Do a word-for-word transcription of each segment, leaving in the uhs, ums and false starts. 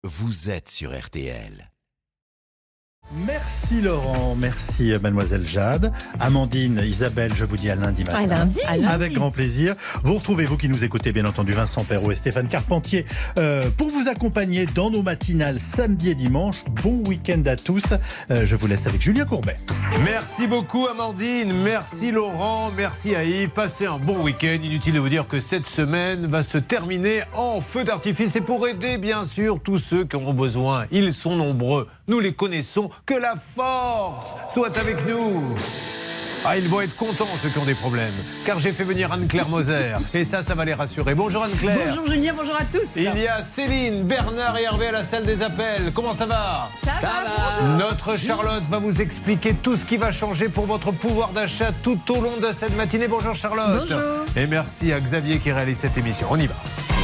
vous êtes sur R T L. Merci Laurent, merci Mademoiselle Jade. Amandine, Isabelle, je vous dis à lundi matin. À lundi. À lundi. Avec grand plaisir. Vous retrouvez, vous qui nous écoutez, bien entendu, Vincent Perrault et Stéphane Carpentier euh, pour vous accompagner dans nos matinales samedi et dimanche. Bon week-end à tous. Euh, je vous laisse avec Julien Courbet. Merci beaucoup Amandine, merci Laurent, merci à Yves. Passez un bon week-end. Inutile de vous dire que cette semaine va se terminer en feu d'artifice. Et pour aider bien sûr tous ceux qui en ont besoin, ils sont nombreux, nous les connaissons. Que la force soit avec nous. Ah, ils vont être contents ceux qui ont des problèmes, car j'ai fait venir Anne-Claire Moser et ça, ça va les rassurer. Bonjour Anne-Claire. Bonjour Julien, bonjour à tous. Il y a Céline, Bernard et Hervé à la salle des appels. Comment ça va? Ça, ça va. Notre Charlotte va vous expliquer tout ce qui va changer pour votre pouvoir d'achat tout au long de cette matinée. Bonjour Charlotte. Bonjour. Et merci à Xavier qui réalise cette émission. On y va.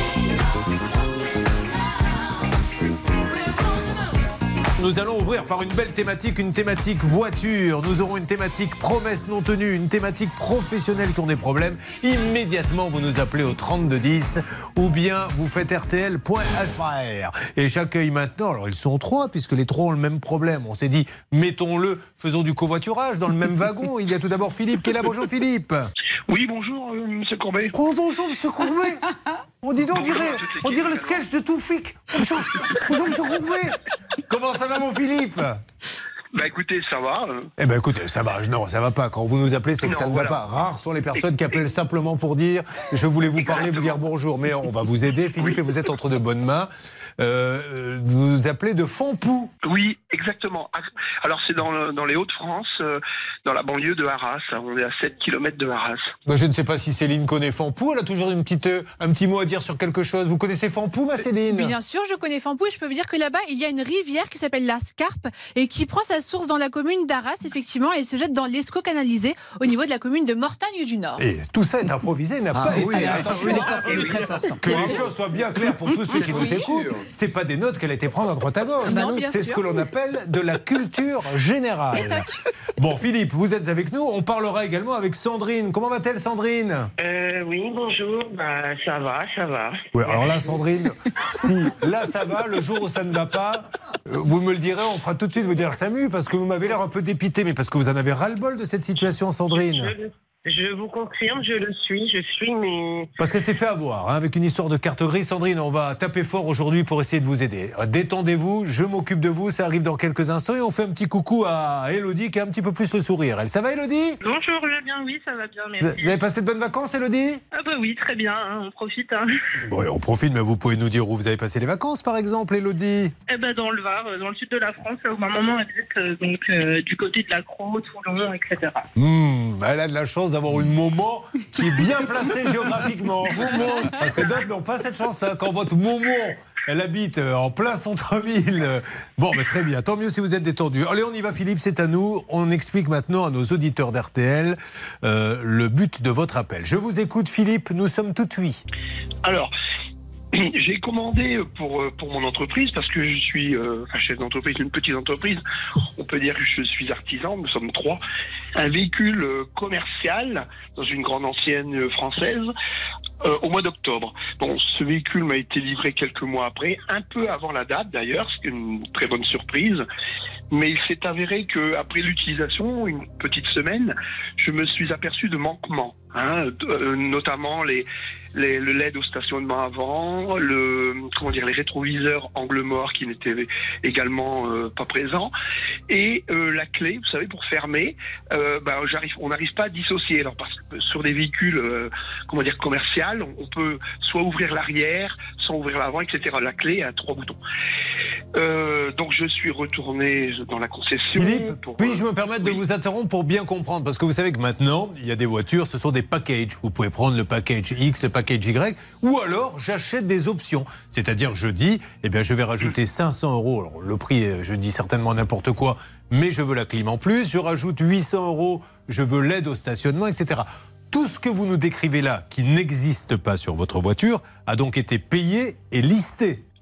Nous allons ouvrir par une belle thématique, une thématique voiture. Nous aurons une thématique promesse non tenue, une thématique professionnelle qui ont des problèmes. Immédiatement, vous nous appelez au trente-deux dix ou bien vous faites R T L point F R. Et j'accueille maintenant, alors ils sont trois puisque les trois ont le même problème. On s'est dit, mettons-le, faisons du covoiturage dans le même wagon. Il y a tout d'abord Philippe qui est là. Bonjour Philippe. Oui, bonjour, euh, monsieur Courbet. Oh, bonjour monsieur Courbet. On dit donc, on dirait, on dirait le sketch de Toufik. Bonjour, bonjour monsieur Courbet. Comment ça va mon Philippe? Bah écoutez, ça va. euh. Eh ben écoutez, ça va. Non, ça va pas. Quand vous nous appelez, c'est que Non, ça ne voilà. va pas. Rares sont les personnes qui appellent simplement pour dire je voulais vous parler, vous dire bonjour. Mais on va vous aider, Philippe, et vous êtes entre de bonnes mains. Euh, vous vous appelez de Fontpoux. Oui, exactement. Alors c'est dans, le- dans les Hauts-de-France, euh, dans la banlieue de Arras. On est à sept kilomètres de Arras. Ben, je ne sais pas si Céline connaît Fontpoux. Elle a toujours une petite, euh, un petit mot à dire sur quelque chose. Vous connaissez Fontpoux, ma Céline? Bien sûr, je connais Fontpoux et je peux vous dire que là-bas, il y a une rivière qui s'appelle la Scarpe et qui prend sa source dans la commune d'Arras, effectivement, et se jette dans l'Escaut canalisé au niveau de la commune de Mortagne du Nord. Et tout ça est improvisé, n'a pas été. oui, attention, elle est forte, elle est très forte. que les choses soient bien claires pour tous ceux qui nous écoutent. C'est pas des notes qu'elle a été prendre à droite à gauche. Non, bien C'est ce sûr. que l'on appelle de la culture générale. Bon, Philippe, vous êtes avec nous. On parlera également avec Sandrine. Comment va-t-elle, Sandrine? Euh, oui, bonjour. Bah, ça va, ça va. Oui, alors là, Sandrine, si là ça va, le jour où ça ne va pas, euh, vous me le direz, on fera tout de suite vous dire Samu, parce que vous m'avez l'air un peu dépité, mais parce que vous en avez ras-le-bol de cette situation, Sandrine. Je, je vous confirme, je le suis, je suis, mais... Parce qu'elle s'est fait avoir, hein, avec une histoire de carte grise. Sandrine, on va taper fort aujourd'hui pour essayer de vous aider. Euh, Détendez-vous, je m'occupe de vous, ça arrive dans quelques instants, et on fait un petit coucou à Élodie qui a un petit peu plus le sourire. Elle, ça va Élodie? Bonjour, je vais bien, oui, ça va bien, Vous merci. avez passé de bonnes vacances, Élodie? Ah bah oui, très bien, hein, on profite. Hein. Bon, on profite, mais vous pouvez nous dire où vous avez passé les vacances, par exemple, Élodie? Eh ben dans le Var, euh, dans le sud de la France, là où ma maman habite, euh, donc euh, du côté de la Croix, Toulon, et cetera. Hmm, elle a de la chance d'avoir une maman qui est bien placée géographiquement. Momo. Parce que d'autres n'ont pas cette chance-là. Quand votre Momo, elle habite euh, en plein centre-ville. euh, Bon, mais très bien. Tant mieux si vous êtes détendu. Allez, on y va, Philippe, c'est à nous. On explique maintenant à nos auditeurs d'R T L euh, le but de votre appel. Je vous écoute, Philippe. Nous sommes tout oui. Alors, j'ai commandé pour, euh, pour mon entreprise, parce que je suis euh, enfin, chef d'entreprise, une petite entreprise. On peut dire que je suis artisan, nous sommes trois. Un véhicule euh, commercial dans une grande ancienne euh, française euh, au mois d'octobre. Bon, ce véhicule m'a été livré quelques mois après, un peu avant la date d'ailleurs, c'est une très bonne surprise. Mais il s'est avéré qu'après l'utilisation, une petite semaine, je me suis aperçu de manquements, hein, de, euh, notamment les, les, le L E D au stationnement avant, le, comment dire, les rétroviseurs angle mort qui n'étaient également euh, pas présents, et euh, la clé, vous savez, pour fermer, euh, bah, j'arrive, on n'arrive pas à dissocier. Alors parce que sur des véhicules, euh, comment dire, commercial, on peut soit ouvrir l'arrière, soit ouvrir l'avant, et cetera. La clé a trois boutons. Euh, donc je suis retourné dans la concession. Philippe, pour, puis-je me permettre oui. de vous interrompre pour bien comprendre? Parce que vous savez que maintenant, il y a des voitures, ce sont des packages. Vous pouvez prendre le package X, le package Y, ou alors j'achète des options. C'est-à-dire, je dis, eh bien, je vais rajouter cinq cents euros. Alors, le prix, je dis certainement n'importe quoi, mais je veux la clim en plus. Je rajoute huit cents euros, je veux l'aide au stationnement, et cetera. Tout ce que vous nous décrivez là, qui n'existe pas sur votre voiture, a donc été payé et listé.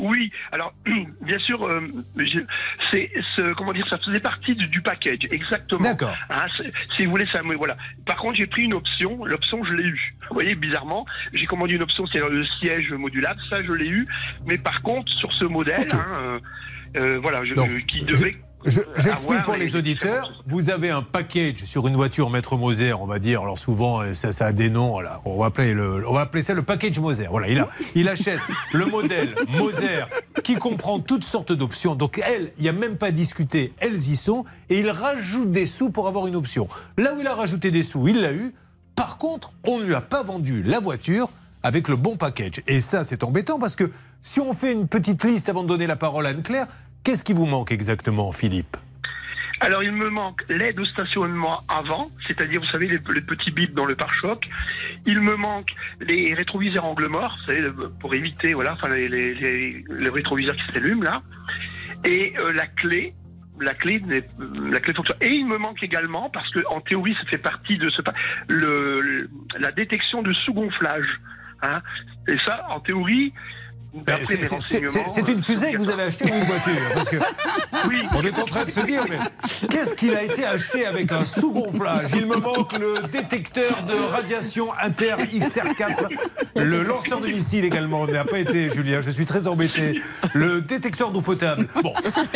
Oui, alors bien sûr, euh, je- c'est ce, comment dire, ça faisait partie du, du package, exactement. D'accord. Hein, c'est- si vous voulez, ça, mais voilà. Par contre, j'ai pris une option. L'option, je l'ai eue. Vous voyez, bizarrement, j'ai commandé une option, c'est le siège modulable. Ça, je l'ai eu. Mais par contre, sur ce modèle, Ok. hein, euh, euh, voilà, je, Donc, qui devait. Je- J'explique avoir pour les les- auditeurs. Vous avez un package sur une voiture Maître Moser, on va dire. Alors souvent, euh, ça, ça a des noms. Voilà. On va appeler le, on va appeler ça le package Moser. Voilà, il a, il achète le modèle Moser qui comprend toutes sortes d'options. Donc elles, il n'y a même pas à discuter. Elles y sont et il rajoute des sous pour avoir une option. Là où il a rajouté des sous, il l'a eu. Par contre, on ne lui a pas vendu la voiture avec le bon package. Et ça, c'est embêtant parce que si on fait une petite liste avant de donner la parole à Anne-Claire, qu'est-ce qui vous manque exactement, Philippe ? Alors, il me manque l'aide au stationnement avant, c'est-à-dire, vous savez, les, les petits bips dans le pare-choc. Il me manque les rétroviseurs angle mort, vous savez, le- pour éviter, voilà, enfin, les, les, les, les rétroviseurs qui s'allument, là. Et euh, la clé, la clé, n'est- la clé fonctionne. Et il me manque également, parce que en théorie, ça fait partie de ce, pa- le, le- la détection de sous-gonflage. Hein. Et ça, en théorie, d'après C'est- mes c'est- renseignements, C'est c'est une fusée que vous avez achetée ou une voiture ? Parce que Oui. on est en train de se dire, mais qu'est-ce qu'il a été acheté avec un sous-gonflage ? Il me manque le détecteur de radiation inter X R quatre, le lanceur de missiles également, n'a pas été, Julien, je suis très embêté, le détecteur d'eau potable. Bon,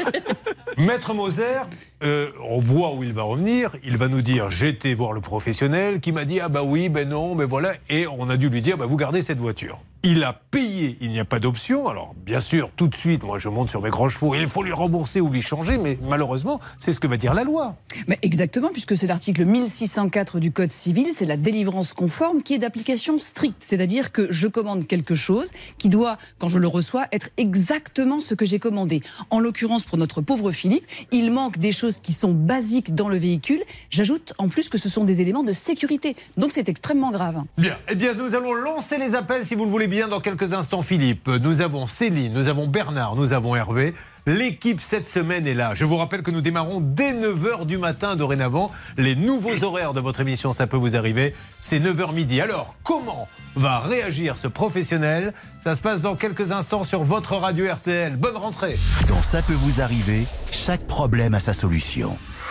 Maître Moser, euh, on voit où il va revenir, il va nous dire, j'ai été voir le professionnel qui m'a dit, ah bah oui, ben non, mais voilà, et on a dû lui dire, bah vous gardez cette voiture. Il a payé, il n'y a pas d'option. Alors, bien sûr, tout de suite, moi, je monte sur mes grands chevaux. Il faut lui rembourser ou lui changer, mais malheureusement, c'est ce que va dire la loi. Mais exactement, puisque c'est l'article mille six cent quatre du Code civil, c'est la délivrance conforme qui est d'application stricte. C'est-à-dire que je commande quelque chose qui doit, quand je le reçois, être exactement ce que j'ai commandé. En l'occurrence, pour notre pauvre Philippe, il manque des choses qui sont basiques dans le véhicule. J'ajoute en plus que ce sont des éléments de sécurité. Donc c'est extrêmement grave. Bien, eh bien, nous allons lancer les appels, si vous le voulez bien, dans quelques instants, Philippe. Nous avons Céline, nous avons Bernard, nous avons Hervé. L'équipe cette semaine est là. Je vous rappelle que nous démarrons dès neuf heures du matin dorénavant. Les nouveaux horaires de votre émission, ça peut vous arriver. C'est neuf heures midi. Alors, comment va réagir ce professionnel ? Ça se passe dans quelques instants sur votre radio R T L. Bonne rentrée. Dans Ça peut vous arriver, chaque problème a sa solution.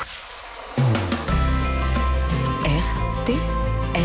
R T L.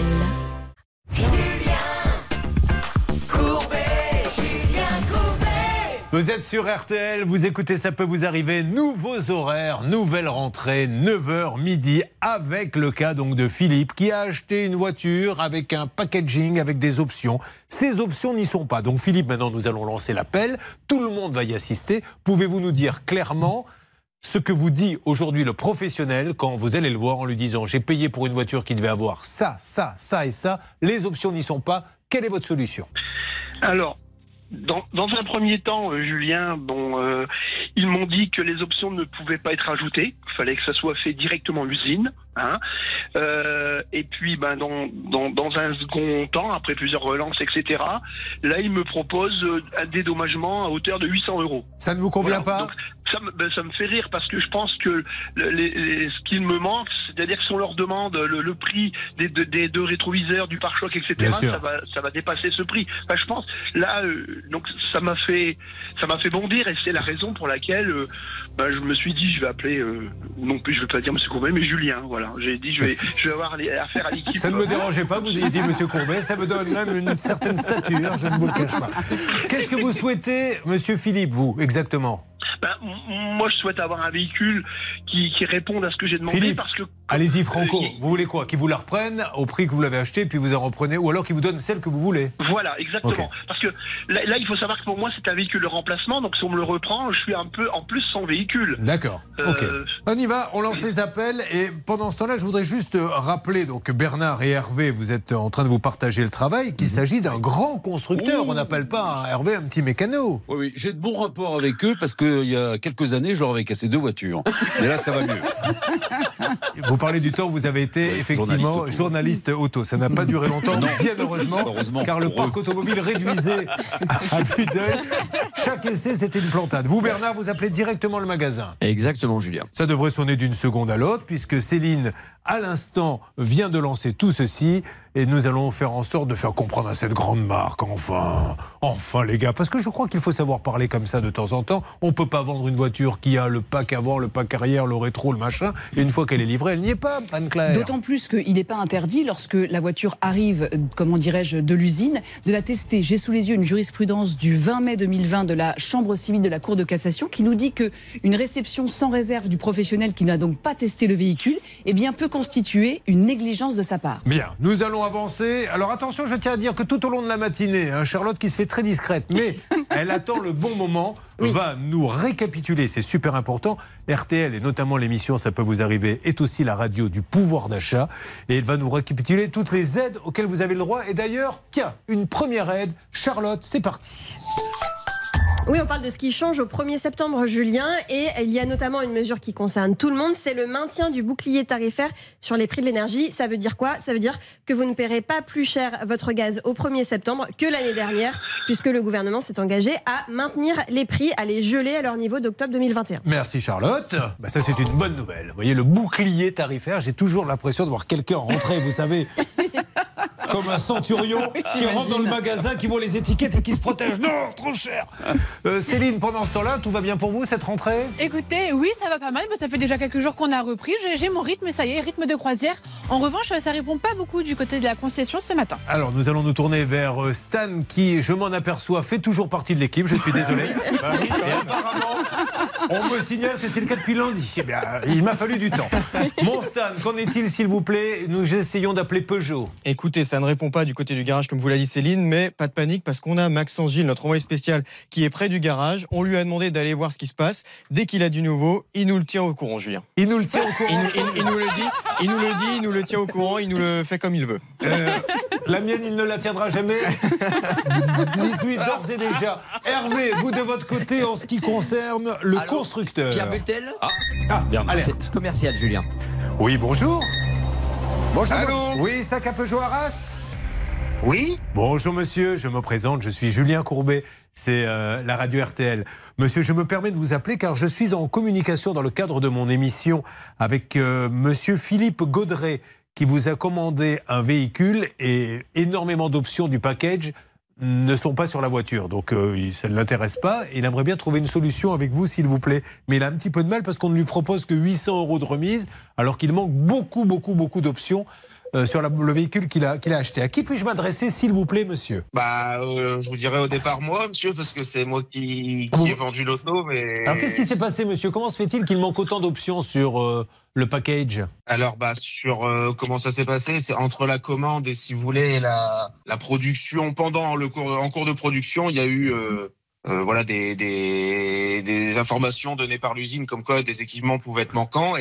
Vous êtes sur R T L, vous écoutez Ça peut vous arriver. Nouveaux horaires, nouvelle rentrée, neuf heures midi, avec le cas donc de Philippe qui a acheté une voiture avec un packaging, avec des options. Ces options n'y sont pas. Donc Philippe, maintenant nous allons lancer l'appel. Tout le monde va y assister. Pouvez-vous nous dire clairement ce que vous dit aujourd'hui le professionnel quand vous allez le voir en lui disant « J'ai payé pour une voiture qui devait avoir ça, ça, ça et ça. Les options n'y sont pas. Quelle est votre solution ?» Alors, dans, dans un premier temps, euh, Julien, bon, euh, ils m'ont dit que les options ne pouvaient pas être ajoutées. Il fallait que ça soit fait directement à l'usine. Hein. Euh, et puis, ben, dans, dans, dans un second temps, après plusieurs relances, et cetera, là, ils me proposent euh, un dédommagement à hauteur de huit cents euros. Ça ne vous convient Voilà. pas? Donc, ça, me, ben, ça me fait rire parce que je pense que le, les, les, ce qu'il me manque, c'est-à-dire que si on leur demande le, le prix des, des, des deux rétroviseurs, du pare-choc, et cetera, ça va, ça va dépasser ce prix. Enfin, je pense, là, euh, donc ça m'a fait, ça m'a fait bondir et c'est la raison pour laquelle euh, ben, je me suis dit, je vais appeler, euh, non plus, je ne vais pas dire M. Courbet, mais Julien. Voilà, j'ai dit, je vais, je vais avoir les, affaire à l'équipe. Ça ne me dérangeait pas, vous ayez dit M. Courbet, ça me donne même une certaine stature, je ne vous le cache pas. Qu'est-ce que vous souhaitez, M. Philippe, vous, exactement? Ben, moi, je souhaite avoir un véhicule qui, qui réponde à ce que j'ai demandé. Philippe, parce que allez-y, Franco. Euh, vous voulez quoi? Qu'ils vous la reprennent au prix que vous l'avez acheté, puis vous en reprenez, ou alors qu'ils vous donnent celle que vous voulez? Voilà, exactement. Okay. Parce que là, là, il faut savoir que pour moi, c'est un véhicule de remplacement. Donc, si on me le reprend, je suis un peu en plus sans véhicule. D'accord. Euh... Ok. On y va. On lance les appels. Et pendant ce temps-là, je voudrais juste rappeler, donc Bernard et Hervé, vous êtes en train de vous partager le travail, qu'il mmh. s'agit d'un grand constructeur. Ouh. On n'appelle pas un Hervé un petit mécano. Oui, oui. J'ai de bons rapports avec eux parce qu'il y a quelques années, je leur avais cassé deux voitures. Et là, ça va mieux. Vous, parlez du temps où vous avez été oui, effectivement journaliste auto. journaliste auto. Ça n'a pas duré longtemps, non. bien heureusement, heureusement car le parc eux. automobile réduisait à vue d'œil. Chaque essai, c'était une plantade. Vous, Bernard, vous appelez directement le magasin. Exactement, Julien. Ça devrait sonner d'une seconde à l'autre, puisque Céline, à l'instant, vient de lancer tout ceci. Et nous allons faire en sorte de faire comprendre à cette grande marque, enfin, enfin les gars, parce que je crois qu'il faut savoir parler comme ça de temps en temps. On ne peut pas vendre une voiture qui a le pack avant, le pack arrière, le rétro, le machin, et une fois qu'elle est livrée, elle n'y est pas, Anne-Claire. D'autant plus qu'il n'est pas interdit, lorsque la voiture arrive, comment dirais-je, de l'usine, de la tester. J'ai sous les yeux une jurisprudence du vingt mai deux mille vingt de la Chambre civile de la Cour de cassation qui nous dit qu'une réception sans réserve du professionnel qui n'a donc pas testé le véhicule, eh bien, peut constituer une négligence de sa part. Bien, nous allons avancer. Alors attention, je tiens à dire que tout au long de la matinée, hein, Charlotte qui se fait très discrète, mais elle attend le bon moment, oui. va nous récapituler, c'est super important. R T L et notamment l'émission Ça peut vous arriver est aussi la radio du pouvoir d'achat et elle va nous récapituler toutes les aides auxquelles vous avez le droit. Et d'ailleurs, tiens, une première aide. Charlotte, c'est parti. Oui, on parle de ce qui change au premier septembre, Julien, et il y a notamment une mesure qui concerne tout le monde, c'est le maintien du bouclier tarifaire sur les prix de l'énergie. Ça veut dire quoi ? Ça veut dire que vous ne paierez pas plus cher votre gaz au premier septembre que l'année dernière, puisque le gouvernement s'est engagé à maintenir les prix, à les geler à leur niveau d'octobre deux mille vingt et un. Merci Charlotte. Bah ça c'est une bonne nouvelle. Vous voyez, le bouclier tarifaire, j'ai toujours l'impression de voir quelqu'un rentrer, vous savez... comme un centurion qui J'imagine. rentre dans le magasin, qui voit les étiquettes et qui se protège. Non, trop cher. euh, Céline, pendant ce temps-là, tout va bien pour vous, cette rentrée ? Écoutez, oui, ça va pas mal. Ça fait déjà quelques jours qu'on a repris. J'ai, j'ai mon rythme, ça y est, rythme de croisière. En revanche, ça répond pas beaucoup du côté de la concession ce matin. Alors, nous allons nous tourner vers Stan, qui, je m'en aperçois, fait toujours partie de l'équipe. Je suis désolé. Bah oui, et apparemment, on me signale que c'est le cas depuis lundi. Eh bien, il m'a fallu du temps. Mon Stan, qu'en est-il, s'il vous plaît ? Nous essayons d'appeler Peugeot. Écoutez, ça ne répond pas du côté du garage, comme vous l'a dit Céline, mais pas de panique parce qu'on a Maxence Gilles, notre envoyé spécial, qui est près du garage. On lui a demandé d'aller voir ce qui se passe. Dès qu'il a du nouveau, il nous le tient au courant, Julien. Il nous le tient au courant. Il, il, il nous le dit, il nous le dit, il nous le tient au courant, il nous le fait comme il veut. Euh, la mienne, il ne la tiendra jamais. Dites-lui d'ores et déjà. Hervé, vous de votre côté, en ce qui concerne le Allô, constructeur. Pierre Beltel. Ah, ah Bernard. C'est commercial, Julien. Oui, bonjour. Bonjour. Allô. Oui, sac à Peugeot Arras. Oui. Bonjour monsieur, je me présente, je suis Julien Courbet, c'est euh, la radio R T L. Monsieur, je me permets de vous appeler car je suis en communication dans le cadre de mon émission avec euh, monsieur Philippe Gaudret qui vous a commandé un véhicule et énormément d'options du package ne sont pas sur la voiture. Donc euh, ça ne l'intéresse pas. Il aimerait bien trouver une solution avec vous s'il vous plaît. Mais il a un petit peu de mal parce qu'on ne lui propose que huit cents euros de remise alors qu'il manque beaucoup, beaucoup, beaucoup d'options. Euh, sur la, le véhicule qu'il a, qu'il a acheté. À qui puis-je m'adresser, s'il vous plaît, monsieur ? Bah, euh, je vous dirais au départ moi, monsieur, parce que c'est moi qui, qui ai vendu l'auto, mais... Alors, qu'est-ce qui s'est passé, monsieur ? Comment se fait-il qu'il manque autant d'options sur euh, le package ? Alors, bah, sur euh, comment ça s'est passé, c'est entre la commande et, si vous voulez, la, la production, pendant le cours, en cours de production, il y a eu... Euh, Euh, voilà des, des, des informations données par l'usine comme quoi des équipements pouvaient être manquants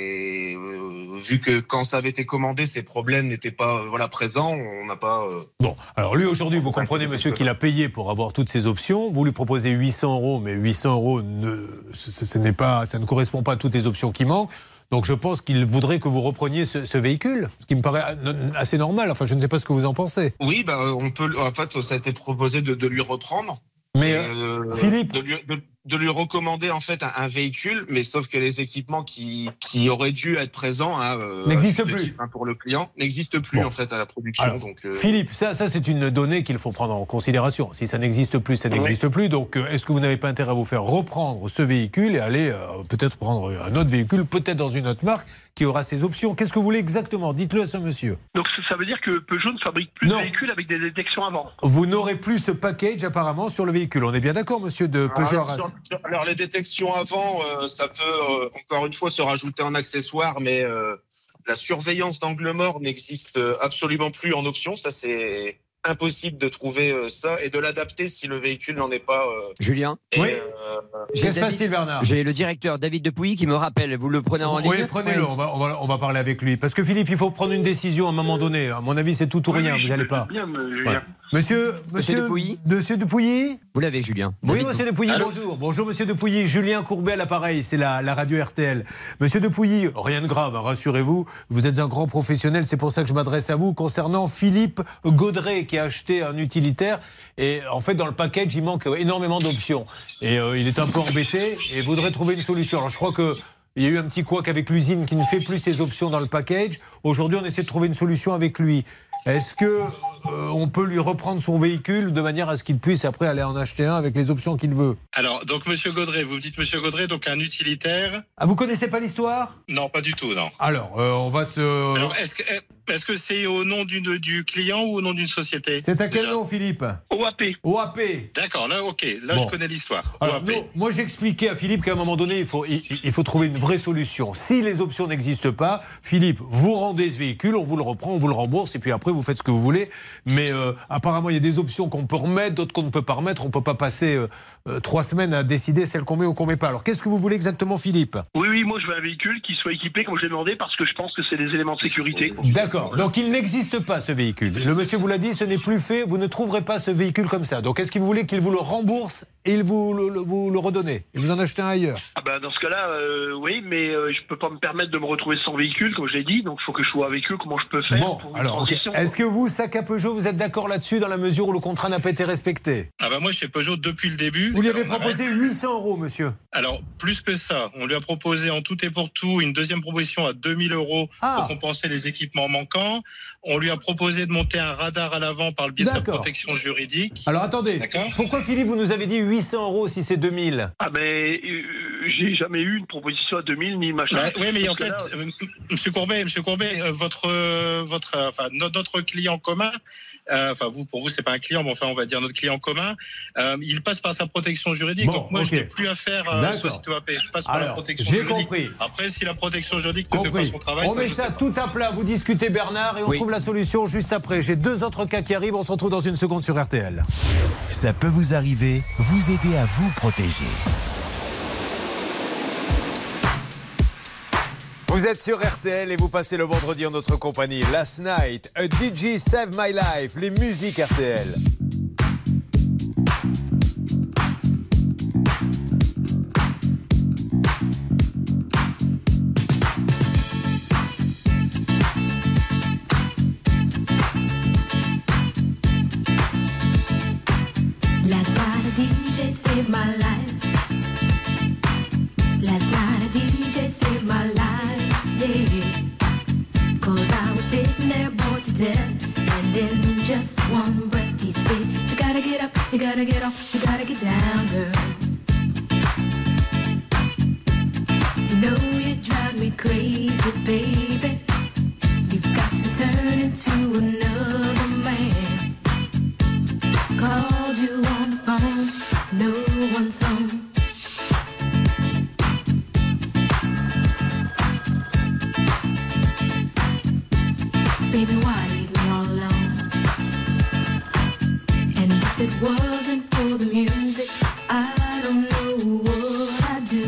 et euh, vu que quand ça avait été commandé ces problèmes n'étaient pas euh, voilà présents, on n'a pas euh... Bon, alors lui aujourd'hui vous comprenez monsieur qu'il a payé pour avoir toutes ces options, vous lui proposez huit cents euros mais huit cents euros ne, ce, ce n'est pas, ça ne correspond pas à toutes les options qui manquent. Donc je pense qu'il voudrait que vous repreniez ce, ce véhicule, ce qui me paraît assez normal. Enfin je ne sais pas ce que vous en pensez. Oui, bah on peut, en fait ça a été proposé de, de lui reprendre. Mais euh, Philippe, de lui, de, de lui recommander en fait un, un véhicule, mais sauf que les équipements qui qui auraient dû être présents hein, euh, n'existent plus hein, pour le client, n'existent plus bon. en fait à la production. Alors, donc euh... Philippe, ça ça c'est une donnée qu'il faut prendre en considération. Si ça n'existe plus, ça n'existe oui. plus. Donc euh, est-ce que vous n'avez pas intérêt à vous faire reprendre ce véhicule et aller euh, peut-être prendre un autre véhicule, peut-être dans une autre marque qui aura ses options. Qu'est-ce que vous voulez exactement ? Dites-le à ce monsieur. Donc ça veut dire que Peugeot ne fabrique plus non. de véhicules avec des détections avant. Vous n'aurez plus ce package apparemment sur le véhicule. On est bien d'accord, monsieur de Peugeot Arras ? Alors, alors les détections avant, euh, ça peut euh, encore une fois se rajouter en accessoire, mais euh, la surveillance d'angle mort n'existe absolument plus en option. Ça c'est impossible de trouver euh, ça et de l'adapter si le véhicule n'en est pas. Euh, Julien. Et, oui. Euh, J'ai facile, Bernard. J'ai le directeur David Depuy qui me rappelle. Vous le prenez en ligne ? Oui, prenez-le. Oui. On va, on va, on va parler avec lui. Parce que Philippe, il faut prendre une décision à un moment donné. À mon avis, c'est tout ou oui, rien. Oui, vous n'allez pas. Bien, mais voilà. Monsieur, monsieur, Monsieur Dupouilly Monsieur Dupouilly. Vous l'avez, Julien. Oui, David monsieur Dupouilly, bonjour. Bonjour, monsieur Dupouilly. Julien Courbet à l'appareil, c'est la, la radio R T L. Monsieur Dupouilly, rien de grave, hein, rassurez-vous. Vous êtes un grand professionnel, c'est pour ça que je m'adresse à vous. Concernant Philippe Gaudret, qui a acheté un utilitaire. Et en fait, dans le package, il manque énormément d'options. Et euh, il est un peu embêté et voudrait trouver une solution. Alors, je crois que il y a eu un petit couac avec l'usine qui ne fait plus ses options dans le package. Aujourd'hui, on essaie de trouver une solution avec lui. Est-ce que euh, on peut lui reprendre son véhicule de manière à ce qu'il puisse après aller en acheter un avec les options qu'il veut? Alors, donc Monsieur Gaudret, vous me dites Monsieur Gaudret, donc un utilitaire. Ah, vous connaissez pas l'histoire? Non, pas du tout, non. Alors, euh, on va se... Alors, est-ce que est-ce que c'est au nom d'une, du client ou au nom d'une société? C'est à quel nom, Philippe? O A P. O A P. D'accord, là, ok, là Bon. je connais l'histoire. Alors, O A P. non, moi j'expliquais à Philippe qu'à un moment donné, il faut, il, il faut trouver une vraie solution. Si les options n'existent pas, Philippe, vous rendez ce véhicule, on vous le reprend, on vous le rembourse, et puis après vous faites ce que vous voulez. Mais euh, apparemment, il y a des options qu'on peut remettre, d'autres qu'on ne peut pas remettre. On ne peut pas passer euh, euh, trois semaines à décider celle qu'on met ou qu'on ne met pas. Alors, qu'est-ce que vous voulez exactement, Philippe? Oui, oui, moi je veux un véhicule qui soit équipé comme je l'ai demandé parce que je pense que c'est des éléments de sécurité. D'accord. Donc, il n'existe pas ce véhicule. Le monsieur vous l'a dit, ce n'est plus fait. Vous ne trouverez pas ce véhicule comme ça. Donc, est-ce que vous voulez qu'il vous le rembourse et il vous le, le- vous le redonnez et vous en achetez un ailleurs? Ah ben dans ce cas-là, euh, oui, mais euh, je peux pas me permettre de me retrouver sans véhicule, comme je l'ai dit, donc il faut que je sois avec eux. Comment je peux faire Bon, pour une alors, ok. transition? Est-ce que vous, Sac à Peugeot, vous êtes d'accord là-dessus dans la mesure où le contrat n'a pas été respecté? Ah bah moi chez Peugeot depuis le début. Vous lui avez Alors, proposé huit cents euros, monsieur. Alors, plus que ça, on lui a proposé en tout et pour tout une deuxième proposition à deux mille euros Ah. pour compenser les équipements manquants. On lui a proposé de monter un radar à l'avant par le biais de sa D'accord. protection juridique. Alors attendez, D'accord. pourquoi Philippe, vous nous avez dit huit cents euros si c'est deux mille? Ah ben euh, j'ai jamais eu une proposition à deux mille ni machin. Bah, oui, mais en Parce que fait, là, euh, Monsieur Courbet, Monsieur Courbet, euh, votre, euh, votre, euh, enfin no- notre client commun, euh, enfin vous, pour vous, c'est pas un client, mais enfin on va dire notre client commun, euh, il passe par sa protection juridique. Bon, donc moi, ok. je n'ai plus affaire à D'accord. Société O A P. Je passe par la Alors, protection j'ai juridique. compris. Après, si la protection juridique ne fait pas Compris. son travail, On met je ça sais pas. tout à plat. Vous discutez, Bernard, et on Oui. trouve la solution juste après. J'ai deux autres cas qui arrivent. On se retrouve dans une seconde sur R T L. Ça peut vous arriver, vous aider à vous protéger. Vous êtes sur R T L et vous passez le vendredi en notre compagnie. Last Night, A D J Save My Life, les musiques R T L. Last night a D J saved my life. Last night a D J saved my life, yeah. Cause I was sitting there bored to death. And in just one breath he said, you gotta get up, you gotta get off, you gotta get down, girl. You know you drive me crazy, baby. You've got to turn into another man. Called you on the phone, no one's home. Baby, why leave me all alone? And if it wasn't for the music, I don't know what I'd do.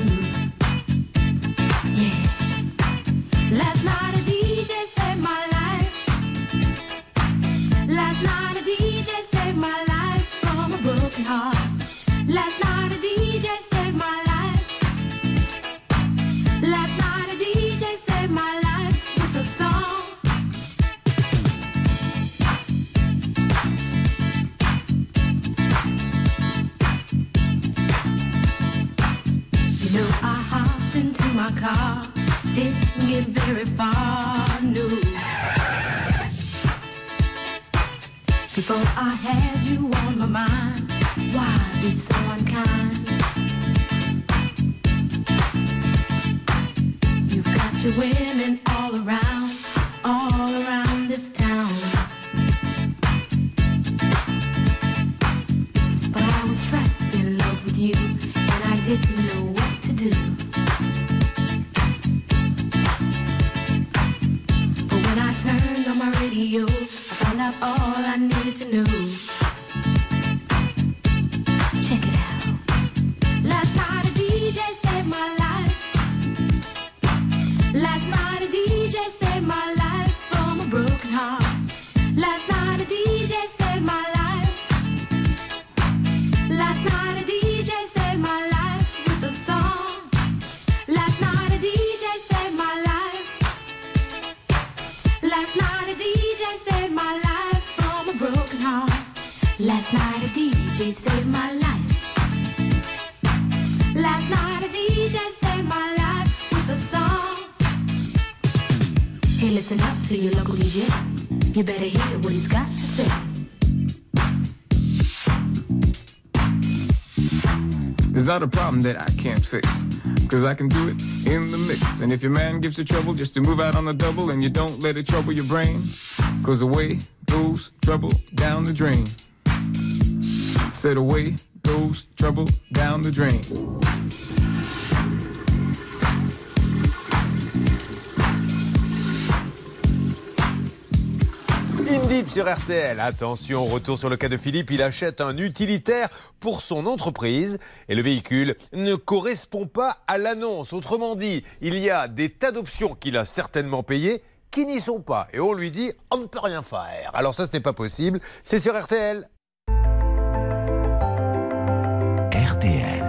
Yeah. Last night a D J saved my life. Last night a D J saved my life from a broken heart. Last night a D J saved my life. Last night a D J saved my life with a song. You know I hopped into my car, didn't get very far, no. Before I had you on my mind, why be so unkind? You've got your women all around, all around this town. But I was trapped in love with you, and I didn't know what to do. But when I turned on my radio, I found out all I needed to know. Check it out. Last night a D J saved my life. Last night a D J saved J saved my life. Last night a D J saved my life with a song. Hey, listen up to your local D J. You better hear what he's got to say. There's not a problem that I can't fix, cause I can do it in the mix. And if your man gives you trouble just to move out on the double, and you don't let it trouble your brain, cause away goes trouble down the drain. Said away goes trouble down the drain. Indip sur R T L. Attention, retour sur le cas de Philippe. Il achète un utilitaire pour son entreprise et le véhicule ne correspond pas à l'annonce. Autrement dit, il y a des tas d'options qu'il a certainement payées qui n'y sont pas. Et on lui dit, on ne peut rien faire. Alors ça, ce n'est pas possible. C'est sur R T L. R T L.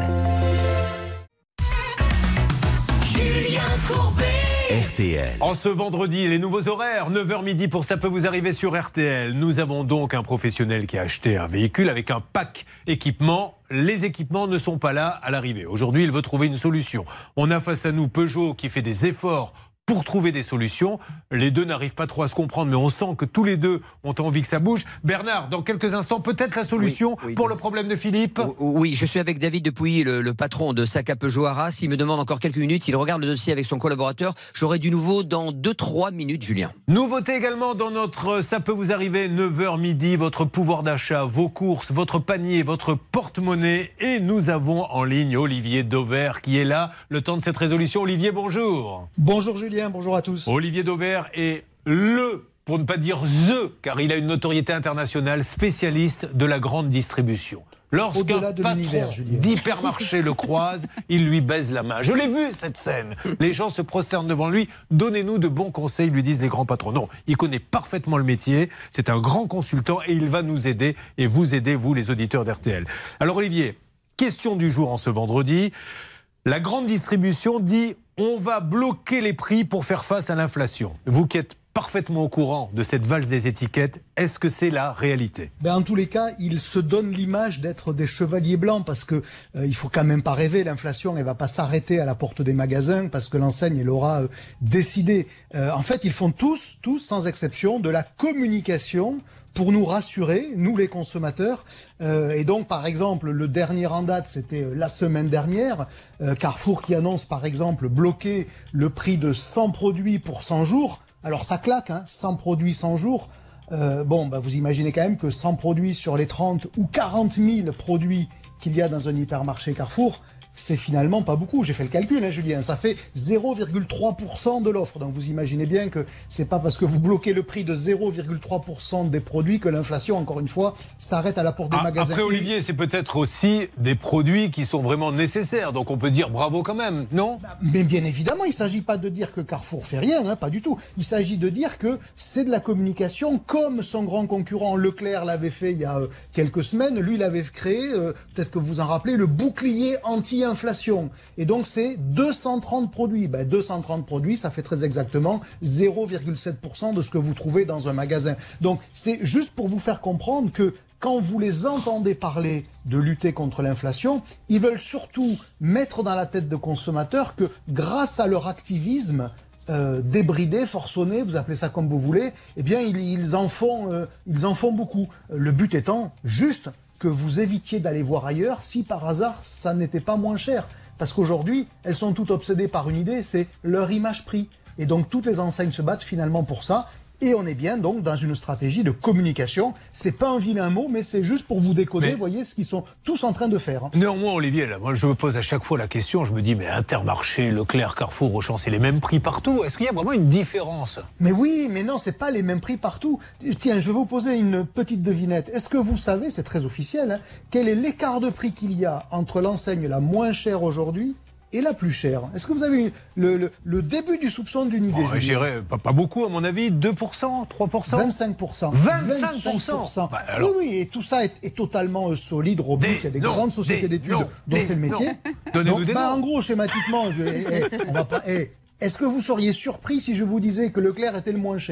Julien Courbet. R T L. En ce vendredi, les nouveaux horaires, neuf heures midi pour Ça peut vous arriver sur R T L. Nous avons donc un professionnel qui a acheté un véhicule avec un pack équipement. Les équipements ne sont pas là à l'arrivée. Aujourd'hui, il veut trouver une solution. On a face à nous Peugeot qui fait des efforts pour trouver des solutions. Les deux n'arrivent pas trop à se comprendre, mais on sent que tous les deux ont envie que ça bouge. Bernard, dans quelques instants, peut-être la solution oui, oui, pour oui. le problème de Philippe. Oui, je suis avec David de Pouilly, le, le patron de Saka Peugeot Arras. Il me demande encore quelques minutes. Il regarde le dossier avec son collaborateur. J'aurai du nouveau dans deux trois minutes, Julien. Nouveauté également dans notre Ça peut vous arriver, neuf heures midi, votre pouvoir d'achat, vos courses, votre panier, votre porte-monnaie. Et nous avons en ligne Olivier Dauvert qui est là. Le temps de cette résolution. Olivier, bonjour. Bonjour Julien. Bonjour à tous. Olivier Dauvert est le, pour ne pas dire the, car il a une notoriété internationale, spécialiste de la grande distribution. Lorsqu'un patron d'hypermarché le croise, il lui baise la main. Je l'ai vu cette scène. Les gens se prosternent devant lui. Donnez-nous de bons conseils, lui disent les grands patrons. Non, il connaît parfaitement le métier. C'est un grand consultant et il va nous aider et vous aider, vous les auditeurs d'R T L. Alors Olivier, question du jour en ce vendredi. La grande distribution dit on va bloquer les prix pour faire face à l'inflation. Vous qui êtes parfaitement au courant de cette valse des étiquettes, est-ce que c'est la réalité ? Ben, en tous les cas, ils se donnent l'image d'être des chevaliers blancs parce que euh, il faut quand même pas rêver, l'inflation elle va pas s'arrêter à la porte des magasins parce que l'enseigne elle aura euh, décidé. Euh, en fait, ils font tous, tous sans exception, de la communication pour nous rassurer, nous les consommateurs. Euh, et donc, par exemple, le dernier en date, c'était euh, la semaine dernière, euh, Carrefour qui annonce par exemple bloquer le prix de cent produits pour cent jours. Alors ça claque, hein, cent produits, cent jours. Euh, bon, bah, vous imaginez quand même que cent produits sur les trente ou quarante mille produits qu'il y a dans un hypermarché Carrefour, c'est finalement pas beaucoup. J'ai fait le calcul, hein, Julien. Ça fait zéro virgule trois pour cent de l'offre. Donc vous imaginez bien que c'est pas parce que vous bloquez le prix de zéro virgule trois pour cent des produits que l'inflation, encore une fois, s'arrête à la porte des ah, magasins. Après, Olivier, c'est peut-être aussi des produits qui sont vraiment nécessaires. Donc on peut dire bravo quand même, non ? Mais bien évidemment, il ne s'agit pas de dire que Carrefour fait rien, hein, pas du tout. Il s'agit de dire que c'est de la communication comme son grand concurrent Leclerc l'avait fait il y a euh, quelques semaines. Lui, il avait créé, euh, peut-être que vous vous en rappelez, le bouclier anti inflation. Et donc c'est deux cent trente produits. Ben, deux cent trente produits, ça fait très exactement zéro virgule sept pour cent de ce que vous trouvez dans un magasin. Donc c'est juste pour vous faire comprendre que quand vous les entendez parler de lutter contre l'inflation, ils veulent surtout mettre dans la tête de consommateurs que grâce à leur activisme euh, débridé, forcené, vous appelez ça comme vous voulez, eh bien ils, ils, en font, euh, ils en font beaucoup. Le but étant juste que vous évitiez d'aller voir ailleurs si par hasard ça n'était pas moins cher. Parce qu'aujourd'hui, elles sont toutes obsédées par une idée, c'est leur image prix. Et donc toutes les enseignes se battent finalement pour ça. Et on est bien donc dans une stratégie de communication. C'est pas un vilain mot, mais c'est juste pour vous décoder, vous voyez, ce qu'ils sont tous en train de faire. Hein. Néanmoins, Olivier, là, moi je me pose à chaque fois la question, je me dis, mais Intermarché, Leclerc, Carrefour, Auchan, c'est les mêmes prix partout. Est-ce qu'il y a vraiment une différence ? Mais oui, mais non, c'est pas les mêmes prix partout. Tiens, je vais vous poser une petite devinette. Est-ce que vous savez, c'est très officiel, hein, quel est l'écart de prix qu'il y a entre l'enseigne la moins chère aujourd'hui et la plus chère? Est-ce que vous avez le, le, le début du soupçon d'une idée? Oh, je dirais pas, pas beaucoup, à mon avis, deux pour cent, trois pour cent vingt-cinq pour cent. vingt-cinq pour cent bah, alors... Oui, oui, et tout ça est, est totalement euh, solide, robuste. Des, Il y a des non, grandes sociétés d'études dont c'est le métier. Donnez-nous des bah, noms. En gros, schématiquement, je, eh, eh, on va pas, eh, est-ce que vous seriez surpris si je vous disais que Leclerc était le moins cher?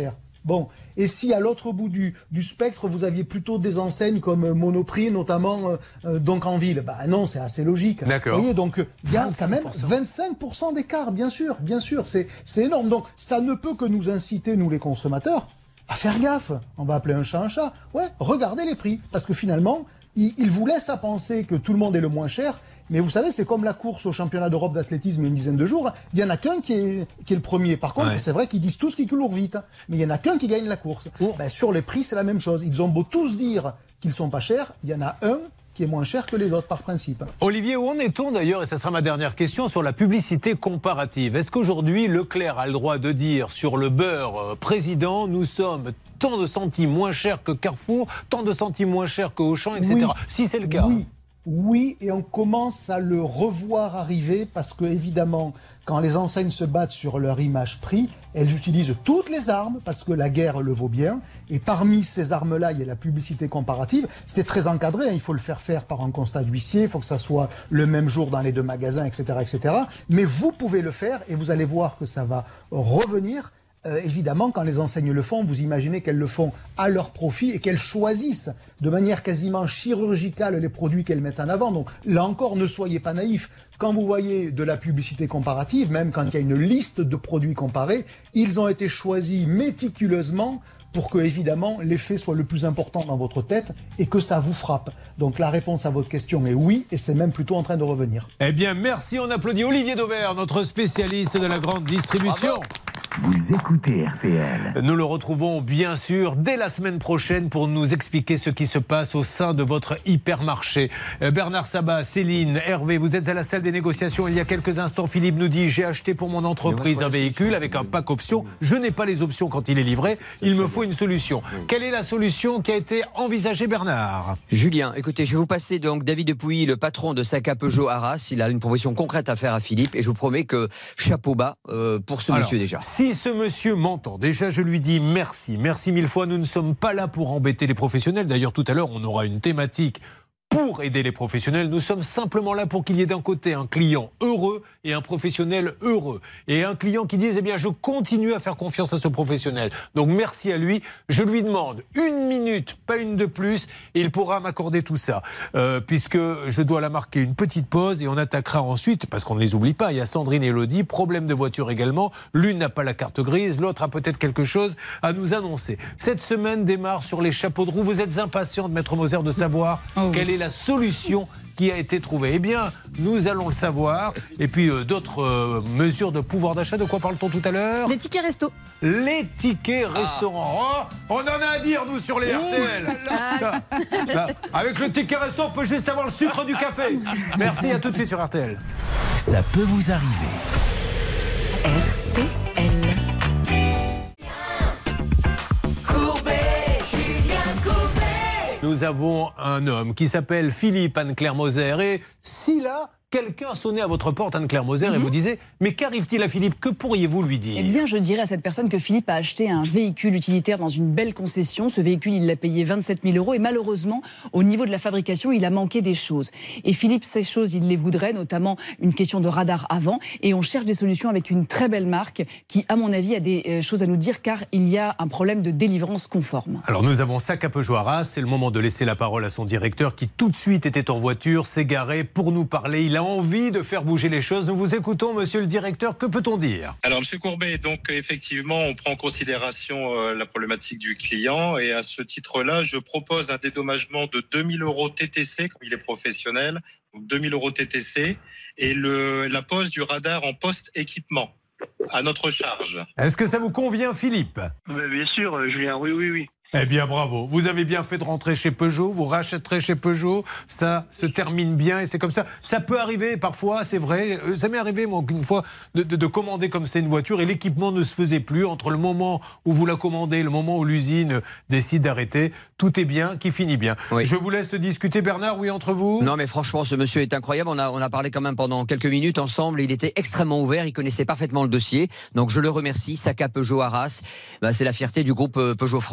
Bon, et si à l'autre bout du, du spectre, vous aviez plutôt des enseignes comme Monoprix, notamment euh, donc en ville, bah non, c'est assez logique. D'accord. Vous voyez, donc il y a quand même vingt-cinq pour cent d'écart, bien sûr, bien sûr, c'est c'est énorme. Donc ça ne peut que nous inciter, nous les consommateurs, à faire gaffe. On va appeler un chat un chat. Ouais, regardez les prix, parce que finalement, ils, ils vous laissent à penser que tout le monde est le moins cher. Mais vous savez, c'est comme la course au championnat d'Europe d'athlétisme il y a une dizaine de jours. Il y en a qu'un qui est, qui est le premier. Par contre, ouais. c'est vrai qu'ils disent tous qu'ils courent vite. Mais il y en a qu'un qui gagne la course. Oh. Ben, sur les prix, c'est la même chose. Ils ont beau tous dire qu'ils sont pas chers. Il y en a un qui est moins cher que les autres par principe. Olivier, où en est-on d'ailleurs, et ça sera ma dernière question, sur la publicité comparative? Est-ce qu'aujourd'hui, Leclerc a le droit de dire sur le beurre euh, président, nous sommes tant de centimes moins chers que Carrefour, tant de centimes moins chers que Auchan, et cetera. Oui. Si c'est le cas. Oui. Oui, et on commence à le revoir arriver parce que, évidemment, quand les enseignes se battent sur leur image prix, elles utilisent toutes les armes parce que la guerre le vaut bien. Et parmi ces armes-là, il y a la publicité comparative. C'est très encadré, hein, il faut le faire faire par un constat d'huissier, il faut que ça soit le même jour dans les deux magasins, et cetera, et cetera. Mais vous pouvez le faire et vous allez voir que ça va revenir. Euh, évidemment, quand les enseignes le font, vous imaginez qu'elles le font à leur profit et qu'elles choisissent de manière quasiment chirurgicale les produits qu'elles mettent en avant. Donc là encore, ne soyez pas naïfs. Quand vous voyez de la publicité comparative, même quand il y a une liste de produits comparés, ils ont été choisis méticuleusement pour que, évidemment, l'effet soit le plus important dans votre tête et que ça vous frappe. Donc la réponse à votre question est oui, et c'est même plutôt en train de revenir. Eh bien, merci. On applaudit Olivier Dauvert, notre spécialiste de la grande distribution. Bravo. Vous écoutez R T L. Nous le retrouvons bien sûr dès la semaine prochaine pour nous expliquer ce qui se passe au sein de votre hypermarché. Bernard Sabat, Céline, Hervé, vous êtes à la salle des négociations. Il y a quelques instants, Philippe nous dit « J'ai acheté pour mon entreprise un véhicule avec un pack option. Je n'ai pas les options quand il est livré. Il me faut une solution. » Quelle est la solution qui a été envisagée, Bernard? Julien, écoutez, je vais vous passer donc David de Pouilly, le patron de Saca Peugeot Arras. Il a une proposition concrète à faire à Philippe et je vous promets que chapeau bas euh, pour ce Alors, monsieur déjà. Si ce monsieur m'entend, déjà je lui dis merci, merci mille fois. Nous ne sommes pas là pour embêter les professionnels. D'ailleurs, tout à l'heure, on aura une thématique pour aider les professionnels. Nous sommes simplement là pour qu'il y ait d'un côté un client heureux et un professionnel heureux. Et un client qui dise, eh bien, je continue à faire confiance à ce professionnel. Donc, merci à lui. Je lui demande une minute, pas une de plus, et il pourra m'accorder tout ça. Euh, puisque je dois la marquer une petite pause et on attaquera ensuite, parce qu'on ne les oublie pas, il y a Sandrine et Elodie, problème de voiture également. L'une n'a pas la carte grise, l'autre a peut-être quelque chose à nous annoncer. Cette semaine démarre sur les chapeaux de roue. Vous êtes impatient de Maître Moser de savoir oh, quelle oui. est la solution qui a été trouvée. Eh bien, nous allons le savoir. Et puis, euh, d'autres euh, mesures de pouvoir d'achat. De quoi parle-t-on tout à l'heure? Les tickets resto. Les tickets ah. restaurants. Oh, on en a à dire, nous, sur les R T L. Ah. Ah. Avec le ticket resto, on peut juste avoir le sucre du café. Merci, à tout de suite sur R T L. Ça peut vous arriver. R T L. Nous avons un homme qui s'appelle Philippe Anne-Claire Moser. Et si là, quelqu'un sonnait à votre porte, Anne-Claire Moser, mm-hmm. et vous disait « Mais qu'arrive-t-il à Philippe? Que pourriez-vous lui dire ?» Eh bien, je dirais à cette personne que Philippe a acheté un véhicule utilitaire dans une belle concession. Ce véhicule, il l'a payé vingt-sept mille euros. Et malheureusement, au niveau de la fabrication, il a manqué des choses. Et Philippe, ces choses, il les voudrait, notamment une question de radar avant. Et on cherche des solutions avec une très belle marque qui, à mon avis, a des choses à nous dire, car il y a un problème de délivrance conforme. Alors, nous avons Saca Peugeot Arras. C'est le moment de laisser la parole à son directeur qui, tout de suite, était en voiture, s'est garé pour nous parler. Il a envie de faire bouger les choses. Nous vous écoutons, monsieur le directeur. Que peut-on dire? Alors, monsieur Courbet, donc effectivement, on prend en considération euh, la problématique du client et à ce titre-là, je propose un dédommagement de deux mille euros T T C, comme il est professionnel, donc deux mille euros T T C, et le, la pose du radar en post-équipement à notre charge. Est-ce que ça vous convient, Philippe? Bien sûr, Julien, oui, oui, oui. Eh bien, bravo. Vous avez bien fait de rentrer chez Peugeot. Vous rachèterez chez Peugeot. Ça se termine bien et c'est comme ça. Ça peut arriver parfois, c'est vrai. Ça m'est arrivé, moi, une fois, de, de, de commander comme c'est une voiture et l'équipement ne se faisait plus. Entre le moment où vous la commandez et le moment où l'usine décide d'arrêter, tout est bien, qui finit bien. Oui. Je vous laisse discuter, Bernard, oui, entre vous? Non, mais franchement, ce monsieur est incroyable. On a, on a parlé quand même pendant quelques minutes ensemble. Il était extrêmement ouvert. Il connaissait parfaitement le dossier. Donc, je le remercie. Saca Peugeot Arras. Bah, c'est la fierté du groupe Peugeot France. C'est ce que disait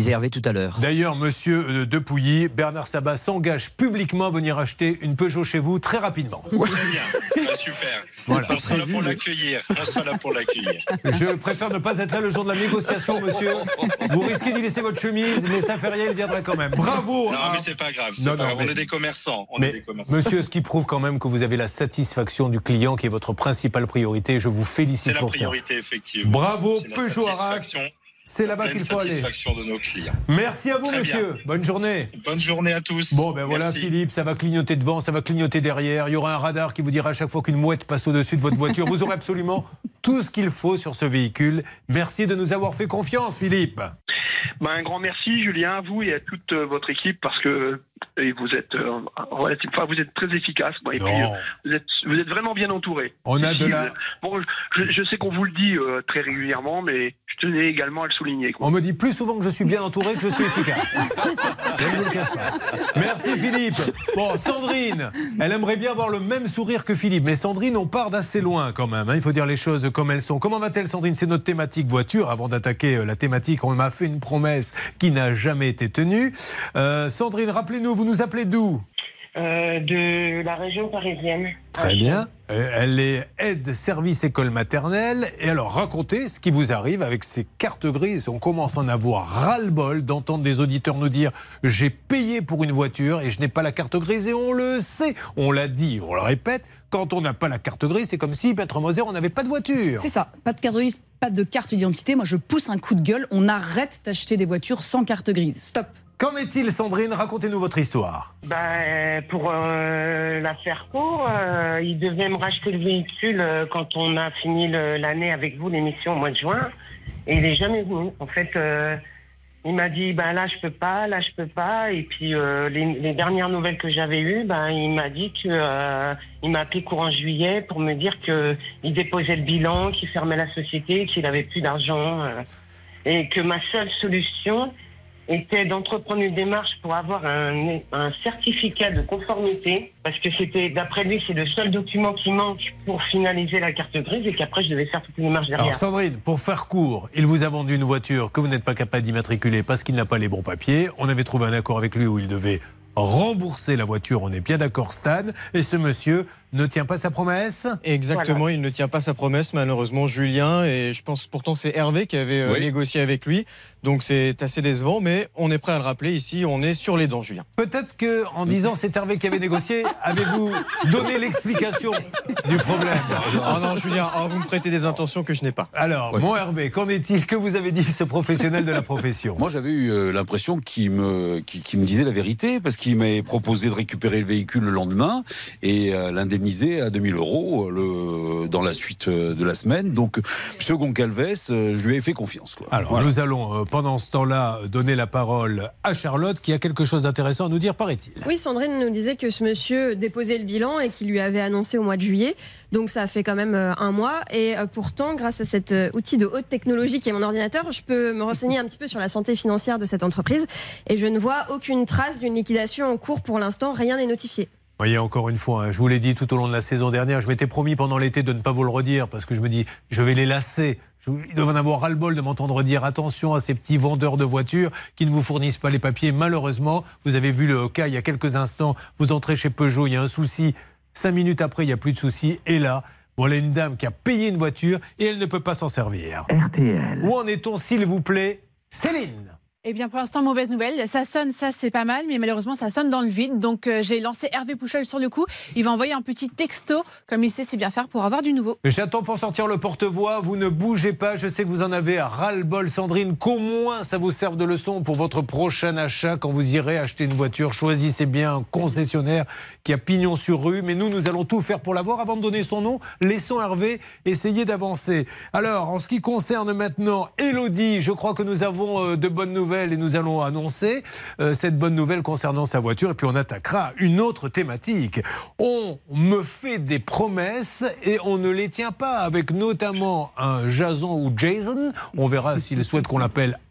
disait Hervé tout à l'heure. D'ailleurs, monsieur euh, de Pouilly, Bernard Sabat s'engage publiquement à venir acheter une Peugeot chez vous très rapidement. Très bien, ah, super. Voilà. On sera là pour l'accueillir. On sera là pour l'accueillir. Je préfère ne pas être là le jour de la négociation, monsieur. Vous risquez d'y laisser votre chemise, mais ça fait rien, il viendra quand même. Bravo. Non, à... mais c'est pas grave. C'est Non, pas non, grave. mais... On est des commerçants. On mais, est des commerçants. monsieur, ce qui prouve quand même que vous avez la satisfaction du client qui est votre principale priorité. Je vous félicite C'est la pour priorité, ça. effectivement. Bravo, C'est la Peugeot Arras. satisfaction. C'est là-bas qu'il faut aller. Satisfaction de nos clients. Merci à vous, Très monsieur. bien. Bonne journée. Bonne journée à tous. Bon, ben voilà, Merci. Philippe, ça va clignoter devant, ça va clignoter derrière. Il y aura un radar qui vous dira à chaque fois qu'une mouette passe au-dessus de votre voiture. Vous aurez absolument tout ce qu'il faut sur ce véhicule. Merci de nous avoir fait confiance, Philippe. Ben, un grand merci, Julien, à vous et à toute euh, votre équipe, parce que et vous êtes euh, relative, enfin, vous êtes très efficace. Bon, et puis, euh, vous êtes, vous êtes vraiment bien entouré. On a de la... Bon, je, je sais qu'on vous le dit euh, très régulièrement, mais je tenais également à le souligner. Quoi. On me dit plus souvent que je suis bien entouré que je suis efficace. Je ne vous le cache pas. Merci Philippe. Bon, Sandrine, elle aimerait bien avoir le même sourire que Philippe. Mais Sandrine, on part d'assez loin quand même. Hein. Il faut dire les choses comme elles sont. Comment va-t-elle, Sandrine? C'est notre thématique voiture. Avant d'attaquer euh, la thématique, on m'a fait une promesse qui n'a jamais été tenue. Euh, Sandrine, rappelez-nous, vous nous appelez d'où? Euh, de la région parisienne. Très bien. Euh, Elle est aide service école maternelle. Et alors, racontez ce qui vous arrive avec ces cartes grises. On commence à en avoir ras-le-bol d'entendre des auditeurs nous dire « J'ai payé pour une voiture et je n'ai pas la carte grise ». Et on le sait, on l'a dit, on le répète, quand on n'a pas la carte grise, c'est comme si, Maître Moser, on n'avait pas de voiture. C'est ça, pas de carte grise, pas de carte d'identité. Moi, je pousse un coup de gueule. On arrête d'acheter des voitures sans carte grise. Stop. Qu'en est-il, Sandrine? Racontez-nous votre histoire. Ben, pour euh, la faire court, euh, il devait me racheter le véhicule euh, quand on a fini le- l'année avec vous, l'émission au mois de juin. Et il n'est jamais venu. En fait, euh, il m'a dit, ben là, je peux pas, là, je peux pas. Et puis, euh, les, les dernières nouvelles que j'avais eues, ben, il m'a dit que euh, il m'a appelé courant juillet pour me dire qu'il déposait le bilan, qu'il fermait la société, qu'il avait plus d'argent. euh, et que ma seule solution était d'entreprendre une démarche pour avoir un, un certificat de conformité, parce que c'était, d'après lui, c'est le seul document qui manque pour finaliser la carte grise, et qu'après je devais faire toutes les démarches derrière. Alors Sandrine, pour faire court, il vous a vendu une voiture que vous n'êtes pas capable d'immatriculer parce qu'il n'a pas les bons papiers. On avait trouvé un accord avec lui où il devait rembourser la voiture, on est bien d'accord, Stan, et ce monsieur ne tient pas sa promesse. Exactement, Voilà. il ne tient pas sa promesse, malheureusement, Julien. Et je pense pourtant c'est Hervé qui avait euh, Oui. négocié avec lui. Donc c'est assez décevant, mais on est prêt à le rappeler. Ici, on est sur les dents, Julien. Peut-être que, en disant c'est Hervé qui avait négocié, avez-vous donné l'explication du problème? Oh non, Julien, oh, vous me prêtez des intentions que je n'ai pas. Alors, mon Hervé, qu'en est-il? Que vous avez dit ce professionnel de la profession? Moi, j'avais eu euh, l'impression qu'il me, qu'il, qu'il me disait la vérité, parce qu'il m'avait proposé de récupérer le véhicule le lendemain et euh, l'indemniser à deux mille euros le, dans la suite euh, de la semaine. Donc, M. Goncalves, euh, je lui ai fait confiance. Quoi. Alors, Voilà. nous allons, euh, pendant ce temps-là, donner la parole à Charlotte, qui a quelque chose d'intéressant à nous dire, paraît-il. Oui, Sandrine nous disait que ce monsieur déposait le bilan et qu'il lui avait annoncé au mois de juillet. Donc ça fait quand même euh, un mois. Et euh, pourtant, grâce à cet euh, outil de haute technologie qui est mon ordinateur, je peux me renseigner un petit peu sur la santé financière de cette entreprise. Et je ne vois aucune trace d'une liquidation en cours pour l'instant. Rien n'est notifié. Vous voyez, encore une fois, hein, je vous l'ai dit tout au long de la saison dernière, je m'étais promis pendant l'été de ne pas vous le redire, parce que je me dis, je vais les lasser. Je, ils doivent en avoir ras-le-bol de m'entendre dire attention à ces petits vendeurs de voitures qui ne vous fournissent pas les papiers. Malheureusement, vous avez vu le cas il y a quelques instants, vous entrez chez Peugeot, il y a un souci, cinq minutes après, il n'y a plus de souci, et là, voilà une dame qui a payé une voiture et elle ne peut pas s'en servir. R T L. Où en est-on, s'il vous plaît, Céline? Eh bien, pour l'instant, mauvaise nouvelle. Ça sonne, ça, c'est pas mal, mais malheureusement, ça sonne dans le vide. Donc, euh, j'ai lancé Hervé Pouchol sur le coup. Il va envoyer un petit texto, comme il sait si bien faire, pour avoir du nouveau. J'attends pour sortir le porte-voix. Vous ne bougez pas. Je sais que vous en avez à ras-le-bol, Sandrine. Qu'au moins, ça vous serve de leçon pour votre prochain achat. Quand vous irez acheter une voiture, choisissez bien un concessionnaire qui a pignon sur rue. Mais nous, nous allons tout faire pour l'avoir. Avant de donner son nom, laissons Hervé essayer d'avancer. Alors, en ce qui concerne maintenant Élodie, je crois que nous avons euh, de bonnes nouvelles et nous allons annoncer euh, cette bonne nouvelle concernant sa voiture. Et puis, on attaquera une autre thématique. On me fait des promesses et on ne les tient pas, avec notamment un Jason ou Jason. On verra s'il souhaite qu'on l'appelle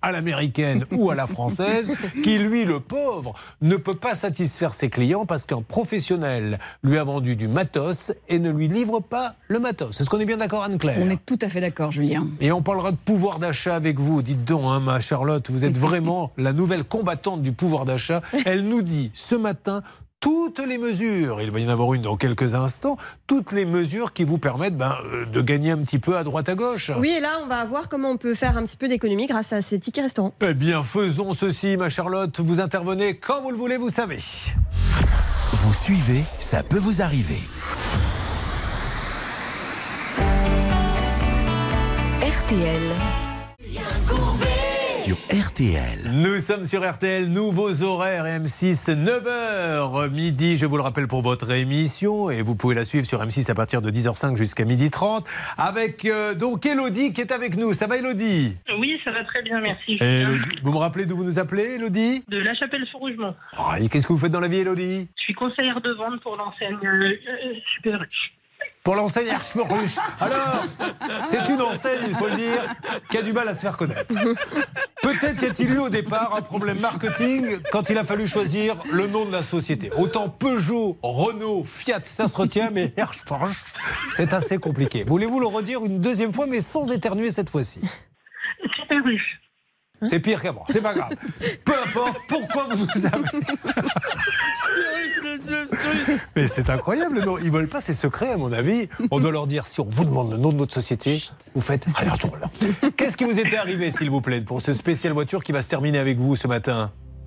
à l'américaine ou à la française, qui lui, le pauvre, ne peut pas satisfaire ses clients parce qu'un professionnel lui a vendu du matos et ne lui livre pas le matos. Est-ce qu'on est bien d'accord, Anne-Claire ? On est tout à fait d'accord, Julien. Et on parlera de pouvoir d'achat avec vous. Dites donc, hein, ma Charlotte, vous êtes vraiment la nouvelle combattante du pouvoir d'achat. Elle nous dit ce matin toutes les mesures, il va y en avoir une dans quelques instants, toutes les mesures qui vous permettent ben, de gagner un petit peu à droite à gauche. Oui, et là, on va voir comment on peut faire un petit peu d'économie grâce à ces tickets restaurants. Eh bien, faisons ceci, ma Charlotte. Vous intervenez quand vous le voulez, vous savez. Vous suivez, ça peut vous arriver. R T L. Sur R T L. Nous sommes sur R T L, nouveaux horaires M six, neuf heures midi, je vous le rappelle pour votre émission, et vous pouvez la suivre sur M six à partir de dix heures cinq jusqu'à midi trente, avec euh, donc Élodie qui est avec nous. Ça va, Élodie ? Oui, ça va très bien, merci. Élodie, vous me rappelez d'où vous nous appelez, Élodie ? De La Chapelle-sur-Rougemont. Ah, et qu'est-ce que vous faites dans la vie, Élodie ? Je suis conseillère de vente pour l'enseigne euh, euh, Super Riche. Pour l'enseigne Archemorluche. Alors, c'est une enseigne, il faut le dire, qui a du mal à se faire connaître. Peut-être y a-t-il eu au départ un problème marketing quand il a fallu choisir le nom de la société. Autant Peugeot, Renault, Fiat, ça se retient, mais Archemorluche, c'est assez compliqué. Voulez-vous le redire une deuxième fois, mais sans éternuer cette fois-ci ? Super Riche. C'est pire qu'avant, c'est pas grave. Peu importe, pourquoi vous nous avez... Mais c'est incroyable, non, ils veulent pas ces secrets, à mon avis. On doit leur dire, si on vous demande le nom de notre société, vous faites rien tout là. Qu'est-ce qui vous était arrivé, s'il vous plaît, pour ce spécial voiture qui va se terminer avec vous ce matin ?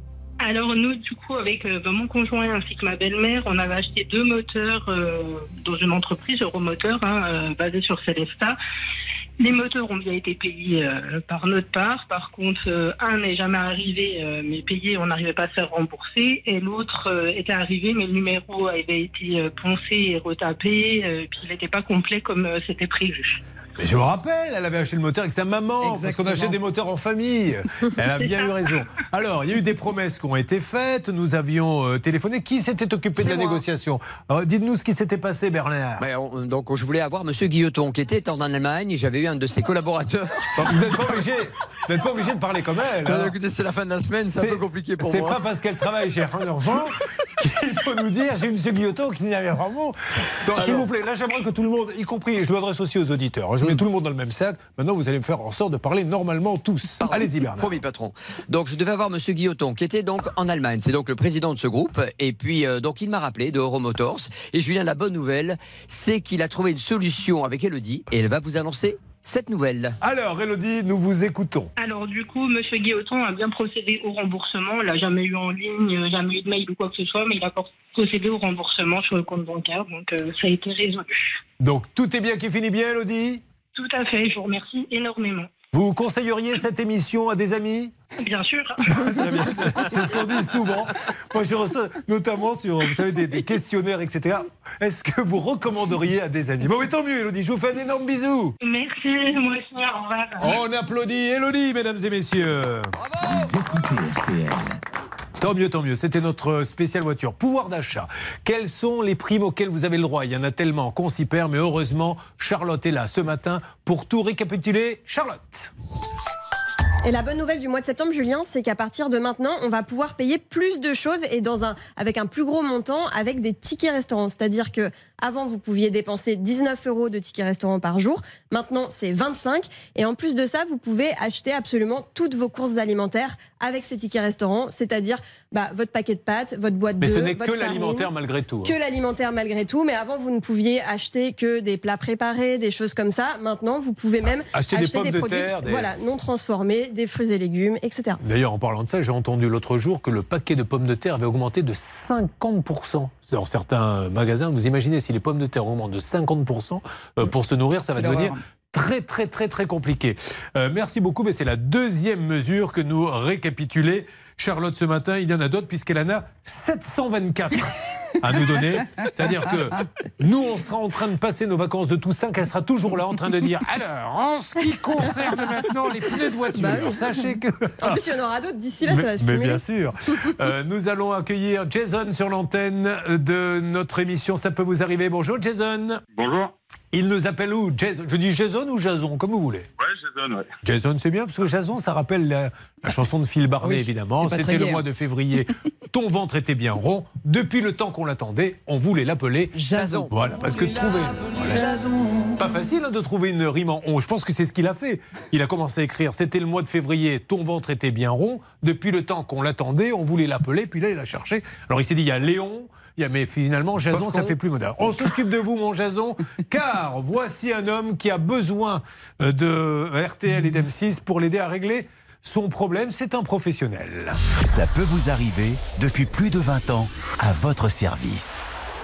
Alors nous, du coup, avec euh, mon conjoint ainsi que ma belle-mère, on avait acheté deux moteurs euh, dans une entreprise, Euromoteur, hein, euh, basée sur Célesta. Les moteurs ont bien été payés euh, par notre part. Par contre, euh, un n'est jamais arrivé, euh, mais payé, on n'arrivait pas à se faire rembourser. Et l'autre euh, était arrivé, mais le numéro avait été euh, poncé et retapé, euh, puis il n'était pas complet comme euh, c'était prévu. Mais je me rappelle, elle avait acheté le moteur avec sa maman, Exactement. Parce qu'on achète des moteurs en famille. Elle a bien eu raison. Alors, il y a eu des promesses qui ont été faites. Nous avions euh, téléphoné. Qui s'était occupé de la moi. négociation ? Alors, dites-nous ce qui s'était passé, Bernard. Ben, on, donc, je voulais avoir Monsieur Guilloton, qui était en Allemagne. J'avais eu un de ses collaborateurs. Bon, vous n'êtes pas obligé, vous n'êtes pas obligé de parler comme elle. Hein. Écoutez, c'est la fin de la semaine, c'est un peu compliqué pour c'est moi. C'est pas parce qu'elle travaille chez un enfant qu'il faut nous dire j'ai eu Monsieur Guilloton qui n'y avait pas mot. Donc, s'il vous plaît, là, j'aimerais que tout le monde, y compris, je m'adresse aussi aux auditeurs, je mets mm. tout le monde dans le même sac. Maintenant, vous allez me faire en sorte de parler normalement tous. Pardon. Allez-y, Bernard. Promis, patron. Donc, je devais avoir Monsieur Guilloton, qui était donc en Allemagne. C'est donc le président de ce groupe. Et puis, euh, donc, il m'a rappelé de Euromotors. Et Julien, la bonne nouvelle, c'est qu'il a trouvé une solution avec Élodie. Et elle va vous annoncer cette nouvelle. Alors, Élodie, nous vous écoutons. Alors, du coup, Monsieur Guilloton a bien procédé au remboursement. Il n'a jamais eu en ligne, jamais eu de mail ou quoi que ce soit, mais il a procédé au remboursement sur le compte bancaire. Donc, euh, ça a été résolu. Donc, tout est bien qui finit bien, Élodie ? Tout à fait, je vous remercie énormément. Vous conseilleriez cette émission à des amis ? Bien sûr. Très bien, c'est ce qu'on dit souvent. Moi, je reçois notamment sur, vous savez, des, des questionnaires, et cetera. Est-ce que vous recommanderiez à des amis ? Bon, mais tant mieux, Élodie, je vous fais un énorme bisou. Merci, moi aussi, au revoir. On applaudit Élodie, mesdames et messieurs. Bravo. Vous écoutez R T L. Tant mieux, tant mieux. C'était notre spéciale voiture. Pouvoir d'achat. Quelles sont les primes auxquelles vous avez le droit ? Il y en a tellement qu'on s'y perd, mais heureusement, Charlotte est là ce matin pour tout récapituler. Charlotte. Et la bonne nouvelle du mois de septembre, Julien, c'est qu'à partir de maintenant, on va pouvoir payer plus de choses et dans un, avec un plus gros montant, avec des tickets restaurants. C'est-à-dire que avant, vous pouviez dépenser dix-neuf euros de tickets restaurants par jour. Maintenant, c'est vingt-cinq. Et en plus de ça, vous pouvez acheter absolument toutes vos courses alimentaires avec ces tickets restaurants. C'est-à-dire bah, votre paquet de pâtes, votre boîte mais d'œufs, ce n'est votre que farine, l'alimentaire malgré tout. Que hein. l'alimentaire malgré tout. Mais avant, vous ne pouviez acheter que des plats préparés, des choses comme ça. Maintenant, vous pouvez même acheter, acheter des pommes des de produits terre, des... voilà, non transformés, des fruits et légumes, et cetera. D'ailleurs, en parlant de ça, j'ai entendu l'autre jour que le paquet de pommes de terre avait augmenté de cinquante pour cent. Dans certains magasins, vous imaginez si les pommes de terre augmentent de cinquante pour cent pour se nourrir, ça va devenir très très très très compliqué. Euh, merci beaucoup, mais c'est la deuxième mesure que nous récapitulons. Charlotte, ce matin, il y en a d'autres puisqu'elle en a sept cent vingt-quatre à nous donner. C'est-à-dire que nous, on sera en train de passer nos vacances de Toussaint, qu'elle sera toujours là en train de dire « Alors, en ce qui concerne maintenant les pneus de voiture, bah oui. sachez que... » En plus, il y en aura d'autres d'ici là, mais, ça va se Mais cumuler. bien sûr. Euh, nous allons accueillir Jason sur l'antenne de notre émission « Ça peut vous arriver ». Bonjour Jason. Bonjour. Il nous appelle où Jason. Je dis Jason ou Jason, comme vous voulez. Ouais, Jason. Jason, ouais. Jason, c'est bien, parce que Jason, ça rappelle la, la chanson de Phil Barnet, Oui, évidemment. c'est pas C'était très le gai, mois hein. de février. Ton ventre était bien rond. Depuis le temps qu'on l'attendait, on voulait l'appeler Jason. Voilà, parce que trouver. Voilà. Pas facile hein, de trouver une rime en on. Je pense que c'est ce qu'il a fait. Il a commencé à écrire. C'était le mois de février. Ton ventre était bien rond. Depuis le temps qu'on l'attendait, on voulait l'appeler. Puis là, il a cherché. Alors il s'est dit, il y a Léon. Il y a, mais finalement, Jason, ça fait plus moderne. On s'occupe de vous, mon Jason, car voici un homme qui a besoin de R T L et d'M six pour l'aider à régler son problème. C'est un professionnel. Ça peut vous arriver depuis plus de vingt ans à votre service.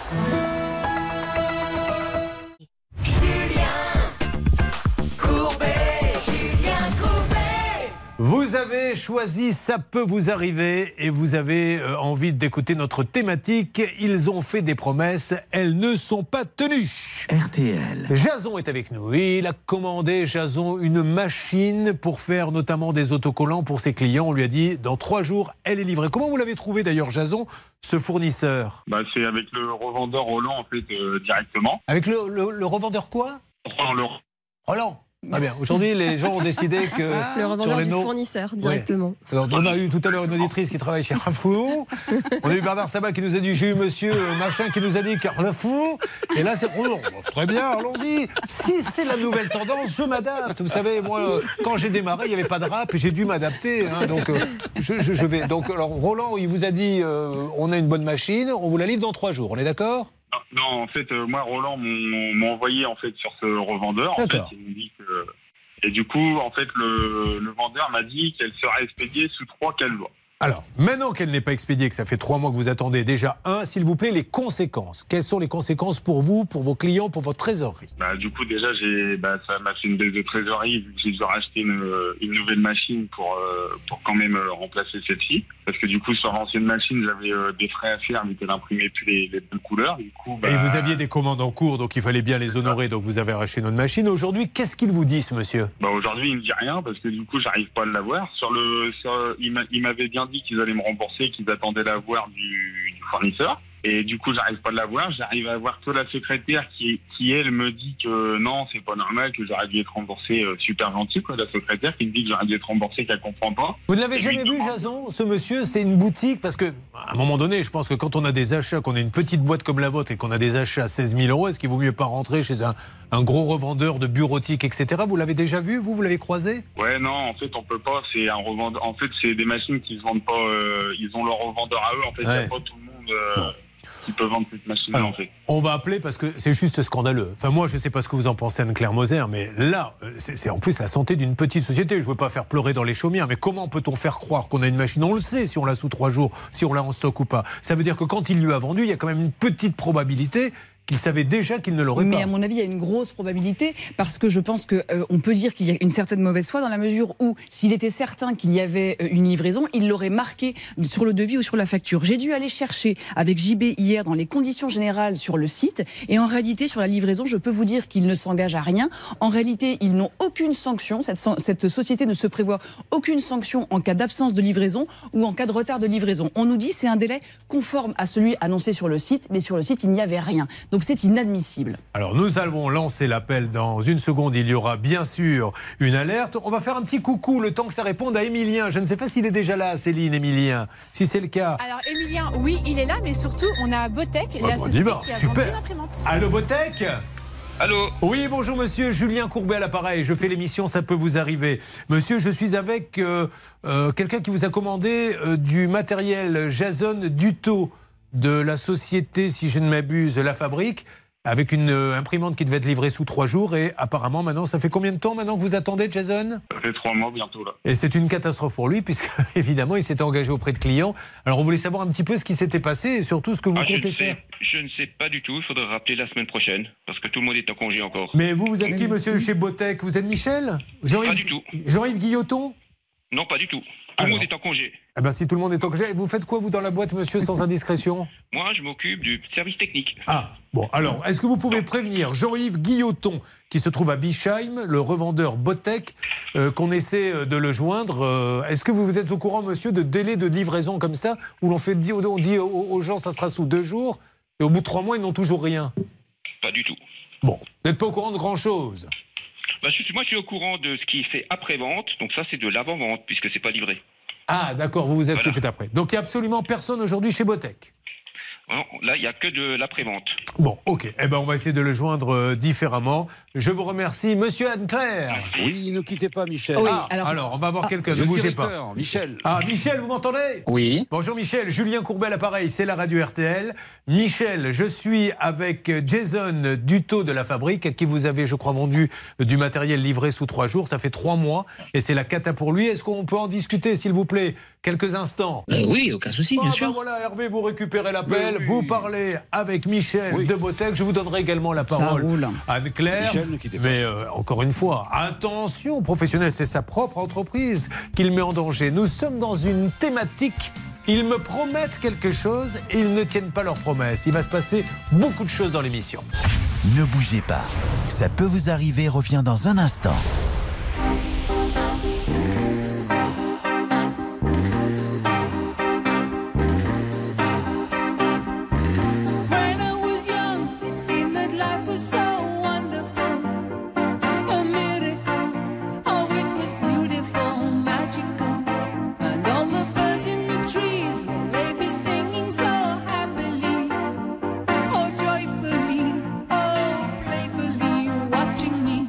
Vous avez choisi Ça peut vous arriver et vous avez euh, envie d'écouter notre thématique. Ils ont fait des promesses, elles ne sont pas tenues. R T L. Jason est avec nous. Il a commandé, Jason, une machine pour faire notamment des autocollants pour ses clients. On lui a dit, dans trois jours, elle est livrée. Comment vous l'avez trouvé d'ailleurs, Jason, ce fournisseur? Bah, c'est avec le revendeur Roland, en fait, euh, directement. Avec le, le, le revendeur quoi? Roland. Le... Roland. Très bien. Aujourd'hui, les gens ont décidé que Le revendeur sur les du no- fournisseur, directement. Alors, on a eu tout à l'heure une auditrice qui travaille chez Carrefour. On a eu Bernard Sabat qui nous a dit j'ai eu monsieur machin qui nous a dit Carrefour. Et là, c'est oh, très bien, allons-y. Si c'est la nouvelle tendance, je m'adapte. Vous savez, moi, quand j'ai démarré, il n'y avait pas de rap, j'ai dû m'adapter. Hein, donc, euh, je, je, je vais. Donc, alors, Roland, il vous a dit euh, on a une bonne machine, on vous la livre dans trois jours. On est d'accord? Non, non, en fait, euh, moi, Roland m'ont- m'a envoyé en fait sur ce revendeur. En fait, il m'a dit que... Et du coup, en fait, le, le vendeur m'a dit qu'elle sera expédiée sous trois quatre jours. Alors, maintenant qu'elle n'est pas expédiée, que ça fait trois mois que vous attendez, déjà, un, s'il vous plaît, les conséquences. Quelles sont les conséquences pour vous, pour vos clients, pour votre trésorerie? Bah, du coup, déjà, j'ai, bah, ça m'a fait une baisse de trésorerie vu que j'ai dû racheter une, une nouvelle machine pour, euh, pour quand même euh, remplacer celle-ci. Parce que du coup, sur l'ancienne machine, j'avais euh, des frais à faire vu qu'elle imprimait plus les, les bonnes couleurs. Du coup, bah... Et vous aviez des commandes en cours, donc il fallait bien les honorer, donc vous avez racheté notre machine. Aujourd'hui, qu'est-ce qu'il vous dit, ce monsieur? Bah, aujourd'hui, il me dit rien parce que du coup, j'arrive pas à l'avoir. Sur le, sur, il m'a- il m'avait bien dit qu'ils allaient me rembourser, qu'ils attendaient l'avoir du, du fournisseur. Et du coup, j'arrive pas à l'avoir. J'arrive à voir que la secrétaire qui, qui elle, me dit que non, c'est pas normal, que j'aurais dû être remboursé. Euh, super gentil, quoi, la secrétaire qui me dit que j'aurais dû être remboursé, qu'elle comprend pas. Vous ne l'avez Et jamais lui vu, demande- Jason? Ce monsieur, c'est une boutique, parce que, à un moment donné, je pense que quand on a des achats, qu'on a une petite boîte comme la vôtre et qu'on a des achats à seize mille euros, est-ce qu'il vaut mieux pas rentrer chez un, un gros revendeur de bureautique, et cetera? Vous l'avez déjà vu? Vous, vous l'avez croisé? Ouais, non, en fait, on peut pas. C'est un revendeur. En fait, c'est des machines qui se vendent pas. euh, ils ont leur revendeur à eux. En fait, il Ouais. n'y a pas tout le monde euh, qui peut vendre cette machine. Alors, en fait. on va appeler parce que c'est juste scandaleux. Enfin, moi, je ne sais pas ce que vous en pensez, Anne-Claire Moser, mais là, euh, c'est c'est en plus la santé d'une petite société. Je ne veux pas faire pleurer dans les chaumières, mais comment peut-on faire croire qu'on a une machine? On le sait si on l'a sous trois jours, si on l'a en stock ou pas. Ça veut dire que quand il lui a vendu, il y a quand même une petite probabilité qu'il savait déjà qu'il ne l'aurait Mais pas. à mon avis, il y a une grosse probabilité parce que je pense qu'on euh, peut dire qu'il y a une certaine mauvaise foi dans la mesure où s'il était certain qu'il y avait euh, une livraison, il l'aurait marqué sur le devis ou sur la facture. J'ai dû aller chercher avec J B hier dans les conditions générales sur le site et en réalité sur la livraison, je peux vous dire qu'il ne s'engage à rien. En réalité, ils n'ont aucune sanction. Cette, cette société ne se prévoit aucune sanction en cas d'absence de livraison ou en cas de retard de livraison. On nous dit c'est un délai conforme à celui annoncé sur le site, mais sur le site, il n'y avait rien. Donc c'est inadmissible. Alors nous allons lancer l'appel dans une seconde. Il y aura bien sûr une alerte. On va faire un petit coucou le temps que ça réponde à Émilien. Je ne sais pas s'il est déjà là, Céline, Émilien. Si c'est le cas. Alors, Émilien, oui, il est là, mais surtout, on a Botek, Ouais, la bon, on y société va, qui a super. vendu l'imprimante. Allô, Botek? Allô? Oui, bonjour monsieur, Julien Courbet à l'appareil. Je fais l'émission Ça peut vous arriver. Monsieur, je suis avec euh, euh, quelqu'un qui vous a commandé euh, du matériel Jason Duto de la société, si je ne m'abuse, La Fabrique, avec une euh, imprimante qui devait être livrée sous trois jours. Et apparemment, maintenant, ça fait combien de temps maintenant que vous attendez, Jason? Ça fait trois mois bientôt là. Et c'est une catastrophe pour lui, puisque évidemment, il s'était engagé auprès de clients. Alors, on voulait savoir un petit peu ce qui s'était passé et surtout ce que vous Ah, je, comptez ne faire. sais, je ne sais pas du tout, il faudra rappeler la semaine prochaine, parce que tout le monde est en congé encore. Mais vous, vous êtes qui, monsieur, chez Botek? Vous êtes Michel? Jean-Yves- Pas du tout. Jean-Yves Guilloton? Non, pas du tout. Tout le monde est en congé. Eh ben, si tout le monde est en congé, vous faites quoi, vous, dans la boîte, monsieur, sans indiscrétion? Moi, je m'occupe du service technique. Ah, bon, alors, est-ce que vous pouvez prévenir Jean-Yves Guilloton, qui se trouve à Bischheim, le revendeur Botek, euh, qu'on essaie euh, de le joindre euh, Est-ce que vous vous êtes au courant, monsieur, de délai de livraison comme ça, où l'on fait dire, on dit aux, aux gens ça sera sous deux jours, et au bout de trois mois, ils n'ont toujours rien? Pas du tout. Bon, vous n'êtes pas au courant de grand-chose? Bah, je, moi, je suis au courant de ce qui est fait après-vente, donc ça, c'est de l'avant-vente, puisque c'est pas livré. Ah, d'accord, vous vous êtes Voilà. occupé d'après. Donc, il n'y a absolument personne aujourd'hui chez Botech. Non, là, il n'y a que de l'après-vente. Bon, ok. Eh ben, on va essayer de le joindre euh, différemment. Je vous remercie. Monsieur Anne-Claire. Oui, ne quittez pas, Michel. Oui, Ah, alors, alors- on va voir Ah, quelqu'un. Ne Le bougez directeur, pas. Michel. Ah, Michel, vous m'entendez? Oui. Bonjour Michel. Julien Courbet à l'appareil, c'est la radio R T L. Michel, je suis avec Jason Dutot de la Fabrique, à qui vous avez, je crois, vendu du matériel livré sous trois jours. Ça fait trois mois et c'est la cata pour lui. Est-ce qu'on peut en discuter, s'il vous plaît, quelques instants? Euh, oui, aucun souci, bien Ah, sûr. ben voilà, Hervé, vous récupérez l'appel, Oui, oui. vous parlez avec Michel Oui. de Botech. Je vous donnerai également la parole roule. à Anne-Claire. Michel, ne quittez pas. Mais euh, encore une fois, attention, professionnel, c'est sa propre entreprise qu'il met en danger. Nous sommes dans une thématique. Ils me promettent quelque chose et ils ne tiennent pas leurs promesses. Il va se passer beaucoup de choses dans l'émission. Ne bougez pas. Ça peut vous arriver, revient dans un instant. When I was young, it seemed that life was so wonderful. A miracle, oh, it was beautiful, magical. And all the birds in the trees, well, they be singing so happily. Oh, joyfully, oh, playfully, watching me.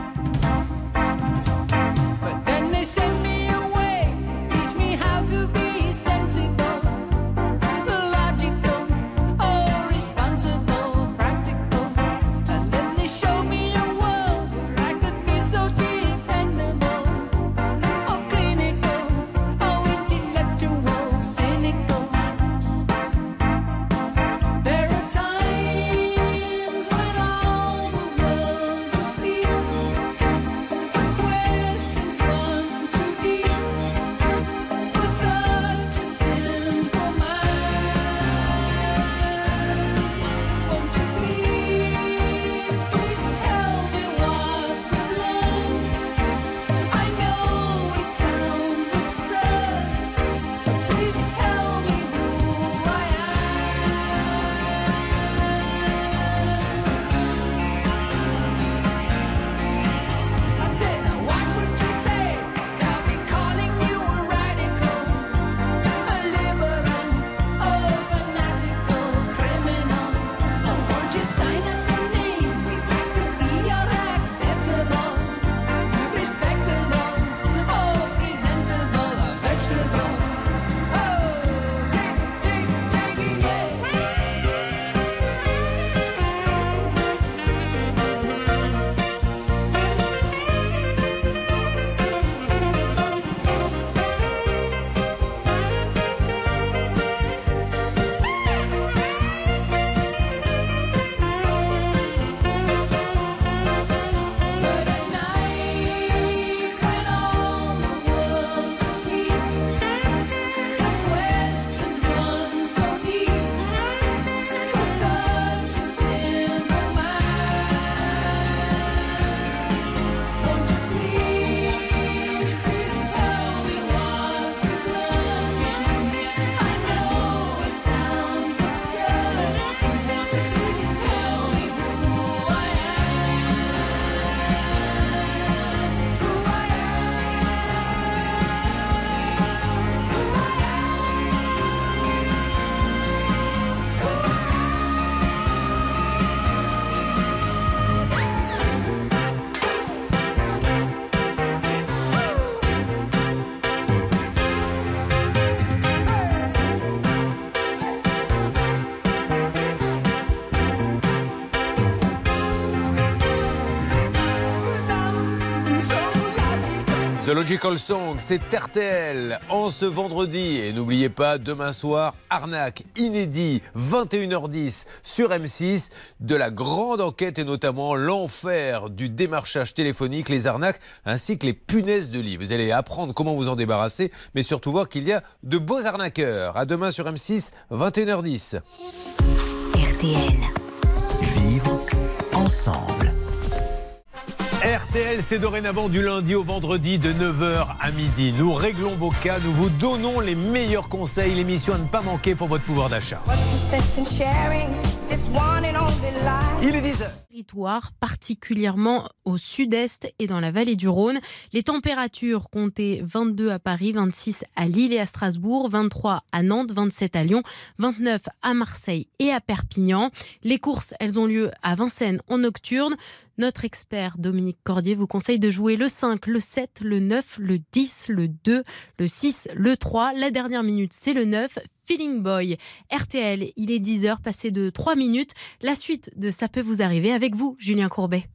But then they sent me away to teach me how to be sensible, logical, oh, responsible, practical. And then they showed me a world where I could be so dependable, oh, clinical, oh, intellectual, cynical. There are times when all the world is still, the questions run too deep for such a simple mind. Won't you please, please tell me what you've learned? I know it sounds absurd, but please tell me who I am. I said, now what would you say? They'll be calling you a radical, a liberal, oh, fanatical criminal. Oh, won't you sign up your name? We'd like to be your acceptable, respectable, oh, presentable, a vegetable. Oh, take, take, take it, yeah. But at night, when all the world's asleep, the questions run so deep for such a simple mind. Won't you please, please tell me what you've learned? I know it sounds absurd, please tell me who I The Logical Song, c'est R T L en ce vendredi. Et n'oubliez pas, demain soir, Arnaque inédit, vingt et une heures dix sur M six, de la grande enquête et notamment l'enfer du démarchage téléphonique, les arnaques ainsi que les punaises de lit. Vous allez apprendre comment vous en débarrasser, mais surtout voir qu'il y a de beaux arnaqueurs. À demain sur M six, vingt et une heures dix. R T L. Vivre ensemble. R T L, c'est dorénavant du lundi au vendredi de neuf heures à midi. Nous réglons vos cas, nous vous donnons les meilleurs conseils, l'émission à ne pas manquer pour votre pouvoir d'achat. What's the sense in sharing? Il est dix heures. Territoire, particulièrement au sud-est et dans la vallée du Rhône. Les températures comptaient vingt-deux à Paris, vingt-six à Lille et à Strasbourg, vingt-trois à Nantes, vingt-sept à Lyon, vingt-neuf à Marseille et à Perpignan. Les courses, elles ont lieu à Vincennes en nocturne. Notre expert Dominique Cordier vous conseille de jouer le cinq, le sept, le neuf, le dix, le deux, le six, le trois. La dernière minute, c'est le neuf. Feeling Boy. R T L, il est dix heures, passé de trois minutes. La suite de Ça peut vous arriver avec vous, Julien Courbet.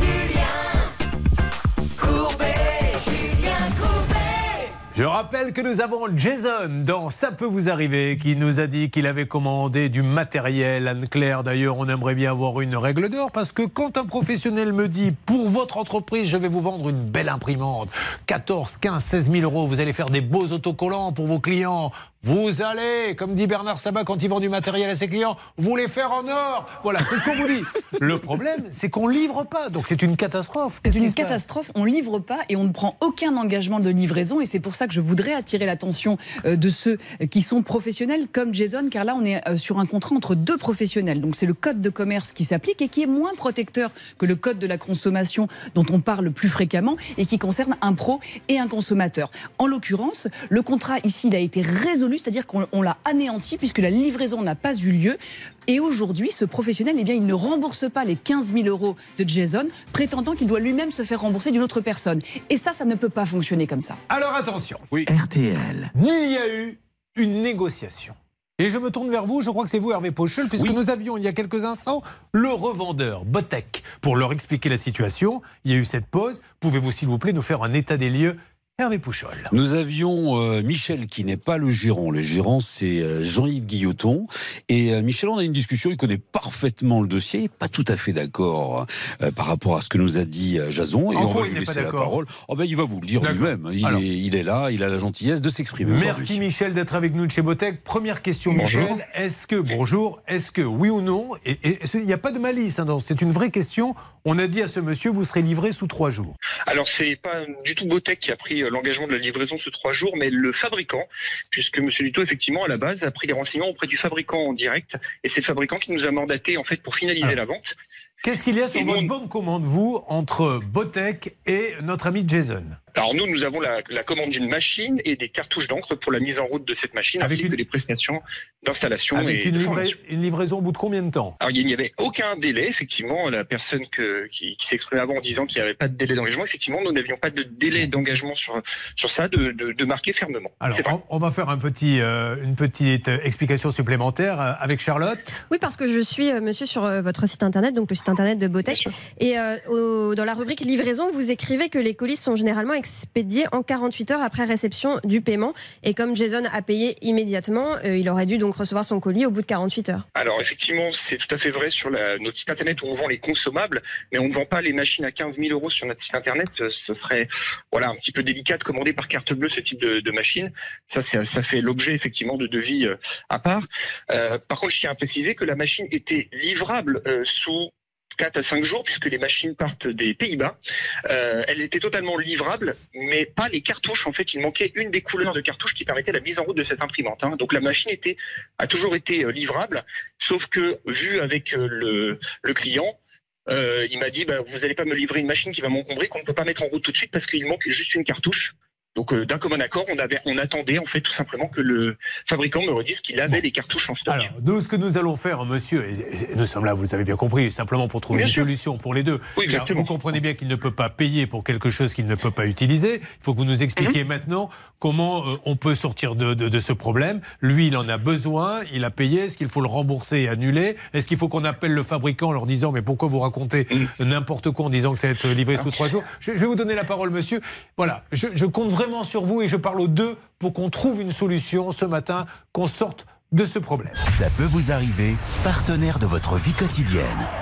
Je rappelle que nous avons Jason dans Ça peut vous arriver qui nous a dit qu'il avait commandé du matériel. Anne-Claire, d'ailleurs, on aimerait bien avoir une règle d'or parce que quand un professionnel me dit pour votre entreprise, je vais vous vendre une belle imprimante, quatorze, quinze, seize mille euros, vous allez faire des beaux autocollants pour vos clients. Vous allez, comme dit Bernard Sabat quand il vend du matériel à ses clients, vous les faire en or. Voilà, c'est ce qu'on vous dit. Le problème, c'est qu'on ne livre pas. Donc c'est une catastrophe. C'est une catastrophe. On ne livre pas et on ne prend aucun engagement de livraison. Et c'est pour ça que je voudrais attirer l'attention de ceux qui sont professionnels comme Jason, car là, on est sur un contrat entre deux professionnels. Donc c'est le code de commerce qui s'applique et qui est moins protecteur que le code de la consommation dont on parle plus fréquemment et qui concerne un pro et un consommateur. En l'occurrence, le contrat ici, il a été résolu, c'est-à-dire qu'on l'a anéanti puisque la livraison n'a pas eu lieu. Et aujourd'hui, ce professionnel, eh bien, il ne rembourse pas les quinze mille euros de Jason, prétendant qu'il doit lui-même se faire rembourser d'une autre personne. Et ça, ça ne peut pas fonctionner comme ça. Alors attention. Oui. R T L. Il y a eu une négociation. Et je me tourne vers vous, je crois que c'est vous Hervé Pochel, puisque oui. nous avions il y a quelques instants le revendeur Botek. Pour leur expliquer la situation, il y a eu cette pause. Pouvez-vous s'il vous plaît nous faire un état des lieux ? Hervé Pouchol. Nous avions euh, Michel qui n'est pas le gérant. Le gérant, c'est euh, Jean-Yves Guilloton. Et euh, Michel, on a une discussion, il connaît parfaitement le dossier, il n'est pas tout à fait d'accord euh, par rapport à ce que nous a dit euh, Jason. Et en on quoi va il lui n'est pas laisser la d'accord parole. Oh ben, il va vous le dire lui-même. Il est, il est là, il a la gentillesse de s'exprimer. Merci Michel d'être avec nous de chez Botek. Première question, bonjour. Michel. Est-ce que, bonjour, est-ce que, oui ou non, et il n'y a pas de malice, hein, c'est une vraie question. On a dit à ce monsieur, vous serez livré sous trois jours. Alors, c'est pas du tout Botek qui a pris l'engagement de la livraison sous trois jours, mais le fabricant, puisque M. Dutot, effectivement, à la base, a pris les renseignements auprès du fabricant en direct, et c'est le fabricant qui nous a mandaté, en fait, pour finaliser ah. la vente. Qu'est-ce qu'il y a sur et votre nous... bonne commande, vous, entre Botek et notre ami Jason ? Alors nous, nous avons la, la commande d'une machine et des cartouches d'encre pour la mise en route de cette machine, avec ainsi une... que les prestations d'installation. Avec et une, de livra... une livraison au bout de combien de temps ? Alors il n'y avait aucun délai, effectivement. La personne que, qui, qui s'exprimait avant en disant qu'il n'y avait pas de délai d'engagement, effectivement, nous n'avions pas de délai d'engagement sur, sur ça, de, de, de marquer fermement. Alors on, on va faire un petit, euh, une petite explication supplémentaire euh, avec Charlotte. Oui, parce que je suis, euh, monsieur, sur euh, votre site internet, donc le site internet de Botek. Et euh, au, dans la rubrique livraison, vous écrivez que les colis sont généralement expédiés en quarante-huit heures après réception du paiement. Et comme Jason a payé immédiatement, euh, il aurait dû donc recevoir son colis au bout de quarante-huit heures. Alors effectivement, c'est tout à fait vrai sur la, notre site internet où on vend les consommables, mais on ne vend pas les machines à quinze mille euros sur notre site internet. Ce serait voilà, un petit peu délicat de commander par carte bleue ce type de, de machine. Ça, ça fait l'objet effectivement de devis euh, à part. Euh, par contre, je tiens à préciser que la machine était livrable euh, sous quatre à cinq jours, puisque les machines partent des Pays-Bas. Euh, elle était totalement livrable, mais pas les cartouches. En fait, il manquait une des couleurs de cartouches qui permettait la mise en route de cette imprimante. Hein. Donc la machine était, a toujours été euh, livrable, sauf que, vu avec euh, le, le client, euh, il m'a dit bah, vous n'allez pas me livrer une machine qui va m'encombrer, qu'on ne peut pas mettre en route tout de suite parce qu'il manque juste une cartouche. Donc euh, d'un commun accord, on, avait, on attendait en fait tout simplement que le fabricant me redise qu'il avait bon. les cartouches en stock. Alors, nous, ce que nous allons faire, monsieur, et, et nous sommes là, vous avez bien compris, simplement pour trouver bien une sûr. solution pour les deux. Oui, car vous comprenez bien qu'il ne peut pas payer pour quelque chose qu'il ne peut pas utiliser. Il faut que vous nous expliquiez mm-hmm. maintenant comment euh, on peut sortir de, de, de ce problème. Lui, il en a besoin, il a payé. Est-ce qu'il faut le rembourser et annuler ? Est-ce qu'il faut qu'on appelle le fabricant en leur disant mais pourquoi vous racontez mm. n'importe quoi en disant que ça va être livré sous trois jours ? je, je vais vous donner la parole, monsieur. Voilà, je, je compte vraiment sur vous et je parle aux deux pour qu'on trouve une solution ce matin, qu'on sorte de ce problème. Ça peut vous arriver, partenaire de votre vie quotidienne.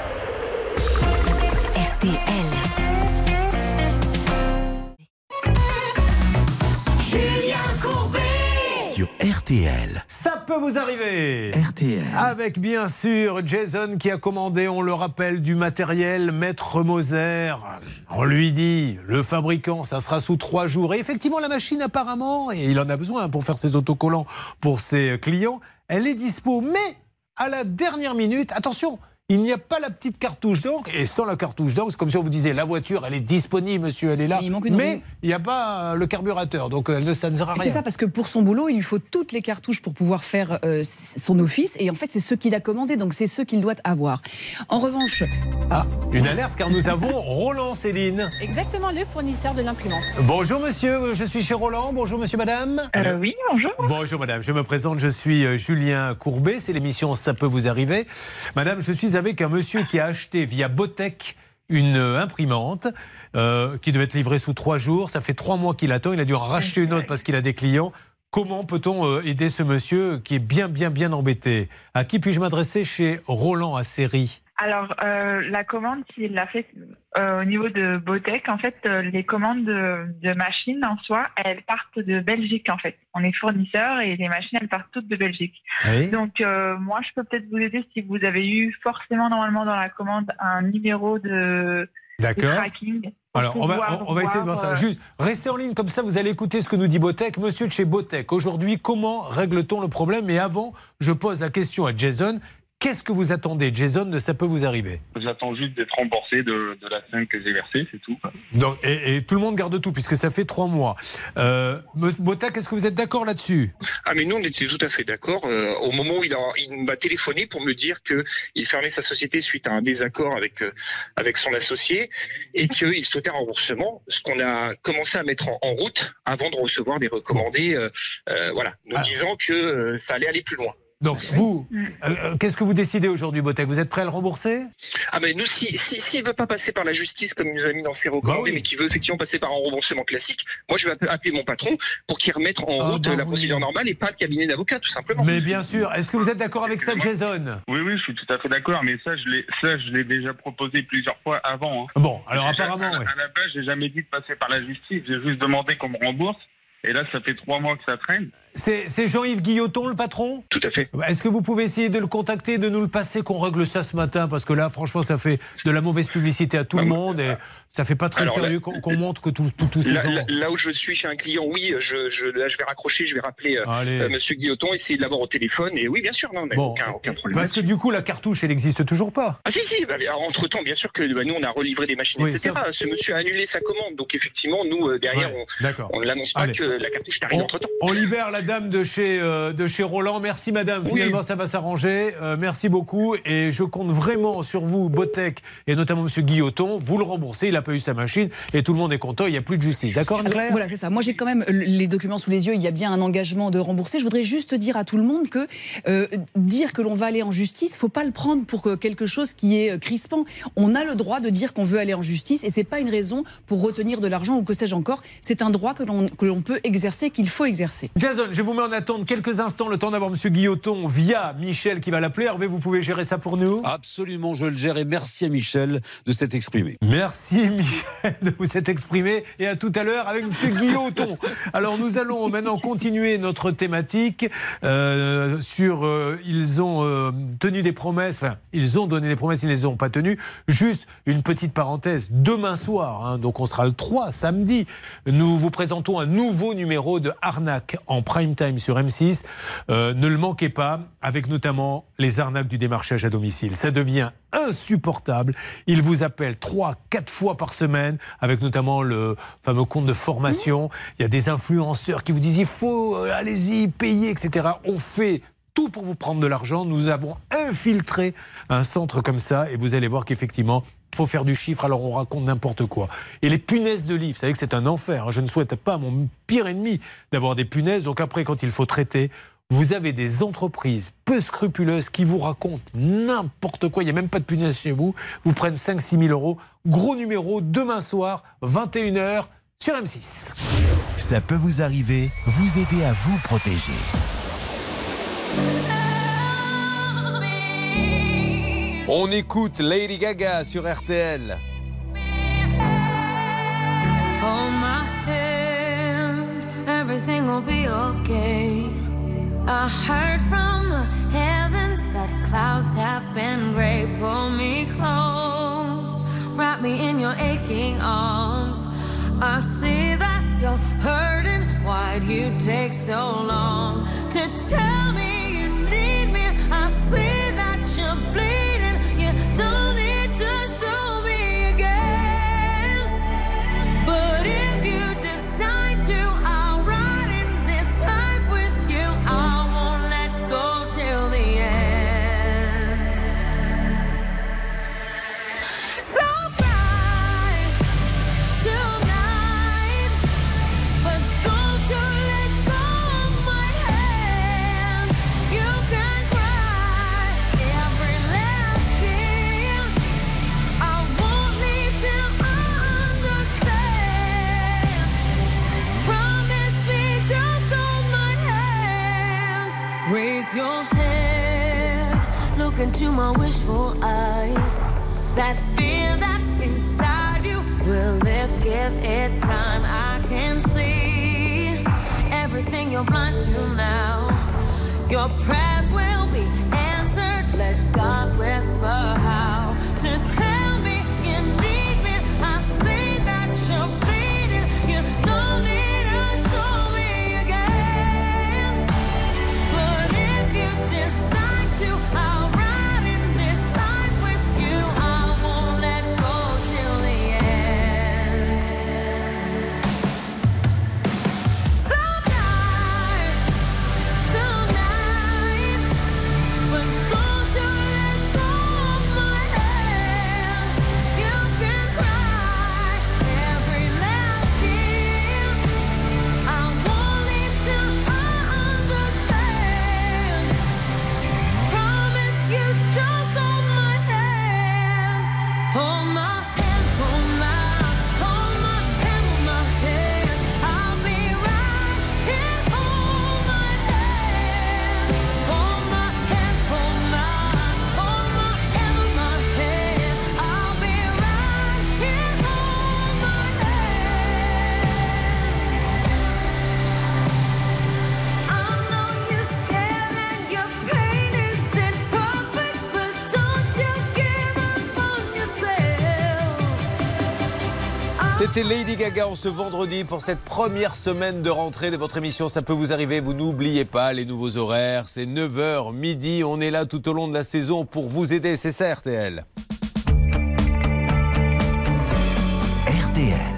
R T L. Julien Courbet sur R T L. Ça peut vous arriver. R T L. Avec bien sûr Jason qui a commandé, on le rappelle, du matériel Maître Moser. On lui dit, le fabricant, ça sera sous trois jours. Et effectivement, la machine apparemment, et il en a besoin pour faire ses autocollants pour ses clients, elle est dispo. Mais à la dernière minute, attention, il n'y a pas la petite cartouche d'encre. Et sans la cartouche d'encre, c'est comme si on vous disait la voiture, elle est disponible, monsieur, elle est là. Il manque une mais roue. il n'y a pas le carburateur. Donc elle ne, ça ne sert à rien. C'est ça, parce que pour son boulot, il lui faut toutes les cartouches pour pouvoir faire euh, son office. Et en fait, c'est ceux qu'il a commandés. Donc c'est ceux qu'il doit avoir. En revanche. Ah, une alerte, car nous avons Roland, Céline. Exactement, le fournisseur de l'imprimante. Bonjour monsieur, je suis chez Roland. Bonjour monsieur, madame. Euh, oui, bonjour. Bonjour madame, je me présente, je suis euh, Julien Courbet, c'est l'émission Ça peut vous arriver. Madame, je suis avec un monsieur qui a acheté via Botech une euh, imprimante euh, qui devait être livrée sous trois jours. Ça fait trois mois qu'il attend, il a dû en racheter une autre parce qu'il a des clients. Comment peut-on euh, aider ce monsieur qui est bien, bien, bien embêté? À qui puis-je m'adresser chez Roland à Série? Alors, euh, la commande, il l'a fait euh, au niveau de Botech. En fait, euh, les commandes de, de machines en soi, elles partent de Belgique, en fait. On est fournisseur et les machines, elles partent toutes de Belgique. Oui. Donc, euh, moi, je peux peut-être vous aider si vous avez eu forcément, normalement, dans la commande, un numéro de, de tracking. Alors, on va, on, on va essayer de voir ça. euh, Juste, restez en ligne, comme ça, vous allez écouter ce que nous dit Botech. Monsieur de chez Botech, aujourd'hui, comment règle-t-on le problème? Mais avant, je pose la question à Jason. Qu'est-ce que vous attendez, Jason, de Ça peut vous arriver? J'attends juste d'être remboursé de, de la somme que j'ai versée, c'est tout. Donc, et, et tout le monde garde tout, puisque ça fait trois mois. Euh, Botech, est-ce que vous êtes d'accord là-dessus? Ah mais nous on était tout à fait d'accord. Euh, au moment où il, a, il m'a téléphoné pour me dire qu'il fermait sa société suite à un désaccord avec, euh, avec son associé et qu'il souhaitait un remboursement, ce qu'on a commencé à mettre en, en route avant de recevoir des recommandés, euh, euh, voilà, nous ah. disant que euh, ça allait aller plus loin. Donc vous, euh, qu'est-ce que vous décidez aujourd'hui, Botech? Vous êtes prêt à le rembourser? Ah ben nous, si s'il si, si veut pas passer par la justice comme il nous a mis dans ses recommandés, bah oui. mais qui veut effectivement passer par un remboursement classique, moi je vais appeler mon patron pour qu'il remette en ah route bah la oui. procédure normale et pas le cabinet d'avocat, tout simplement. Mais bien sûr. Est-ce que vous êtes d'accord avec ça, Jason? Oui, oui, je suis tout à fait d'accord, mais ça, je l'ai, ça, je l'ai déjà proposé plusieurs fois avant. Hein. Bon, alors apparemment, à, oui. à la base, j'ai jamais dit de passer par la justice. J'ai juste demandé qu'on me rembourse. Et là, ça fait trois mois que ça traîne. C'est, c'est Jean-Yves Guilloton, le patron? Tout à fait. Est-ce que vous pouvez essayer de le contacter, de nous le passer, qu'on règle ça ce matin? Parce que là, franchement, ça fait de la mauvaise publicité à tout ah, le monde et ça fait pas très alors, sérieux là, qu'on, qu'on montre que tout, tout, tout ce là, genre... Là, là où je suis chez un client, oui, je, je, là, je vais raccrocher, je vais rappeler euh, Monsieur Guilloton, essayer de l'avoir au téléphone. Et oui, bien sûr, non, mais bon, aucun, aucun problème. Parce que du coup, la cartouche, elle n'existe toujours pas. Ah si, si. Bah, entre-temps, bien sûr que bah, nous, on a relivré des machines, oui, et cetera. Ça... Ce monsieur a annulé sa commande. Donc, effectivement, nous, euh, derrière, ouais, on ne l'annonce pas Allez. que la cartouche n'arrive entre-temps. On libère la dame de chez, euh, de chez Roland. Merci madame, oui. Finalement ça va s'arranger. Euh, merci beaucoup et je compte vraiment sur vous, Botech et notamment monsieur Guilloton. Vous le remboursez, il n'a pas eu sa machine et tout le monde est content, il n'y a plus de justice. D'accord Anne-Claire? Voilà, c'est ça. Moi j'ai quand même les documents sous les yeux, il y a bien un engagement de rembourser. Je voudrais juste dire à tout le monde que euh, dire que l'on va aller en justice, il ne faut pas le prendre pour quelque chose qui est crispant. On a le droit de dire qu'on veut aller en justice et ce n'est pas une raison pour retenir de l'argent ou que sais-je encore. C'est un droit que l'on, que l'on peut exercer, qu'il faut exercer. Jason, je vous mets en attente quelques instants, le temps d'avoir M. Guilloton via Michel qui va l'appeler. Hervé, vous pouvez gérer ça pour nous? Absolument, je le gère et merci à Michel de s'être exprimé. Merci Michel de vous être exprimé et à tout à l'heure avec M. Guilloton. Alors nous allons maintenant continuer notre thématique euh, sur euh, ils ont euh, tenu des promesses, enfin ils ont donné des promesses, ils ne les ont pas tenues. Juste une petite parenthèse, demain soir, hein, donc on sera le trois, samedi, nous vous présentons un nouveau numéro de Arnaque en prime time sur M six. Euh, ne le manquez pas, avec notamment les arnaques du démarchage à domicile. Ça devient insupportable. Ils vous appellent trois, quatre fois par semaine, avec notamment le fameux compte de formation. Il y a des influenceurs qui vous disent il faut, euh, allez-y, payer, et cetera. On fait tout pour vous prendre de l'argent. Nous avons infiltré un centre comme ça et vous allez voir qu'effectivement, il faut faire du chiffre, alors on raconte n'importe quoi. Et les punaises de lit, vous savez que c'est un enfer. Je ne souhaite pas à mon pire ennemi d'avoir des punaises. Donc après, quand il faut traiter, vous avez des entreprises peu scrupuleuses qui vous racontent n'importe quoi. Il n'y a même pas de punaises chez vous. Vous prennent cinq à six mille euros. Gros numéro, demain soir, vingt et une heures, sur M six. Ça peut vous arriver, vous aider à vous protéger. On écoute Lady Gaga sur R T L. Hold my hand, everything will be okay. I heard from the heavens that clouds have been gray. Pull me close, wrap me in your aching arms. I see that you're hurting. Why'd you take so long to tell me you need me? I see that into my wishful eyes. That fear that's inside you will lift, give it time. I can see everything you're blind to now. Your prayers will be answered. Let God whisper how to tell me you need me. I see that you're bleeding. You don't need to show me again. But if you decide to, I'll ride in this life with you. I won't let go till the end. So tonight, tonight, but don't you let go of my hand. You can cry every last tear. I won't leave till I understand. Promise you just hold my hand. Hold my hand, hold my, hold my hand, hold my hand. I'll be right here. Hold my hand, hold my hand, hold my, hold my hand, hold my hand. I'll be right here. Hold my hand. I know you're scared and your pain isn't perfect, but don't you give up on yourself. C'était Lady Gaga en ce vendredi pour cette première semaine de rentrée de votre émission. Ça peut vous arriver, vous n'oubliez pas les nouveaux horaires. C'est neuf heures midi. On est là tout au long de la saison pour vous aider. C'est ça, R T L. R T L.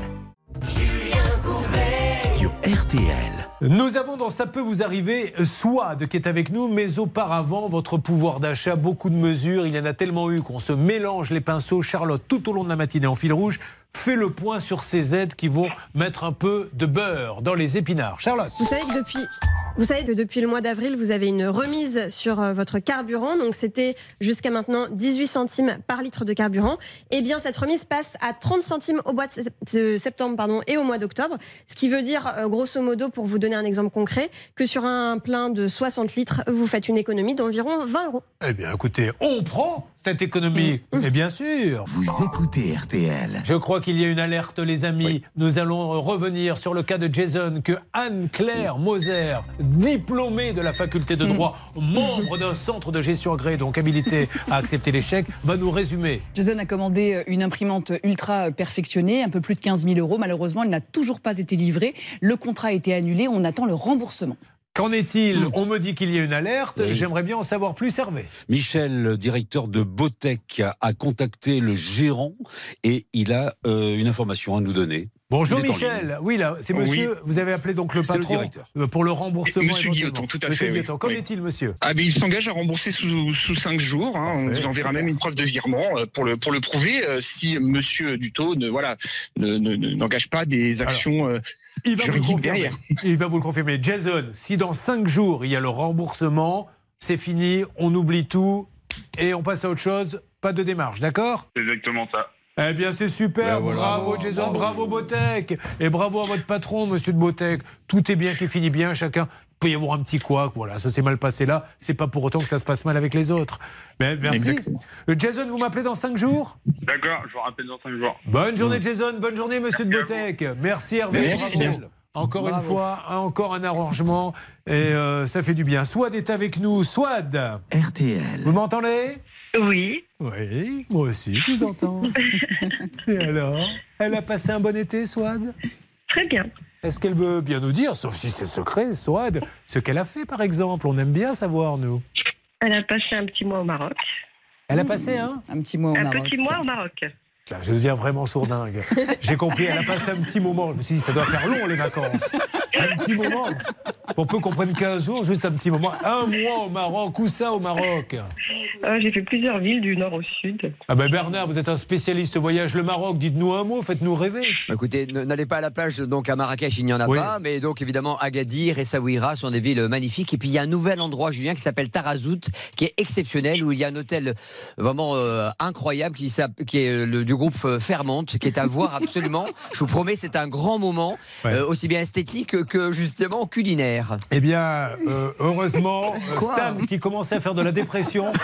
Sur R T L. Nous avons dans Ça peut vous arriver Swad qui est avec nous, mais auparavant, votre pouvoir d'achat, beaucoup de mesures, il y en a tellement eu qu'on se mélange les pinceaux. Charlotte, tout au long de la matinée en fil rouge, fait le point sur ces aides qui vont mettre un peu de beurre dans les épinards. Charlotte. Vous savez que depuis, vous savez que depuis le mois d'avril, vous avez une remise sur euh, votre carburant. Donc c'était jusqu'à maintenant dix-huit centimes par litre de carburant. Eh bien, cette remise passe à trente centimes au mois de sept- de septembre pardon, et au mois d'octobre. Ce qui veut dire, euh, grosso modo, pour vous donner un exemple concret, que sur un plein de soixante litres, vous faites une économie d'environ vingt euros. Eh bien, écoutez, on prend cette économie. Et bien sûr. Vous écoutez R T L. Je crois qu'il y a une alerte, les amis. Nous allons revenir sur le cas de Jason, que Anne-Claire Moser, diplômée de la faculté de droit, membre d'un centre de gestion agréé, donc habilité à accepter les chèques, va nous résumer. Jason a commandé une imprimante ultra perfectionnée, un peu plus de quinze mille euros. Malheureusement, elle n'a toujours pas été livrée. Le contrat a été annulé. On attend le remboursement. Qu'en est-il? On me dit qu'il y a une alerte. Oui. J'aimerais bien en savoir plus, Hervé. Michel, le directeur de Botech, a contacté le gérant et il a euh, une information à nous donner. Bonjour Il est en Michel. ligne. Oui, là, c'est monsieur. Oui. Vous avez appelé donc le C'est le patron directeur. euh, pour le remboursement. Monsieur éventuellement. Guilloton, tout à Monsieur fait, oui. Guilloton, qu'en Oui. est-il, monsieur? Ah ben, il s'engage à rembourser sous, sous cinq jours. Hein. On Parfait, vous enverra super. même une preuve de virement euh, pour le, pour le prouver euh, si Monsieur Dutot ne, voilà, ne, ne- ne- n'engage pas des actions euh, Il va vous le juridiques confirmer. derrière. Il va vous le confirmer. Jason, si dans cinq jours il y a le remboursement, c'est fini, on oublie tout et on passe à autre chose. Pas de démarche, d'accord? C'est exactement ça. Eh bien, c'est super. Ben voilà. Bravo, Jason. Bravo, Botech. Et bravo à votre patron, monsieur de Botech. Tout est bien qui finit bien. Chacun. Il peut y avoir un petit couac. Voilà, ça s'est mal passé là. C'est pas pour autant que ça se passe mal avec les autres. Mais merci. Exactement. Euh, Jason, vous m'appelez dans cinq jours? D'accord, je vous rappelle dans cinq jours. Bonne journée, Jason. Bonne journée, monsieur de Botech. Merci, Hervé. Merci. Bravo. Encore Bravo. une fois, encore un arrangement. Et euh, ça fait du bien. Swad est avec nous. Swad, R T L. vous m'entendez? Oui. Oui, moi aussi, je vous entends. Et alors? Elle a passé un bon été, Swad? Très bien. Est-ce qu'elle veut bien nous dire, sauf si c'est secret, Swad, ce qu'elle a fait, par exemple? On aime bien savoir, nous. Elle a passé un petit mois au Maroc. Elle a passé, hein? Un petit mois au un Maroc. petit mois au Maroc. Ça, je deviens vraiment sourdingue. J'ai compris, elle a passé un petit moment. Je me suis dit, ça doit faire long, les vacances. Un petit moment. On peut qu'on prenne quinze jours, juste un petit moment. Un mois au Maroc. Où ça, au Maroc? Euh, J'ai fait plusieurs villes du nord au sud. Ah ben Bernard, vous êtes un spécialiste voyage. Le Maroc, dites-nous un mot, faites-nous rêver. Bah, écoutez, n- n'allez pas à la plage, donc à Marrakech, il n'y en a Oui. pas, mais donc évidemment Agadir et Essaouira sont des villes magnifiques. Et puis il y a un nouvel endroit, Julien, qui s'appelle Tarazout, qui est exceptionnel, où il y a un hôtel vraiment euh, incroyable qui, s'app- qui est euh, le, du groupe euh, Fairmont, qui est à voir absolument. Je vous promets, c'est un grand moment, Ouais. euh, aussi bien esthétique que justement culinaire. Eh bien, euh, heureusement, euh, Quoi Stan, qui commençait à faire de la dépression,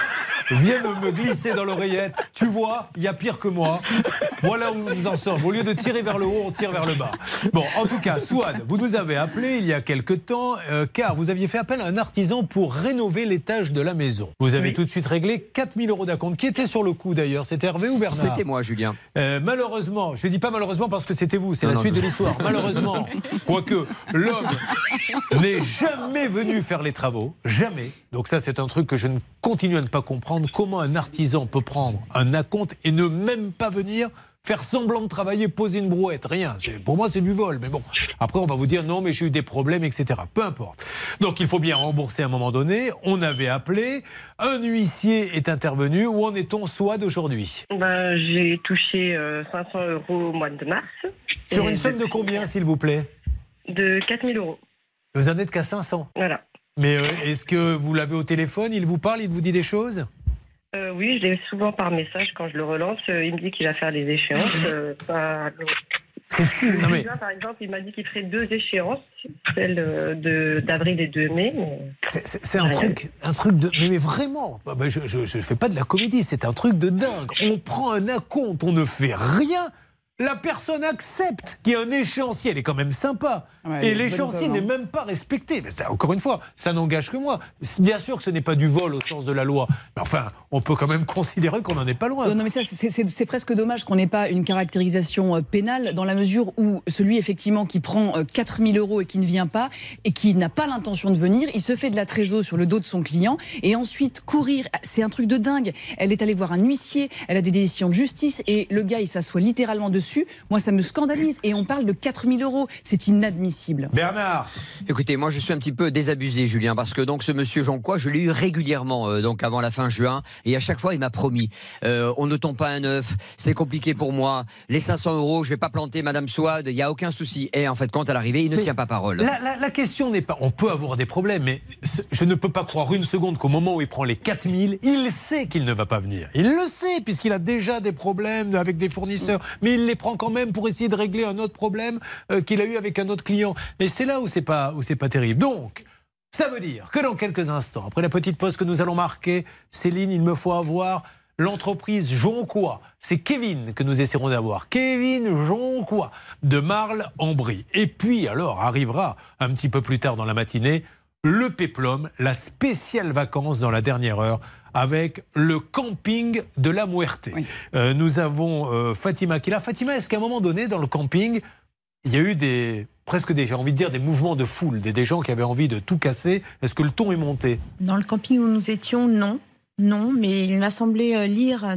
viennent me glisser dans l'oreillette. Tu vois, il y a pire que moi. Voilà où nous en sommes. Au lieu de tirer vers le haut, on tire vers le bas. Bon, en tout cas, Souad, vous nous avez appelé il y a quelque temps, euh, car vous aviez fait appel à un artisan pour rénover l'étage de la maison. Vous avez Oui. tout de suite réglé quatre mille euros d'acompte. Qui était sur le coup d'ailleurs? C'était Hervé ou Bernard? C'était moi, Julien. Euh, malheureusement, je ne dis pas malheureusement parce que c'était vous, c'est Non, la non, suite je- de l'histoire. Malheureusement, quoique l'homme n'est jamais venu faire les travaux, jamais. Donc ça, c'est un truc que je ne continue à ne pas comprendre. Comment un artisan peut prendre un acompte et ne même pas venir faire semblant de travailler, poser une brouette, rien. C'est- Pour moi, c'est du vol. Mais bon, après, on va vous dire non, mais j'ai eu des problèmes, et cetera. Peu importe. Donc, il faut bien rembourser à un moment donné. On avait appelé. Un huissier est intervenu. Où en est-on, Souad, aujourd'hui? Ben, j'ai touché euh, cinq cents euros au mois de mars. Sur Et une somme de combien, s'il vous plaît? De quatre mille euros. Vous en êtes qu'à cinq cents. Voilà. Mais euh, est-ce que vous l'avez au téléphone? Il vous parle? Il vous dit des choses? Euh, oui, je l'ai souvent par message quand je le relance. Euh, il me dit qu'il va faire les échéances. Euh, pas- C'est fou. Non, mais... Là, par exemple, il m'a dit qu'il ferait deux échéances, celle euh, de- d'avril et de mai. mais- C'est- C'est c'est un truc, un truc de. Mais, mais vraiment, bah, bah, je ne fais pas de la comédie, c'est un truc de dingue. On prend un acompte, on ne fait rien. La personne accepte qu'il y a un échéancier, elle est quand même sympa. Ouais, et elle est l'échéancier bonne, n'est même pas respecté. Mais ça, encore une fois, ça n'engage que moi. Bien sûr que ce n'est pas du vol au sens de la loi. Mais enfin, on peut quand même considérer qu'on n'en est pas loin. Non, non, mais ça, c'est- c'est c'est presque dommage qu'on n'ait pas une caractérisation euh, pénale dans la mesure où celui, effectivement, qui prend euh, quatre mille euros et qui ne vient pas et qui n'a pas l'intention de venir, il se fait de la trésor sur le dos de son client et ensuite courir, c'est un truc de dingue. Elle est allée voir un huissier, elle a des décisions de justice et le gars, il s'assoit littéralement dessus. Moi, ça me scandalise et on parle de quatre mille euros. C'est inadmissible. Bernard. Écoutez, moi je suis un petit peu désabusé, Julien, parce que donc ce monsieur Jonquois, je l'ai eu régulièrement euh, donc avant la fin juin, et à chaque fois il m'a promis euh, on ne tombe pas à neuf, c'est compliqué pour moi, les cinq cents euros, je vais pas planter Madame Souad, il y a aucun souci. Et en fait, quand à l'arrivée, il ne Mais tient pas parole. La, la- la question n'est pas. On peut avoir des problèmes, mais ce- je ne peux pas croire une seconde qu'au moment où il prend les quatre mille, il sait qu'il ne va pas venir. Il le sait, puisqu'il a déjà des problèmes avec des fournisseurs, mais il les prend quand même pour essayer de régler un autre problème euh, qu'il a eu avec un autre client. Et c'est là où c'est pas, où c'est pas terrible. Donc, ça veut dire que dans quelques instants, après la petite pause que nous allons marquer, Céline, il me faut avoir l'entreprise Jonquois. C'est Kevin que nous essaierons d'avoir. Kevin Jonquois de Marle-en-Brie. Et puis, alors, arrivera un petit peu plus tard dans la matinée, le péplum, la spéciale vacances dans la dernière heure, avec le camping de la Muerte. Euh, nous avons euh, Fatima qui est là. Fatima, est-ce qu'à un moment donné, dans le camping, il y a eu des, presque des, j'ai envie de dire, des mouvements de foule, des, des gens qui avaient envie de tout casser? Est-ce que le ton est monté? Dans le camping où nous étions, non. Non, mais il m'a semblé euh, lire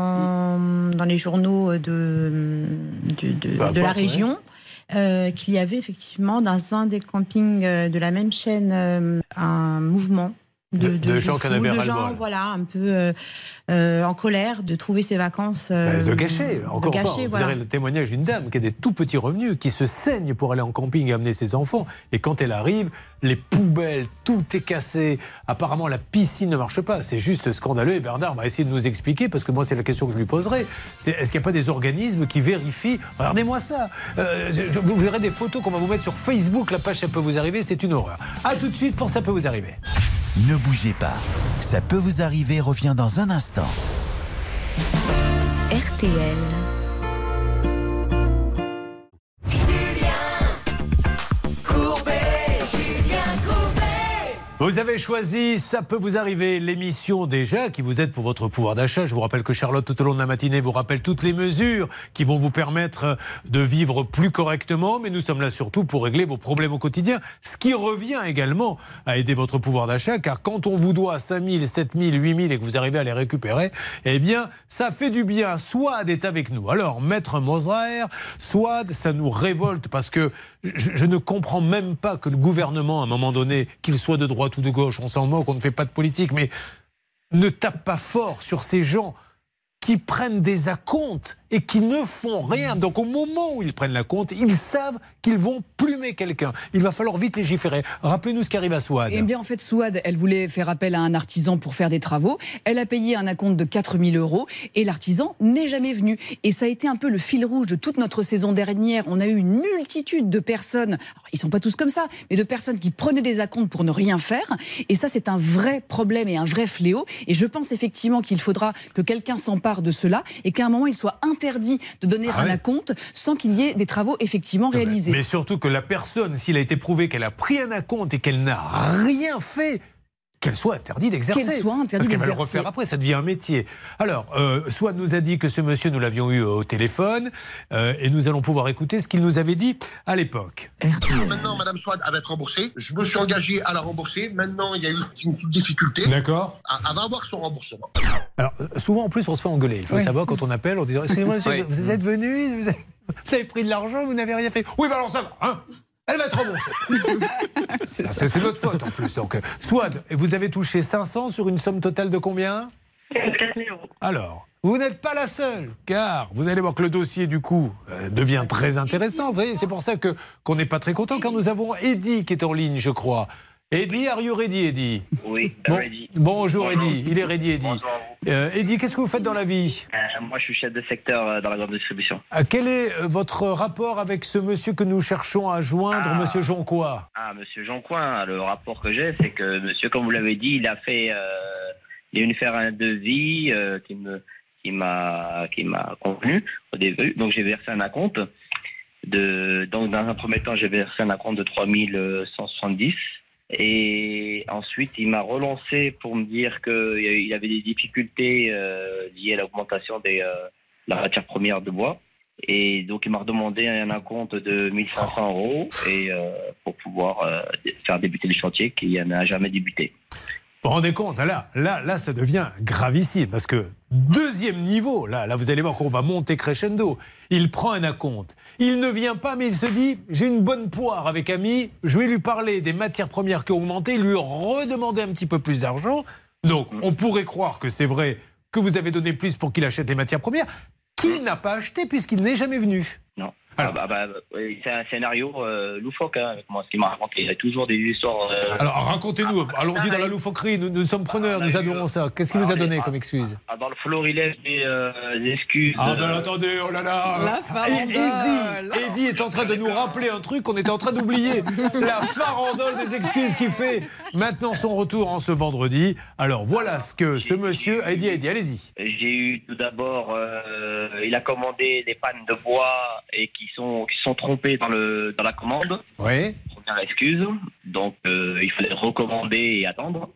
dans, dans les journaux de, de, de- Bah, de la ouais. région euh, qu'il y avait effectivement dans un des campings euh, de la même chaîne euh, un mouvement de, De- de gens qui en foule, avaient de gens, ras-le-bol. voilà, un peu euh, euh, en colère de trouver ses vacances. euh, De gâcher. Encore de une fois, gâcher, vous voilà. aurez le témoignage d'une dame qui a des tout petits revenus, qui se saigne pour aller en camping et amener ses enfants. Et quand elle arrive, les poubelles, tout est cassé. Apparemment, la piscine ne marche pas. C'est juste scandaleux. Et Bernard va essayer de nous expliquer, parce que moi, c'est la question que je lui poserai. C'est, est-ce qu'il n'y a pas des organismes qui vérifient? Regardez-moi ça. Euh, je- je- vous verrez des photos qu'on va vous mettre sur Facebook. La page Ça peut vous arriver, c'est une horreur. A tout de suite pour Ça peut vous arriver. Ne bougez pas. Ça peut vous arriver revient dans un instant. R T L. Vous avez choisi Ça peut vous arriver, l'émission déjà qui vous aide pour votre pouvoir d'achat. Je vous rappelle que Charlotte, tout au long de la matinée, vous rappelle toutes les mesures qui vont vous permettre de vivre plus correctement. Mais nous sommes là surtout pour régler vos problèmes au quotidien. Ce qui revient également à aider votre pouvoir d'achat. Car quand on vous doit cinq mille, sept mille, huit mille et que vous arrivez à les récupérer, eh bien, ça fait du bien. Swad est avec nous. Alors, Maître Moser, Swad, ça nous révolte parce que je, je ne comprends même pas que le gouvernement, à un moment donné, qu'il soit de droite ou de gauche, on s'en moque, on ne fait pas de politique, mais ne tape pas fort sur ces gens. qui prennent des acomptes et qui ne font rien. Donc au moment où ils prennent l'acompte, ils savent qu'ils vont plumer quelqu'un. Il va falloir vite légiférer. Rappelez-nous ce qui arrive à Souad. Eh bien, en fait, Souad, elle voulait faire appel à un artisan pour faire des travaux. Elle a payé un acompte de quatre mille euros et l'artisan n'est jamais venu. Et ça a été un peu le fil rouge de toute notre saison dernière. On a eu une multitude de personnes, alors, ils ne sont pas tous comme ça, mais de personnes qui prenaient des acomptes pour ne rien faire. Et ça, c'est un vrai problème et un vrai fléau. Et je pense effectivement qu'il faudra que quelqu'un s'empare de cela et qu'à un moment, il soit interdit de donner Ah un ouais. acompte sans qu'il y ait des travaux effectivement réalisés. Mais surtout que la personne, s'il a été prouvé qu'elle a pris un acompte et qu'elle n'a rien fait, qu'elle soit interdite d'exercer. Qu'elle soit interdite Parce qu'elle va le d'exercer. refaire après, ça devient un métier. Alors, euh, Souad nous a dit que ce monsieur, nous l'avions eu au téléphone, euh, et nous allons pouvoir écouter ce qu'il nous avait dit à l'époque. Maintenant, Madame Souad, elle va être remboursée. Je me suis engagé à la rembourser. Maintenant, il y a eu une petite difficulté. D'accord. Elle elle va avoir son remboursement. Alors, euh, souvent, en plus, on se fait engueuler. Il faut Oui. savoir, quand on appelle, on dit « Excusez-moi, monsieur, Oui. vous êtes venu, vous avez, vous avez pris de l'argent, vous n'avez rien fait. » Oui, bah alors ça va, hein. Elle va être remboursée. C'est c'est notre faute en plus. Donc, euh, Souad, vous avez touché cinq cents sur une somme totale de combien? quatre mille euros. Alors, vous n'êtes pas la seule, car vous allez voir que le dossier, du coup, euh, devient très intéressant. Vous voyez, c'est pour ça que qu'on n'est pas très content, car nous avons Eddy qui est en ligne, je crois. Eddy, are you ready, Eddy? Oui, Bon- ready. Bonjour, Bonjour. Eddy. Il est ready, Eddy. Euh, Eddy, qu'est-ce que vous faites dans la vie? Euh, moi, je suis chef de secteur euh, dans la grande distribution. Euh, Quel est euh, votre rapport avec ce monsieur que nous cherchons à joindre, Ah. monsieur Jonquois? Ah, monsieur Jean-Coin, le rapport que j'ai, c'est que monsieur, comme vous l'avez dit, il a fait, euh, il est venu faire un devis euh, qui me, qui m'a, qui m'a convenu au début. Donc, j'ai versé un acompte de, donc dans un premier temps, j'ai versé un acompte de trois mille cent soixante-dix. Et ensuite, il m'a relancé pour me dire qu'il avait des difficultés euh, liées à l'augmentation des euh, la matière première de bois. Et donc, il m'a redemandé un acompte de mille cinq cents euros et, euh, pour pouvoir euh, faire débuter le chantier qui n'a jamais débuté. Vous vous rendez compte, là, là, là, ça devient gravissime, parce que deuxième niveau, là, là, vous allez voir qu'on va monter crescendo. Il prend un acompte. Il ne vient pas, mais il se dit, j'ai une bonne poire avec Ami, je vais lui parler des matières premières qui ont augmenté, lui redemander un petit peu plus d'argent. Donc, on pourrait croire que c'est vrai que vous avez donné plus pour qu'il achète les matières premières, qu'il n'a pas acheté puisqu'il n'est jamais venu. Non. Ah, bah, bah, oui, c'est un scénario euh, loufoque, hein, avec moi, ce qu'il m'a raconté. Il y a toujours des histoires. euh, Alors, racontez-nous, allons-y dans la loufoquerie, nous, nous sommes preneurs, nous adorons ça. Qu'est-ce qu'il vous a donné comme excuse? ah, dans le florilège des, euh, des excuses. Ah ben euh, attendez, oh là là. La Et farandole. Eddy, Eddy est en train de nous rappeler un truc qu'on était en train d'oublier. La farandole des excuses qu'il fait. Maintenant son retour en ce vendredi. Alors voilà ce que ce monsieur a dit. Eddy, allez-y. J'ai eu tout d'abord, euh, il a commandé des pannes de bois et qui sont qui sont trompés dans le dans la commande. Oui. Première excuse. Donc euh, il fallait recommander et attendre.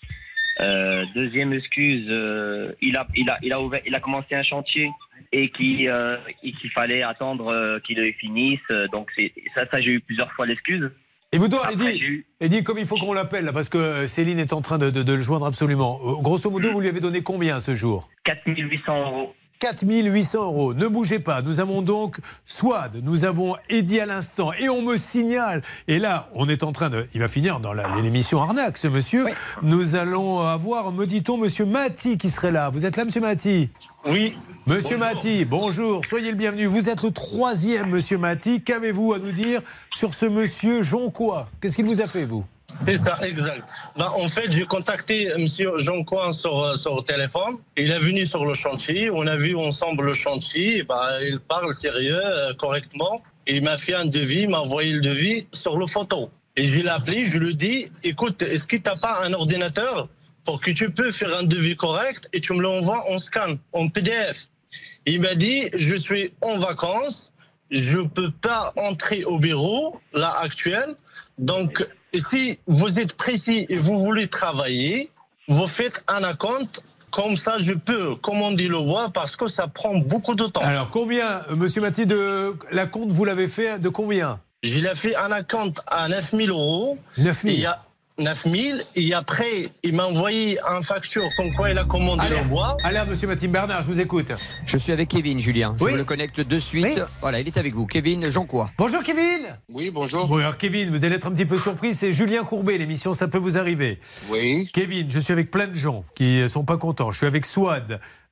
Euh, deuxième excuse, euh, il a il a il a ouvert, il a commencé un chantier et qui euh, et qu'il fallait attendre euh, qu'il le finisse. Donc c'est ça ça j'ai eu plusieurs fois l'excuse. Et vous, toi, Eddy, Eddy, comme il faut qu'on l'appelle, là, parce que Céline est en train de, de- de le joindre absolument. Euh, Grosso modo, vous lui avez donné combien ce jour? quatre mille huit cents euros. quatre mille huit cents euros. Ne bougez pas. Nous avons donc Souad, nous avons Eddy à l'instant. Et on me signale, et là, on est en train de... Il va finir dans la- l'émission Arnaque, ce monsieur. Nous allons avoir, me dit-on, monsieur Mati qui serait là. Vous êtes là, monsieur Mati? Oui. Monsieur Mati, bonjour. Soyez le bienvenu. Vous êtes le troisième, monsieur Mati. Qu'avez-vous à nous dire sur ce monsieur Jonquois? Qu'est-ce qu'il vous a fait, vous? C'est ça, exact. Bah, en fait, j'ai contacté M. Jean Coin sur, sur le téléphone. Il est venu sur le chantier. On a vu ensemble le chantier. Bah, il parle sérieux, euh, correctement. Il m'a fait un devis, il m'a envoyé le devis sur le photo. Et je l'ai appelé, je lui ai dit, écoute, est-ce que tu n'as pas un ordinateur pour que tu peux faire un devis correct et tu me l'envoies en scan, en P D F? Il m'a dit, je suis en vacances, je ne peux pas entrer au bureau, là, actuel. Donc, si vous êtes précis et vous voulez travailler, vous faites un acompte. Comme ça, je peux commander le bois parce que ça prend beaucoup de temps. Alors, combien, euh, monsieur Mati, de la compte, vous l'avez fait de combien? Je l'ai fait un acompte à neuf mille euros. neuf mille. Il y a neuf mille. Et après, il m'a envoyé un facture comme quoi il a commandé le bois. Allez, monsieur Mati. Bernard, je vous écoute. Je suis avec Kevin, Julien. Je Oui. vous le connecte de suite. Voilà, il est avec vous. Kevin Jonquois. Bonjour, Kevin. Oui, bonjour. Bon, alors, Kevin, vous allez être un petit peu surpris. C'est Julien Courbet, l'émission Ça peut vous arriver. Oui. Kevin, je suis avec plein de gens qui ne sont pas contents. Je suis avec Souad,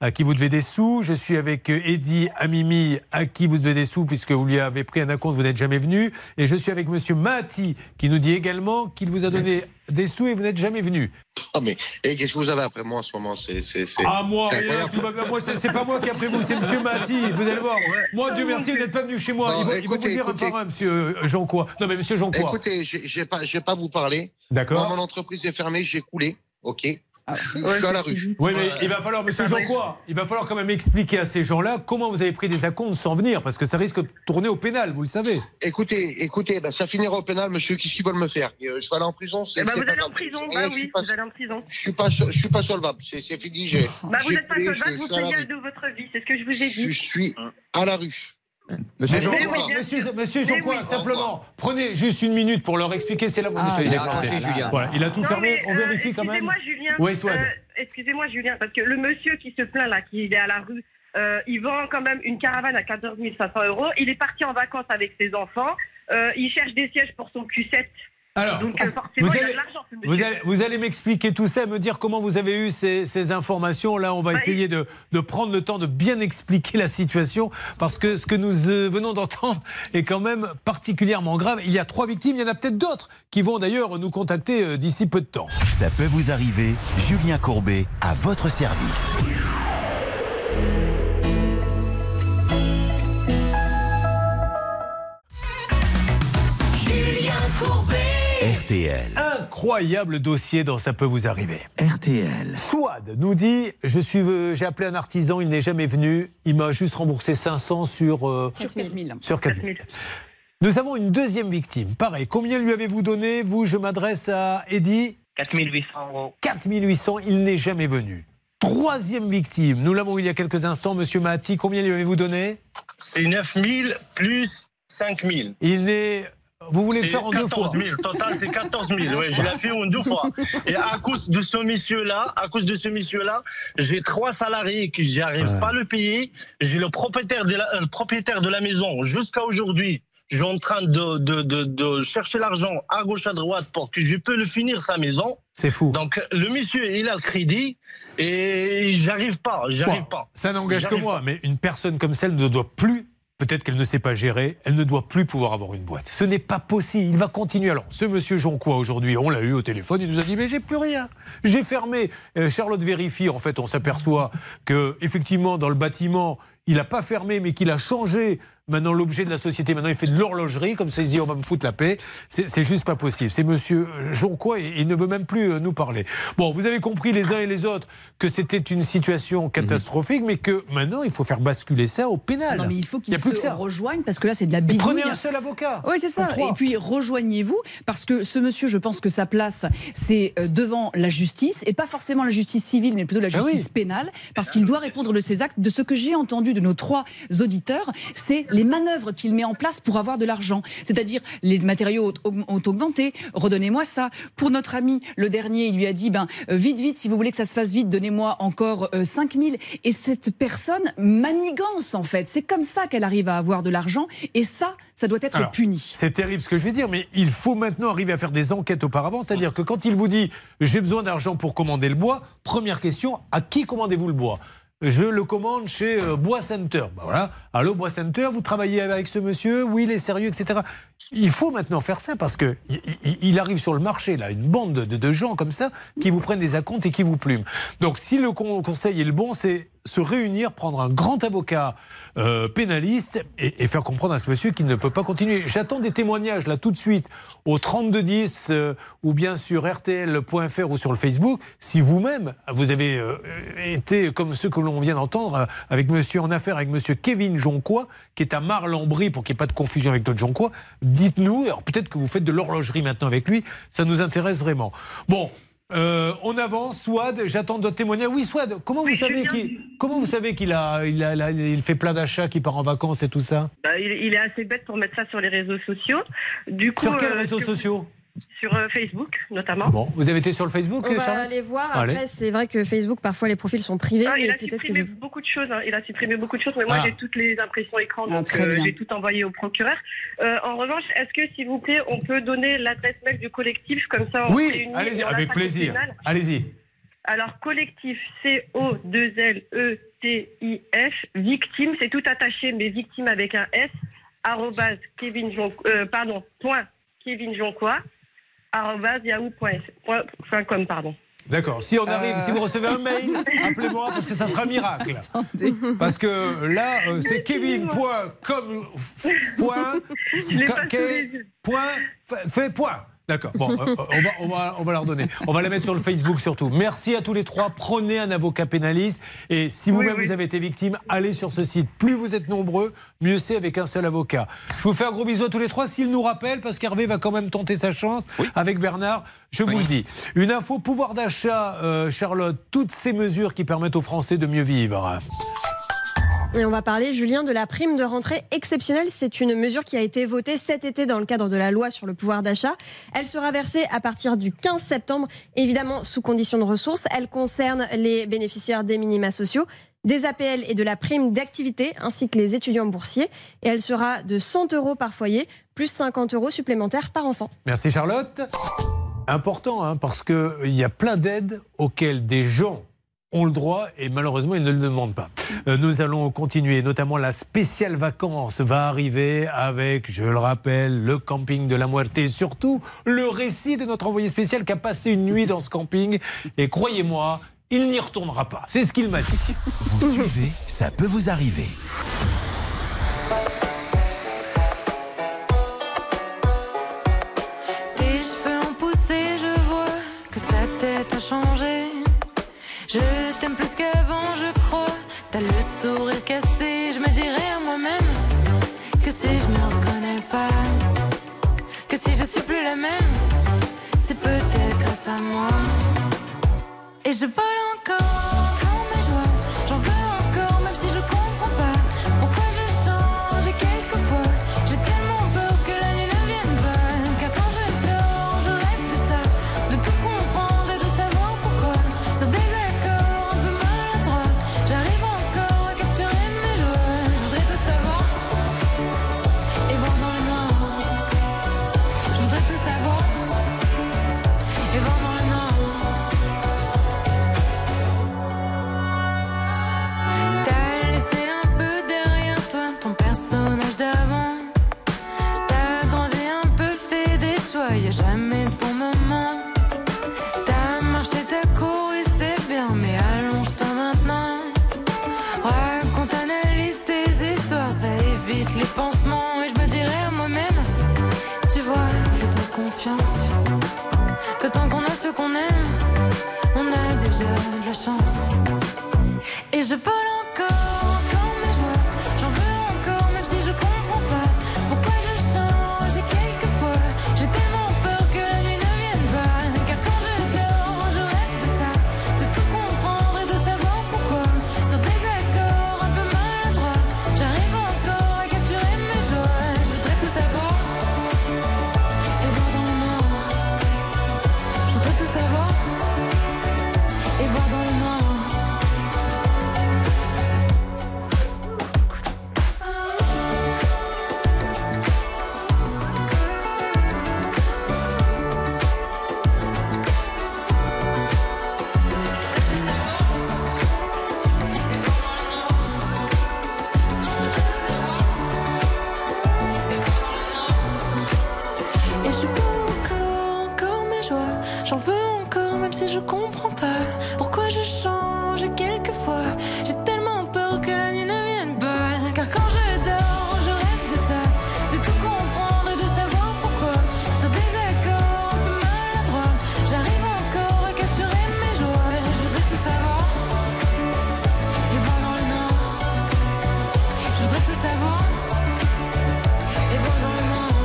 à qui vous devez des sous. Je suis avec Eddy Amimi, à qui vous devez des sous puisque vous lui avez pris un acompte, vous n'êtes jamais venu. Et je suis avec monsieur Mahati, qui nous dit également qu'il vous a donné des sous et vous n'êtes jamais venu. Ah mais et qu'est-ce que vous avez après moi en ce moment? C'est, c'est, c'est, Ah moi, c'est rien, tout va bien. Moi c'est, c'est pas moi qui ai après vous, c'est monsieur Mahati. Vous allez voir. Moi, Dieu merci, vous n'êtes pas venu chez moi. Non, il, va, écoutez, il va vous dire écoutez. un par un, monsieur Jonquois. Non mais monsieur Jonquois. Écoutez, je ne pas, vais pas vous parler. D'accord. Moi, mon entreprise est fermée, j'ai coulé. Ok. Je, suis- je suis à la rue. Oui, mais il va falloir, monsieur Jonquois, il va falloir quand même expliquer à ces gens-là comment vous avez pris des acomptes sans venir, parce que ça risque de tourner au pénal, vous le savez. Écoutez, écoutez, ben, ça finira au pénal, monsieur. Qu'est-ce qu'ils veulent me faire? Euh, Je vais aller en prison. c'est- Eh ben, c'est vous pas allez en grave. prison, Eh, bah je suis oui, pas- vous allez en prison. Je suis pas, je suis pas solvable. C'est, c'est fini. J'ai. Bah, vous j'ai n'êtes pas coulé, solvable, je vous suis à la payez rue. de votre vie, c'est ce que je vous ai Je dit. suis à la rue. Monsieur Mais Jonquois, oui, bien monsieur, sûr. monsieur Mais Jonquois, oui. simplement, prenez juste une minute pour leur expliquer, c'est là où Ah, il est là, planté. là, là, là. Voilà, il a tout Non, fermé, mais, on euh, vérifie quand même. Excusez-moi, Julien. Oui, Swad. euh, excusez-moi, Julien, parce que le monsieur qui se plaint là, qui est à la rue, euh, il vend quand même une caravane à quatorze mille cinq cents euros. Il est parti en vacances avec ses enfants. Euh, il cherche des sièges pour son Q sept. Alors, Donc, euh, forcément, vous il a allez, de l'argent, ce vous monsieur. allez, vous allez m'expliquer tout ça, me dire comment vous avez eu ces, ces informations. Là, on va Bah, essayer de, de prendre le temps de bien expliquer la situation, parce que ce que nous euh, venons d'entendre est quand même particulièrement grave. Il y a trois victimes, il y en a peut-être d'autres qui vont d'ailleurs nous contacter euh, d'ici peu de temps. Ça peut vous arriver. Julien Courbet, à votre service. Julien Courbet. R T L. Incroyable dossier dans Ça peut vous arriver. R T L. Swad nous dit, je suis, euh, j'ai appelé un artisan, il n'est jamais venu, il m'a juste remboursé cinq cents sur, euh, Sur quatre mille. sur quatre mille. Nous avons une deuxième victime. Pareil, combien lui avez-vous donné? Vous, je m'adresse à Eddy. quatre mille huit cents euros. quatre mille huit cents, il n'est jamais venu. Troisième victime, nous l'avons eu il y a quelques instants, monsieur Mahati, combien lui avez-vous donné? C'est neuf mille plus cinq mille. Il n'est... Vous voulez le C'est faire en deux fois? quatorze mille. Total, c'est quatorze mille. Oui, je l'ai fait en deux fois. Et à cause de ce monsieur-là, à cause de ce monsieur-là, j'ai trois salariés que j'arrive Ouais. pas à le payer. J'ai le propriétaire de la, euh, le propriétaire de la maison jusqu'à aujourd'hui. Je suis en train de, de, de, de chercher l'argent à gauche, à droite pour que je puisse le finir sa maison. C'est fou. Donc, le monsieur, il a le crédit et j'arrive pas, j'arrive Bon, pas. ça n'engage que J'arrive moi, pas. mais une personne comme celle ne doit plus, peut-être qu'elle ne sait pas gérer, elle ne doit plus pouvoir avoir une boîte. Ce n'est pas possible, il va continuer. Alors, ce monsieur Jonquois, aujourd'hui, on l'a eu au téléphone, il nous a dit, mais j'ai plus rien, j'ai fermé. Euh, Charlotte vérifie, en fait, on s'aperçoit que effectivement dans le bâtiment, il n'a pas fermé, mais qu'il a changé maintenant l'objet de la société. Maintenant, il fait de l'horlogerie, comme ça, il se dit, on va me foutre la paix. C'est c'est juste pas possible. C'est monsieur Jonquois et il ne veut même plus euh, nous parler. Bon, vous avez compris les uns et les autres que c'était une situation catastrophique, mais que maintenant, il faut faire basculer ça au pénal. Non, mais il faut y qu'ils a plus que se ça. rejoignent parce que là, c'est de la Et bidouille. prenez un seul avocat. Oui, c'est ça. Ou trois. Et puis rejoignez-vous parce que ce monsieur, je pense que sa place, c'est euh, devant la justice et pas forcément la justice civile, mais plutôt la Ah oui. justice pénale, parce qu'il doit répondre de ses actes. De ce que j'ai entendu de nos trois auditeurs, c'est les manœuvres qu'il met en place pour avoir de l'argent. C'est-à-dire les matériaux ont, aug- ont augmenté. Redonnez-moi ça. Pour notre ami, le dernier, il lui a dit ben euh, vite, vite, si vous voulez que ça se fasse vite, donnez-moi encore euh, cinq mille. Et cette personne manigance en fait. C'est comme ça qu'elle arrive à avoir de l'argent. Et ça, ça doit être Alors, puni. C'est terrible ce que je vais dire, mais il faut maintenant arriver à faire des enquêtes auparavant. C'est-à-dire que quand il vous dit j'ai besoin d'argent pour commander le bois, première question, à qui commandez-vous le bois? Je le commande chez euh, Bois Center. Ben voilà. Allô, Bois Center, vous travaillez avec ce monsieur? Oui, il est sérieux, et cetera. Il faut maintenant faire ça parce que il, il- il arrive sur le marché, là, une bande de, de gens comme ça qui vous prennent des acomptes et qui vous plument. Donc, si le con- conseil est le bon, c'est se réunir, prendre un grand avocat euh, pénaliste et, et faire comprendre à ce monsieur qu'il ne peut pas continuer. J'attends des témoignages là tout de suite au trente-deux dix euh, ou bien sur R T L point F R ou sur le Facebook. Si vous-même vous avez euh, été comme ceux que l'on vient d'entendre euh, avec monsieur en affaires, avec monsieur Kevin Jonquois, qui est à Marle-en-Brie pour qu'il n'y ait pas de confusion avec d'autres Jonquois, dites-nous. Alors peut-être que vous faites de l'horlogerie maintenant avec lui, ça nous intéresse vraiment. Bon. Euh, on avance, Swad, j'attends d'autres témoignages. Oui, Swad, comment vous savez qu'il, comment vous savez qu'il a, il a, il fait plein d'achats, qu'il part en vacances et tout ça? Bah, il, il est assez bête pour mettre ça sur les réseaux sociaux. Du coup, Sur quels euh, réseaux sur- sociaux? Sur euh, Facebook, notamment. Bon, vous avez été sur le Facebook, On va Charlotte? aller voir. Allez. Après, c'est vrai que Facebook, parfois, les profils sont privés. Ah, il mais a peut-être que supprimé je- beaucoup de choses. hein. Il a supprimé beaucoup de choses, mais moi Ah. j'ai toutes les impressions écran, Ah, donc très euh, bien. j'ai tout envoyé au procureur. Euh, en revanche, est-ce que s'il vous plaît, on peut donner l'adresse mail du collectif comme ça on se Oui, réunit allez-y, et on la avec passe au plaisir. pénal Allez-y. Alors, collectif, C O deux L E T I F, victime, c'est tout attaché, mais victime avec un S, arrobase Kevin Jon, euh, pardon, point Kevin Jonquois, arrobase yahoo point com, pardon. D'accord. Si on arrive, Euh. si vous recevez un mail, appelez-moi parce que ça sera miracle. Parce que là, euh, c'est Kevin point com point Je l'ai pas sous les yeux. point fait- fait point. D'accord. Bon, euh, on va, on va, on va la redonner. On va la mettre sur le Facebook surtout. Merci à tous les trois. Prenez un avocat pénaliste. Et si vous-même vous avez été victime, allez sur ce site. Plus vous êtes nombreux, mieux c'est avec un seul avocat. Je vous fais un gros bisou à tous les trois. S'il nous rappelle, parce qu'Hervé va quand même tenter sa chance avec Bernard, je vous le dis. Une info pouvoir d'achat, euh, Charlotte. Toutes ces mesures qui permettent aux Français de mieux vivre. Et on va parler, Julien, de la prime de rentrée exceptionnelle. C'est une mesure qui a été votée cet été dans le cadre de la loi sur le pouvoir d'achat. Elle sera versée à partir du quinze septembre, évidemment sous condition de ressources. Elle concerne les bénéficiaires des minima sociaux, des A P L et de la prime d'activité, ainsi que les étudiants boursiers. Et elle sera de cent euros par foyer, plus cinquante euros supplémentaires par enfant. Merci Charlotte. Important, hein, parce qu'il y a plein d'aides auxquelles des gens ont le droit et malheureusement ils ne le demandent pas. Euh, nous allons continuer, notamment la spéciale vacances va arriver avec, je le rappelle, le camping de la Muerte et surtout le récit de notre envoyé spécial qui a passé une nuit dans ce camping et croyez-moi, il n'y retournera pas. C'est ce qu'il m'a dit. Vous suivez, ça peut vous arriver. Tes cheveux ont poussé, je vois que ta tête a changé. Je t'aime plus qu'avant, je crois. T'as le sourire cassé, je me dirais à moi-même que si je me reconnais pas, que si je suis plus la même, c'est peut-être grâce à moi. Et je vole encore, encore mes joies. J'en veux encore, même si je comprends pas pourquoi je change. Et quelquefois, j'ai tellement peur que la nuit ne vienne pas. Car quand je dors, je rêve de ça, de tout comprendre et de savoir pourquoi. Sur des accords un peu maladroits, j'arrive encore à capturer mes joies. Je voudrais tout savoir et voir dans le noir. Je voudrais tout savoir et voir dans le noir. T'as laissé un peu derrière toi ton personnage d'avant. T'as grandi un peu, fait des choix, y'a jamais de bon moment. T'as marché, t'as couru, c'est bien, mais allonge-toi maintenant. Raconte, analyse tes histoires, ça évite les pansements. Et je me dirais à moi-même, tu vois, fais-toi confiance. Que tant qu'on a ce qu'on aime, on a déjà de la chance. Et je vole encore, encore mes joies. J'en veux encore, même si je comprends pas pourquoi je change. Et quelquefois, j'ai tellement peur que la nuit ne vienne pas. Car quand je dors, je rêve de ça, de tout comprendre et de savoir pourquoi. Sur des accords un peu maladroits, j'arrive encore à capturer mes joies. Je voudrais tout savoir et voir dans le noir. Je voudrais tout savoir et voir dans le noir. Et je veux encore, encore mes joies. J'en veux encore, même si je comprends pas pourquoi je change. Et quelquefois, j'ai tellement peur que la nuit ne vienne pas. Car quand je dors, je rêve de ça, de tout comprendre et de savoir pourquoi. Sur des accords un peu maladroits, j'arrive encore à capturer mes joies. Je voudrais tout savoir et voir dans le noir. Je voudrais tout savoir et voir dans le noir.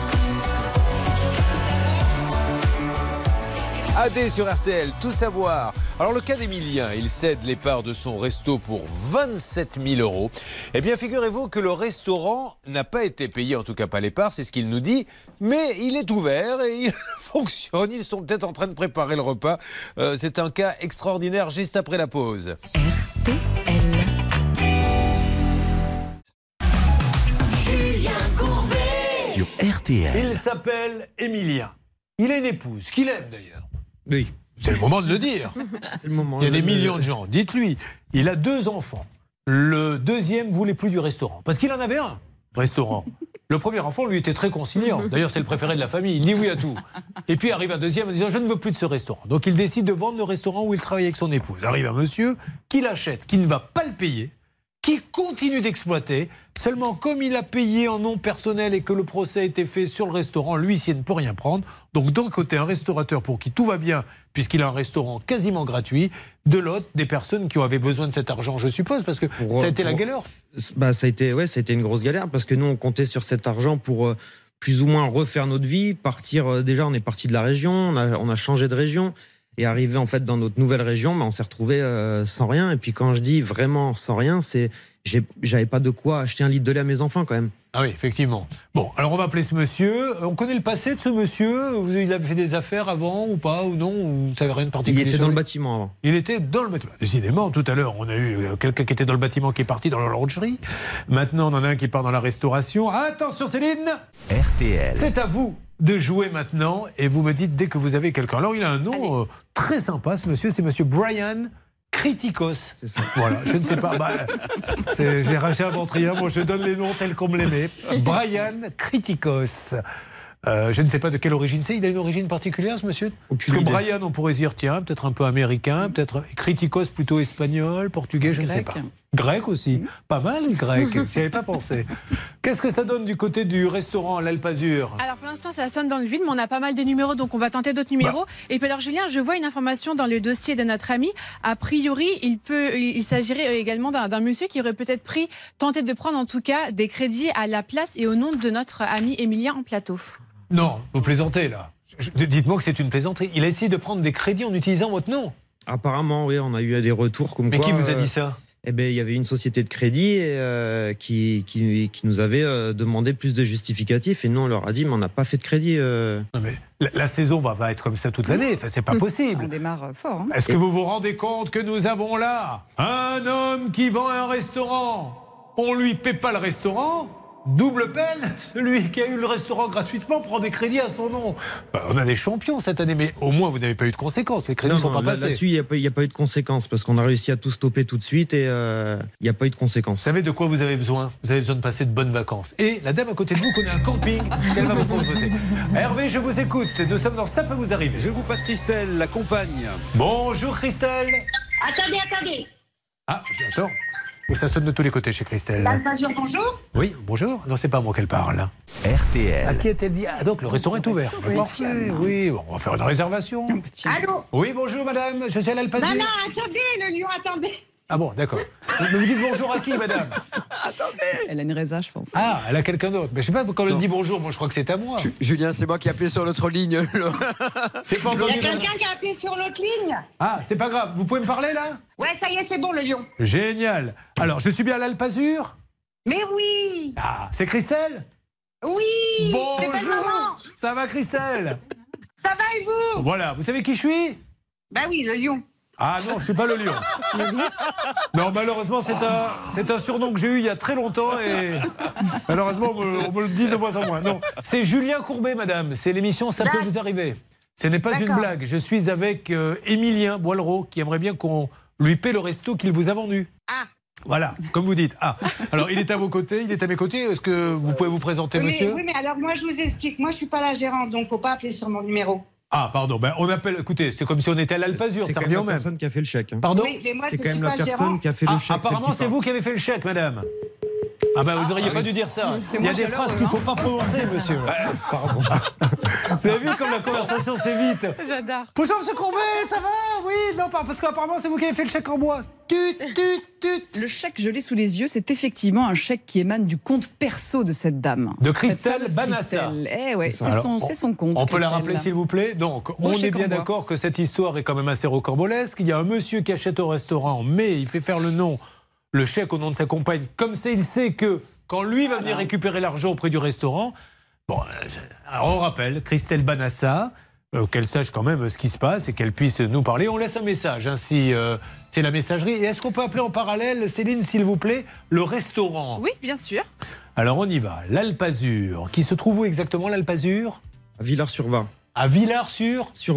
A D sur R T L, tout savoir. Alors le cas d'Emilien, il cède les parts de son resto pour vingt-sept mille euros. Eh bien figurez-vous que le restaurant n'a pas été payé, en tout cas pas les parts, c'est ce qu'il nous dit, mais il est ouvert et il fonctionne, ils sont peut-être en train de préparer le repas. Euh, c'est un cas extraordinaire juste après la pause. Julien Courbet. Sur R T L. Il s'appelle Emilien. Il a une épouse, qu'il aime d'ailleurs. Oui. C'est le moment de le dire. C'est le moment. Il y a des millions de gens. Dites-lui, il a deux enfants. Le deuxième voulait plus du restaurant. Parce qu'il en avait un, restaurant. Le premier enfant, lui, était très conciliant. D'ailleurs, c'est le préféré de la famille. Il dit oui à tout. Et puis arrive un deuxième en disant je ne veux plus de ce restaurant. Donc il décide de vendre le restaurant où il travaille avec son épouse. Arrive un monsieur qui l'achète, qui ne va pas le payer, qui continue d'exploiter. Seulement, comme il a payé en nom personnel et que le procès a été fait sur le restaurant, lui, il ne peut rien prendre. Donc, d'un côté, un restaurateur pour qui tout va bien, puisqu'il a un restaurant quasiment gratuit. De l'autre, des personnes qui avaient besoin de cet argent, je suppose, parce que Pour- ça a été la pour- galère. Bah, ça a été, ouais, ça a été une grosse galère parce que nous, on comptait sur cet argent pour euh, plus ou moins refaire notre vie, partir. euh, déjà, on est parti de la région, on a, on a changé de région et arrivé en fait dans notre nouvelle région, bah, on s'est retrouvé euh, sans rien. Et puis quand je dis vraiment sans rien, c'est j'ai- j'avais pas de quoi acheter un litre de lait à mes enfants quand même. Ah oui, effectivement. Bon, alors on va appeler ce monsieur. On connaît le passé de ce monsieur. Vous- Il avait fait des affaires avant ou pas ou non ou vous savez rien de Il particulier était sur dans le lui bâtiment avant. Il était dans le bâtiment. Décidément, tout à l'heure, on a eu euh, quelqu'un qui était dans le bâtiment qui est parti dans l'horlogerie. Maintenant, on en a un qui part dans la restauration. Attention, Céline, R T L. c'est à vous de jouer maintenant et vous me dites dès que vous avez quelqu'un. Alors, il a un nom euh, très sympa, ce monsieur. C'est monsieur Brian Kritikos. C'est ça. Voilà, je ne sais pas. Bah, c'est- j'ai réinventé rien. Moi, je donne les noms tels qu'on me les met. Brian Kritikos. Euh, je ne sais pas de quelle origine c'est. Il a une origine particulière, ce monsieur Aucune Parce que idée. Brian, on pourrait se dire, tiens, peut-être un peu américain, peut-être Kritikos plutôt espagnol, portugais, je ne sais Grec. pas. Grec aussi. Pas mal, grec. J'y avais pas pensé. Qu'est-ce que ça donne du côté du restaurant L'Alpazur? Alors pour l'instant, ça sonne dans le vide, mais on a pas mal de numéros, donc on va tenter d'autres numéros. Et puis alors Julien, je vois une information dans le dossier de notre ami. A priori, il peut, il il s'agirait également d'un d'un monsieur qui aurait peut-être pris, tenté de prendre en tout cas des crédits à la place et au nom de notre ami Émilien en plateau. Non, vous plaisantez là. Je- Dites-moi que c'est une plaisanterie. Il a essayé de prendre des crédits en utilisant votre nom. Apparemment, oui, on a eu des retours comme Mais quoi. qui vous a euh, dit ça? Eh ben, il y avait une société de crédit euh, qui, qui, qui nous avait euh, demandé plus de justificatifs et nous on leur a dit mais on n'a pas fait de crédit. euh. Non mais la, la saison va pas être comme ça toute l'année. Enfin, c'est pas On possible. démarre fort. hein. Est-ce que vous vous rendez compte que nous avons là un homme qui vend un restaurant? On lui paie pas le restaurant. Double peine, celui qui a eu le restaurant gratuitement prend des crédits à son nom. Bah, on a des champions cette année, mais au moins vous n'avez pas eu de conséquences. Les crédits ne Non, sont non, pas là- passés. Là-dessus, il n'y a, pas- il y a pas eu de conséquences parce qu'on a réussi à tout stopper tout de suite et euh, il n'y a pas eu de Vous conséquences. savez de quoi vous avez besoin? Vous avez besoin de passer de bonnes vacances. Et la dame à côté de vous connaît un camping qu'elle va vous proposer. Hervé, je vous écoute. Nous sommes dans Ça peut vous arriver. Je vous passe Christelle, la compagne. Bonjour Christelle. Attendez, attendez. Ah, attends. Ça sonne de tous les côtés chez Christelle. L'Alpazur, bonjour. Oui, bonjour. Non, c'est pas à moi qu'elle parle. R T L. À qui a-t-elle dit? Ah, donc le restaurant est ouvert. Oui. Parfait, oui, bon, on va faire une réservation. Allô. Oui, bonjour madame, je suis à l'Alpazur. Non, non, attendez, le lion, attendez. Ah bon, d'accord. Mais vous dites bonjour à qui, madame? Elle a une résa, je pense. Ah, elle a quelqu'un d'autre. Mais je sais pas, quand elle dit bonjour, moi je crois que c'est à moi. Ju- Julien, c'est moi qui ai appelé sur l'autre ligne. le- J'ai pas Il y entendu. a quelqu'un qui a appelé sur l'autre ligne. Ah, c'est pas grave. Vous pouvez me parler là? Ouais, ça y est, c'est bon, le lion. Génial. Alors, je suis bien à l'Alpazur? Mais oui. Ah, c'est Christelle? Oui. C'est belle maman. Bonjour. Ça va Christelle? Ça va et vous? Voilà, vous savez qui je suis? Bah oui, le lion. Ah non, je suis pas le lion. Non, malheureusement, c'est un, c'est un surnom que j'ai eu il y a très longtemps et malheureusement, on me, on me le dit de moins en moins. Non, c'est Julien Courbet, madame. C'est l'émission Ça peut vous arriver. Ce n'est pas une D'accord. blague. Je suis avec euh, Émilien Boileau qui aimerait bien qu'on lui paie le resto qu'il vous a vendu. Ah. Voilà, comme vous dites. Ah, alors il est à vos côtés, il est à mes côtés. Est-ce que vous pouvez vous présenter, Oui, monsieur? oui, mais alors moi, je vous explique. Moi, je suis pas la gérante, donc faut pas appeler sur mon numéro. Ah, pardon. Ben, on appelle. Écoutez, c'est comme si on était à l'Alpazur. C'est Ça quand revient même au la même. personne qui a fait le chèque. hein. Pardon? Oui, mais moi, C'est je quand suis même pas la le personne gérant. qui a fait Ah, le chèque. celle apparemment, qui c'est parle. vous qui avez fait le chèque, madame. Ah ben, vous n'auriez pas dû dire ça. C'est Il y a moins des chaleureux, phrases qu'il ne hein. faut pas prononcer, monsieur. Pardon. Vous avez vu comme la conversation c'est vite? J'adore. Bonjour, monsieur Courbet, ça va? Oui, non, pas parce qu'apparemment, c'est vous qui avez fait le chèque en bois. Tut, tut, tut. Le chèque, je l'ai sous les yeux, c'est effectivement un chèque qui émane du compte perso de cette dame. De Cette Christelle fameuse Banassa. Christelle. Eh ouais, c'est Alors, son, c'est son compte. On peut la Christelle. rappeler, s'il vous plaît? Donc, Bon on est chèque en bien bois. d'accord que cette histoire est quand même assez rocambolesque. Il y a un monsieur qui achète au restaurant, mais il fait faire le nom, le chèque au nom de sa compagne. Comme ça, il sait que quand lui va venir récupérer l'argent auprès du restaurant, bon, euh, alors on rappelle, Christelle Banassa, euh, qu'elle sache quand même ce qui se passe et qu'elle puisse nous parler. On laisse un message, hein, si euh, c'est la messagerie. Et est-ce qu'on peut appeler en parallèle, Céline, s'il vous plaît, le restaurant? Oui, bien sûr. Alors on y va. L'Alpazur, qui se trouve où exactement, l'Alpazur? À Villars-sur-Var. À Villars-sur... Sur Var.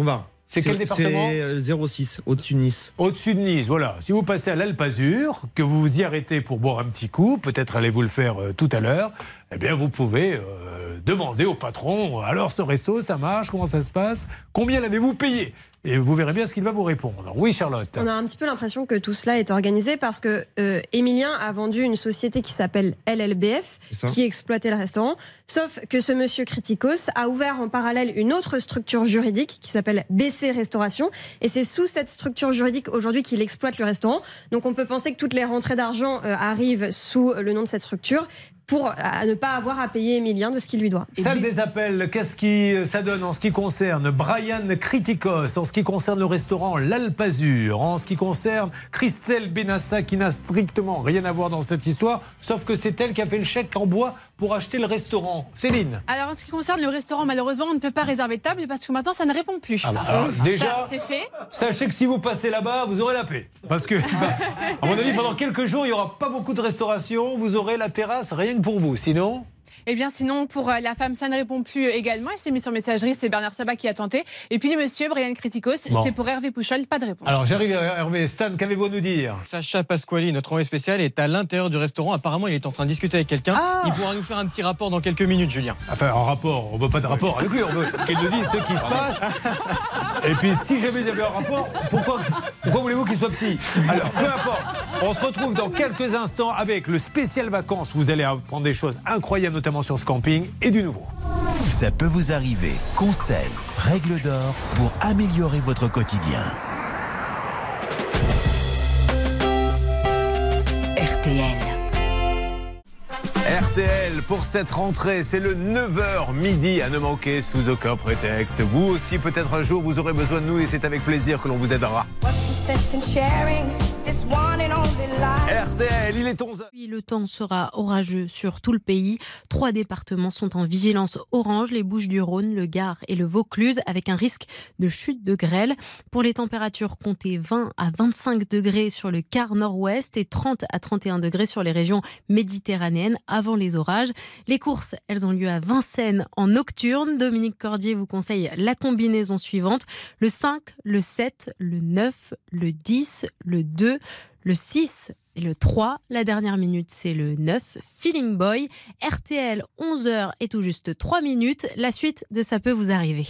C'est quel département? C'est zéro six, au-dessus de Nice. Au-dessus de Nice, voilà. Si vous passez à l'Alpazur, que vous vous y arrêtez pour boire un petit coup, peut-être allez-vous le faire euh, tout à l'heure, eh bien vous pouvez euh, demander au patron, alors ce resto, ça marche, comment ça se passe, combien l'avez-vous payé? Et vous verrez bien ce qu'il va vous répondre. Oui, Charlotte. On a un petit peu l'impression que tout cela est organisé parce que euh, Emilien a vendu une société qui s'appelle L L B F, qui exploitait le restaurant. Sauf que ce monsieur Kritikos a ouvert en parallèle une autre structure juridique qui s'appelle B C Restauration. Et c'est sous cette structure juridique aujourd'hui qu'il exploite le restaurant. Donc on peut penser que toutes les rentrées d'argent euh, arrivent sous le nom de cette structure, pour à ne pas avoir à payer Emilien de ce qu'il lui doit. Salle des appels, qu'est-ce qui ça donne en ce qui concerne Brian Kritikos, en ce qui concerne le restaurant L'Alpazur, en ce qui concerne Christelle Benassa, qui n'a strictement rien à voir dans cette histoire, sauf que c'est elle qui a fait le chèque en bois pour acheter le restaurant. Céline. Alors en ce qui concerne le restaurant, malheureusement, on ne peut pas réserver de table parce que maintenant ça ne répond plus. Ah bah, alors, déjà, ça, c'est fait. Sachez que si vous passez là-bas, vous aurez la paix. Parce que, bah, à mon avis, pendant quelques jours, il n'y aura pas beaucoup de restauration. Vous aurez la terrasse, rien que pour vous. Sinon... Eh bien, sinon, pour la femme, ça ne répond plus également. Il s'est mis sur messagerie, c'est Bernard Sabat qui a tenté. Et puis le monsieur, Brian Kritikos, bon. c'est pour Hervé Pouchol, pas de réponse. Alors, j'arrive à Hervé. Stan, qu'avez-vous à nous dire? Sacha Pasquali, notre envoyé spécial, est à l'intérieur du restaurant. Apparemment, il est en train de discuter avec quelqu'un. Ah il pourra nous faire un petit rapport dans quelques minutes, Julien. Enfin, un rapport, on ne veut pas de rapport avec lui, on veut qu'il nous dise ce qui se passe. Et puis, si jamais il y avait un rapport, pourquoi, pourquoi voulez-vous qu'il soit petit? Alors, peu importe. On se retrouve dans quelques instants avec le spécial vacances. Vous allez apprendre des choses incroyables, notamment sur ce camping, et du nouveau. Ça peut vous arriver. Conseils, règles d'or pour améliorer votre quotidien. R T L. R T L pour cette rentrée, c'est le neuf heures midi à ne manquer sous aucun prétexte. Vous aussi, peut-être un jour, vous aurez besoin de nous et c'est avec plaisir que l'on vous aidera. R T L, il est onze heures. Le temps sera orageux sur tout le pays. Trois départements sont en vigilance orange, les Bouches-du-Rhône, le Gard et le Vaucluse, avec un risque de chute de grêle. Pour les températures, comptez vingt à vingt-cinq degrés sur le quart nord-ouest et trente à trente et un degrés sur les régions méditerranéennes avant les orages. Les courses, elles ont lieu à Vincennes en nocturne. Dominique Cordier vous conseille la combinaison suivante: le cinq, le sept, le neuf, le dix, le deux, le six et le trois. La dernière minute, c'est le neuf, Feeling Boy. R T L, onze heures et tout juste trois minutes. La suite de Ça peut vous arriver.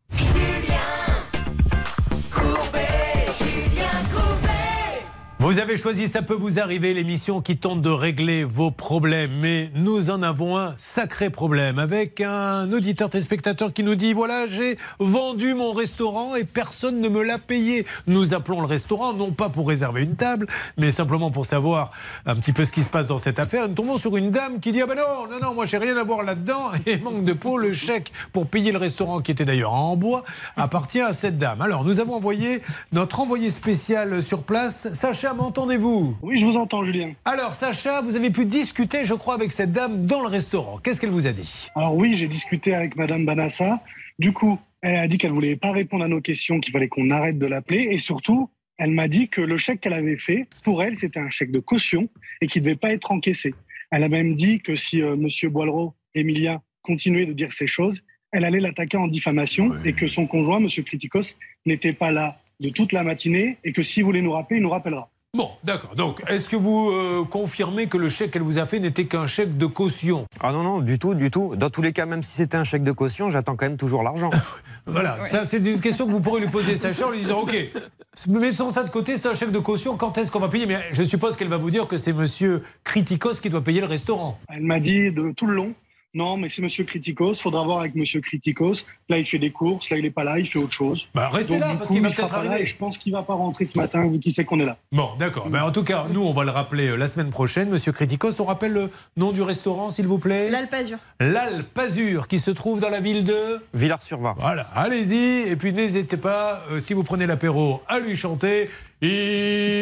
Vous avez choisi Ça peut vous arriver, l'émission qui tente de régler vos problèmes. Mais nous en avons un sacré problème avec un auditeur téléspectateur qui nous dit: voilà, j'ai vendu mon restaurant et personne ne me l'a payé. Nous appelons le restaurant, non pas pour réserver une table, mais simplement pour savoir un petit peu ce qui se passe dans cette affaire. Nous tombons sur une dame qui dit: ah ben non, non, non, moi j'ai rien à voir là-dedans. Et manque de peau, le chèque pour payer le restaurant, qui était d'ailleurs en bois, appartient à cette dame. Alors nous avons envoyé notre envoyé spécial sur place. Sacha, m'entendez-vous? Oui, je vous entends, Julien. Alors, Sacha, vous avez pu discuter, je crois, avec cette dame dans le restaurant. Qu'est-ce qu'elle vous a dit? Alors oui, j'ai discuté avec Madame Banassa. Du coup, elle a dit qu'elle voulait pas répondre à nos questions, qu'il fallait qu'on arrête de l'appeler. Et surtout, elle m'a dit que le chèque qu'elle avait fait, pour elle, c'était un chèque de caution et qui ne devait pas être encaissé. Elle a même dit que si euh, Monsieur Boileau, Emilia, continuait de dire ces choses, elle allait l'attaquer en diffamation, oui. Et que son conjoint, Monsieur Kritikos, n'était pas là de toute la matinée et que s'il voulait nous rappeler, il nous rappellera. Bon, d'accord. Donc, est-ce que vous euh, confirmez que le chèque qu'elle vous a fait n'était qu'un chèque de caution? Ah non, non, du tout, du tout. Dans tous les cas, même si c'était un chèque de caution, j'attends quand même toujours l'argent. Voilà, ouais. Ça c'est une question que vous pourrez lui poser, Sacha, en lui disant: ok, mettons ça de côté, c'est un chèque de caution, quand est-ce qu'on va payer? Mais je suppose qu'elle va vous dire que c'est Monsieur Kritikos qui doit payer le restaurant. Elle m'a dit de tout le long: non, mais c'est Monsieur Kritikos, faudra voir avec Monsieur Kritikos. Là, il fait des courses, là, il n'est pas là, il fait autre chose. Bah, restez Donc, là, parce qu'il va peut-être arriver. Je pense qu'il ne va pas rentrer ce matin, vu qu'il sait qu'on est là. Bon, d'accord. Mais en tout cas, nous, on va le rappeler la semaine prochaine, Monsieur Kritikos. On rappelle le nom du restaurant, s'il vous plaît? L'Alpazur. L'Alpazur, qui se trouve dans la ville de Villars-sur-Var. Voilà, allez-y. Et puis, n'hésitez pas, euh, si vous prenez l'apéro, à lui chanter: il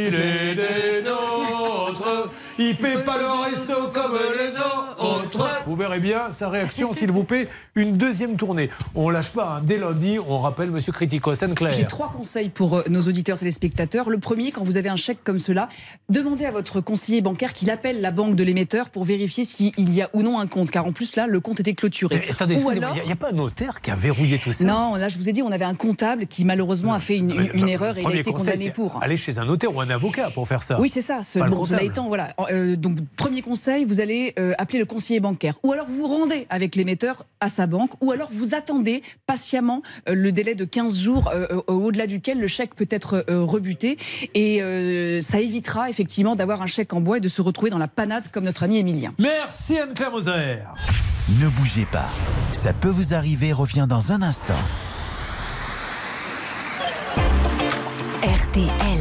est des nôtres, il paie pas le resto comme les autres. vous verrez bien sa réaction s'il vous plaît. Une deuxième tournée. On lâche pas, hein. Dès lundi, on rappelle Monsieur Critico. Anne-Claire. J'ai trois conseils pour euh, nos auditeurs téléspectateurs. Le premier, quand vous avez un chèque comme cela, demandez à votre conseiller bancaire qu'il appelle la banque de l'émetteur pour vérifier s'il y a ou non un compte. Car en plus, là, le compte était clôturé. Mais attendez, il n'y a, a pas un notaire qui a verrouillé tout ça? Non, là, je vous ai dit, on avait un comptable qui malheureusement a fait une, une, une erreur et il a été conseil, condamné pour. Aller chez un notaire ou un avocat pour faire ça. Oui, c'est ça. Ce, bon, cela étant, voilà. Euh, donc, premier conseil, vous allez euh, appeler le conseiller bancaire. Ou alors, vous vous rendez avec l'émetteur à sa banque. Ou alors, vous attendez patiemment euh, le délai de quinze jours euh, euh, au-delà duquel le chèque peut être euh, rebuté. Et euh, ça évitera effectivement d'avoir un chèque en bois et de se retrouver dans la panade comme notre ami Émilien. Merci Anne-Claire Moser. Ne bougez pas. Ça peut vous arriver, revient dans un instant. R T L.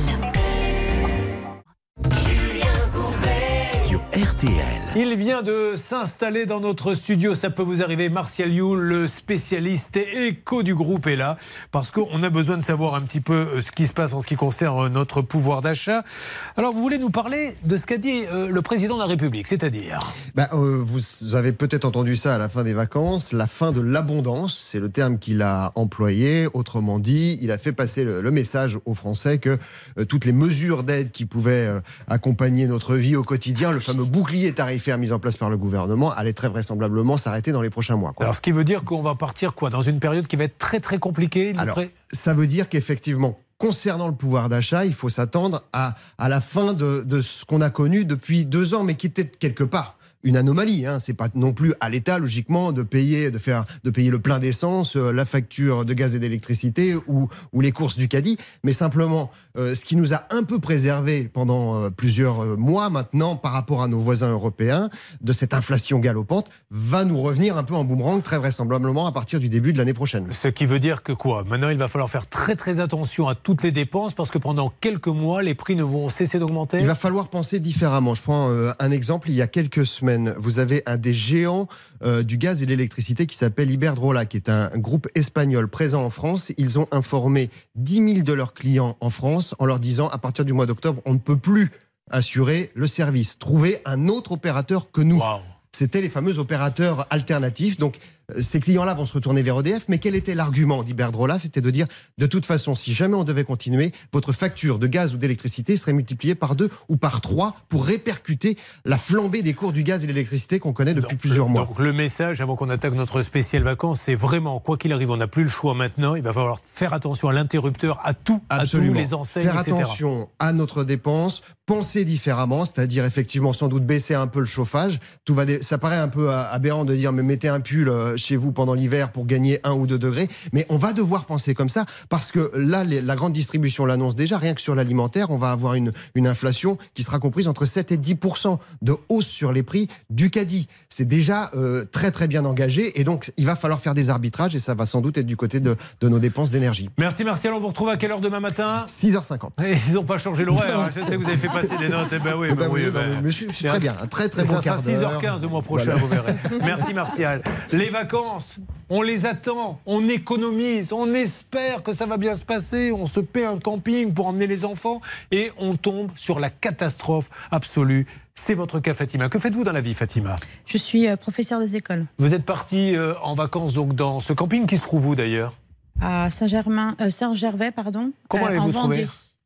R T L. Il vient de s'installer dans notre studio, ça peut vous arriver. Martial You, le spécialiste et écho du groupe, est là parce qu'on a besoin de savoir un petit peu ce qui se passe en ce qui concerne notre pouvoir d'achat. Alors, vous voulez nous parler de ce qu'a dit euh, le président de la République, c'est-à-dire bah, euh, vous avez peut-être entendu ça à la fin des vacances, la fin de l'abondance, c'est le terme qu'il a employé. Autrement dit, il a fait passer le, le message aux Français que euh, toutes les mesures d'aide qui pouvaient euh, accompagner notre vie au quotidien, le fameux bouclier tarifaire mis en place par le gouvernement allait très vraisemblablement s'arrêter dans les prochains mois. Quoi. Alors, ce qui veut dire qu'on va partir quoi dans une période qui va être très très compliquée. Alors, pré... ça veut dire qu'effectivement, concernant le pouvoir d'achat, il faut s'attendre à, à la fin de, de ce qu'on a connu depuis deux ans, mais qui était quelque part une anomalie. Hein. C'est pas non plus à l'État, logiquement, de payer, de faire, de payer le plein d'essence, euh, la facture de gaz et d'électricité ou, ou les courses du caddie. Mais simplement, euh, ce qui nous a un peu préservé pendant euh, plusieurs euh, mois maintenant par rapport à nos voisins européens, de cette inflation galopante, va nous revenir un peu en boomerang très vraisemblablement à partir du début de l'année prochaine. Ce qui veut dire que quoi? Maintenant, il va falloir faire très très attention à toutes les dépenses parce que pendant quelques mois, les prix ne vont cesser d'augmenter. Il va falloir penser différemment. Je prends euh, un exemple. Il y a quelques semaines, vous avez un des géants euh, du gaz et de l'électricité qui s'appelle Iberdrola, qui est un, un groupe espagnol présent en France. Ils ont informé dix mille de leurs clients en France en leur disant à partir du mois d'octobre, on ne peut plus assurer le service. Trouvez un autre opérateur que nous. Wow. C'était les fameux opérateurs alternatifs. Donc, ces clients-là vont se retourner vers E D F. Mais quel était l'argument d'Iberdrola? C'était de dire, de toute façon, si jamais on devait continuer, votre facture de gaz ou d'électricité serait multipliée par deux ou par trois pour répercuter la flambée des cours du gaz et de l'électricité qu'on connaît depuis donc, plusieurs le, mois. Donc le message, avant qu'on attaque notre spécial vacances, c'est vraiment, quoi qu'il arrive, on n'a plus le choix maintenant. Il va falloir faire attention à l'interrupteur, à tout, Absolument. à tous les enseignes, faire et cetera. Attention à notre dépense, penser différemment, c'est-à-dire effectivement sans doute baisser un peu le chauffage. Tout va dé... Ça paraît un peu aberrant de dire mais mettez un pull chez vous pendant l'hiver pour gagner un ou deux degrés, mais on va devoir penser comme ça parce que là, les, la grande distribution l'annonce déjà, rien que sur l'alimentaire, on va avoir une, une inflation qui sera comprise entre sept et dix pour cent de hausse sur les prix du caddie. C'est déjà euh, très très bien engagé et donc il va falloir faire des arbitrages et ça va sans doute être du côté de, de nos dépenses d'énergie. Merci Martial, on vous retrouve à quelle heure demain matin? six heures cinquante. Et ils n'ont pas changé l'horaire, hein. Je sais que vous avez fait passer des notes. Eh ben oui, eh ben ben oui, oui, ben... mais je, je suis très bien, un très très bon ça quart sera d'heure. six heures quinze le mois prochain, Voilà. vous verrez. Merci Martial. Les vacances, on les attend, on économise, on espère que ça va bien se passer, on se paie un camping pour emmener les enfants et on tombe sur la catastrophe absolue. C'est votre cas, Fatima. Que faites-vous dans la vie, Fatima? Je suis euh, professeure des écoles. Vous êtes partie euh, en vacances donc dans ce camping qui se trouve où d'ailleurs? À Saint-Germain, euh, Saint-Gervais, pardon. Comment euh, l'avez-vous en trouvé? Vendée.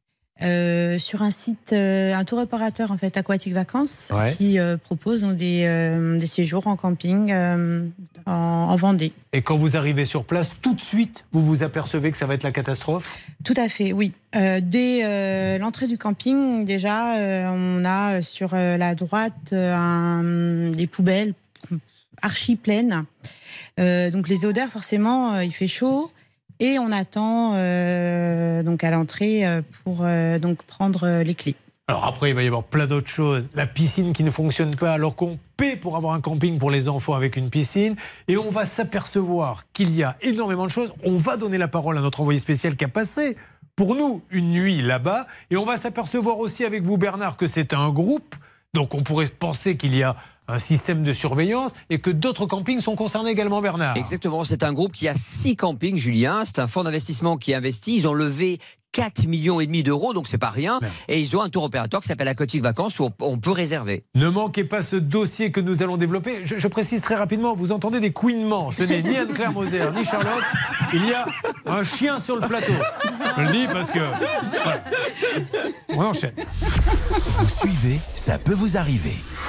Euh, sur un site, euh, un tour opérateur en fait, Aquatique Vacances, Ouais. qui euh, propose donc, des, euh, des séjours en camping euh, en, en Vendée. Et quand vous arrivez sur place, tout de suite, vous vous apercevez que ça va être la catastrophe? Tout à fait, oui. Euh, dès euh, l'entrée du camping, déjà, euh, on a sur euh, la droite euh, un, des poubelles archi pleines. Euh, donc les odeurs, forcément, euh, il fait chaud. Et on attend euh, donc à l'entrée euh, pour euh, donc prendre euh, les clés. Alors après, il va y avoir plein d'autres choses. La piscine qui ne fonctionne pas alors qu'on paie pour avoir un camping pour les enfants avec une piscine. Et on va s'apercevoir qu'il y a énormément de choses. On va donner la parole à notre envoyé spécial qui a passé pour nous une nuit là-bas. Et on va s'apercevoir aussi avec vous, Bernard, que c'est un groupe. Donc on pourrait penser qu'il y a un système de surveillance et que d'autres campings sont concernés également, Bernard. Exactement, c'est un groupe qui a six campings, Julien. C'est un fonds d'investissement qui investit. Ils ont levé quatre millions et demi d'euros, donc c'est pas rien. Merde. Et ils ont un tour opératoire qui s'appelle Aquatique Vacances où on peut réserver. Ne manquez pas ce dossier que nous allons développer. Je, je précise très rapidement, vous entendez des couinements. Ce n'est ni Anne-Claire Moser, ni Charlotte. Il y a un chien sur le plateau. Je le dis parce que... Voilà. On enchaîne. Vous suivez, ça peut vous arriver.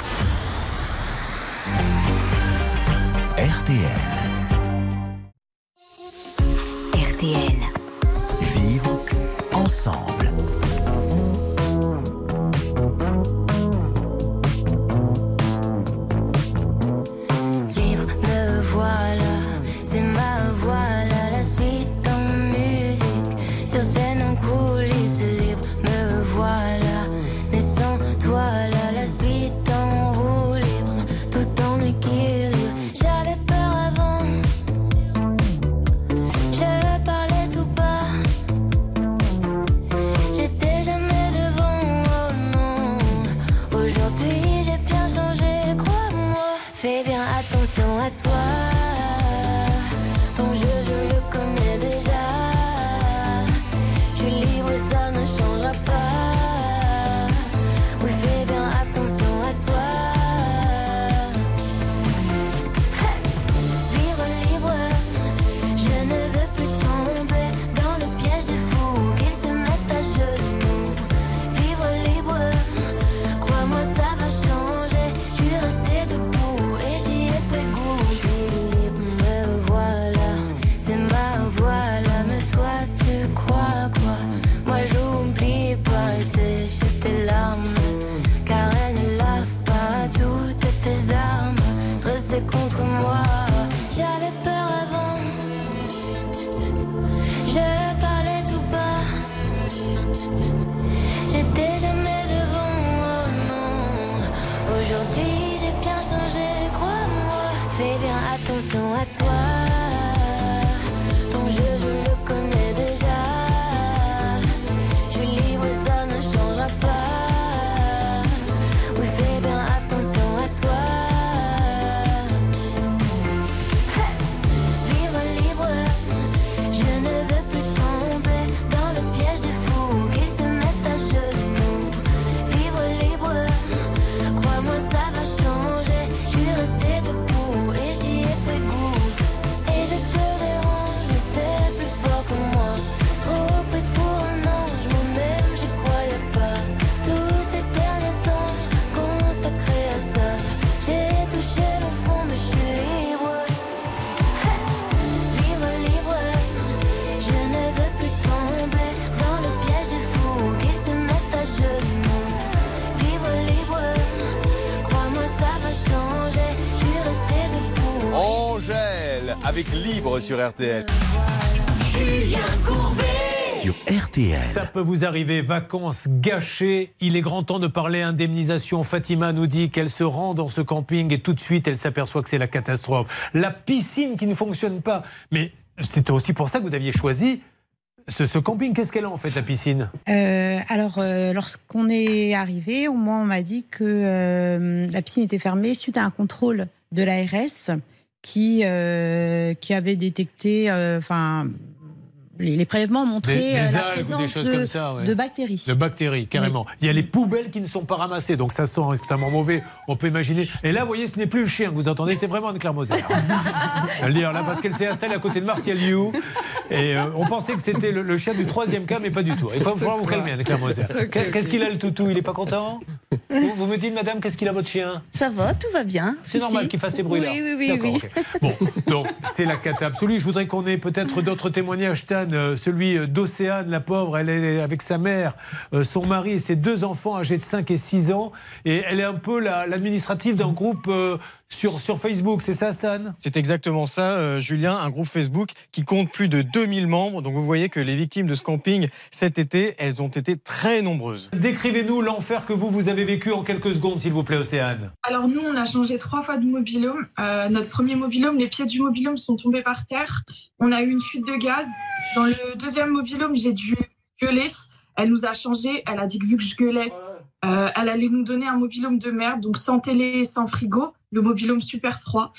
R T L. R T L. Vivre ensemble. Libre, me voilà, c'est ma voilà, la suite en musique, sur scène en coulisses. Libre, me voilà, mais sans toi là, la suite en roue libre, tout en équilibre. J'avais peur avant, je parlais tout bas, j'étais jamais devant, oh non. Aujourd'hui j'ai bien changé, crois-moi. Fais bien attention à toi, ton jeu je le connais déjà. Je suis libre et ça ne changera pas. Oui, fais bien attention à toi. Vivre libre, je ne veux plus tomber dans le piège des fous qu'ils se mettent à genoux. Vivre libre, crois-moi ça va changer. Je suis restée debout et j'y ai pris goût. Je suis libre, me voilà, c'est ma voilà. Mais toi tu crois quoi? Moi j'oublie pas et sécher tes larmes, car elles ne lavent pas toutes tes armes dressées contre moi. J'avais peur avant, je parlais tout bas, j'étais jamais devant, oh non. Aujourd'hui j'ai bien changé, crois-moi. Fais bien attention à toi, ton jeu je le connais déjà. Je suis libre et ça ne changera pas. Oui, fais bien attention à toi. Vivre libre, je ne veux plus tomber dans le piège des fous qu'ils se mettent à genoux. Vivre libre, crois-moi ça va changer. Je suis restée debout et j'y ai pris goût. Et je te dérange, mais c'est plus fort que moi. Trop prise pour un ange, moi-même j'y croyais pas. Tous ces derniers temps consacrés à ça, j'ai touché le fond mais je suis libre. Vivre libre, je ne veux plus tomber dans le piège des fous qu'ils se mettent à genoux. Vivre libre, crois-moi ça va changer. Je suis restée debout. Angèle, avec Libre sur R T L. Julien Courbet. Sur R T L. Ça peut vous arriver, vacances gâchées. Il est grand temps de parler indemnisation. Fatima nous dit qu'elle se rend dans ce camping et tout de suite elle s'aperçoit que c'est la catastrophe. La piscine qui ne fonctionne pas. Mais c'est aussi pour ça que vous aviez choisi ce, ce camping. Qu'est-ce qu'elle a en fait, la piscine? Euh, alors, euh, lorsqu'on est arrivé, au moins on m'a dit que euh, la piscine était fermée suite à un contrôle de l'A R S qui, euh, qui avait détecté, enfin, les, les prélèvements montraient Des- des euh, la algues ou présence des choses de, comme ça, ouais. de bactéries. De bactéries, carrément. Il y a les poubelles qui ne sont pas ramassées, donc ça sent extrêmement mauvais. On peut imaginer. Et là, vous voyez, ce n'est plus le chien que vous entendez, c'est vraiment Anne-Claire Moser. Je vais le dire là, parce qu'elle s'est installée à côté de Martial You. Et euh, on pensait que c'était le, le chien du troisième cas, mais pas du tout. Il va falloir vous calmer, Anne-Claire Moser. Qu'est-ce qu'il a, le toutou? Il n'est pas content? vous, vous me dites, madame, qu'est-ce qu'il a, votre chien? Ça va, tout va bien. C'est normal Si. qu'il fasse ces bruits-là. Oui, oui, oui. D'accord, oui. ok. Bon, donc c'est la cata absolue. Je voudrais qu'on ait peut-être d'autres témoignages. Tan, euh, celui d'Océane, la pauvre, elle est avec sa mère, euh, son mari et ses deux enfants âgés de cinq et six ans. Et elle est un peu la- l'administrative d'un groupe euh, sur, sur Facebook. C'est ça, Stan? C'est exactement ça, euh, Julien, un groupe Facebook qui compte plus de deux mille membres. Donc vous voyez que les victimes de ce camping cet été, elles ont été très nombreuses. Décrivez-nous l'enfer que vous, vous avez vécu en quelques secondes, s'il vous plaît, Océane. Alors nous, on a changé trois fois de mobil-home. Euh, notre premier mobil-home, les pieds du mobil-home sont tombés par terre. On a eu une fuite de gaz. Dans le deuxième mobil-home, j'ai dû gueuler. Elle nous a changé. Elle a dit que vu que je gueulais, euh, elle allait nous donner un mobil-home de merde, donc sans télé et sans frigo. Le mobil-home super froid.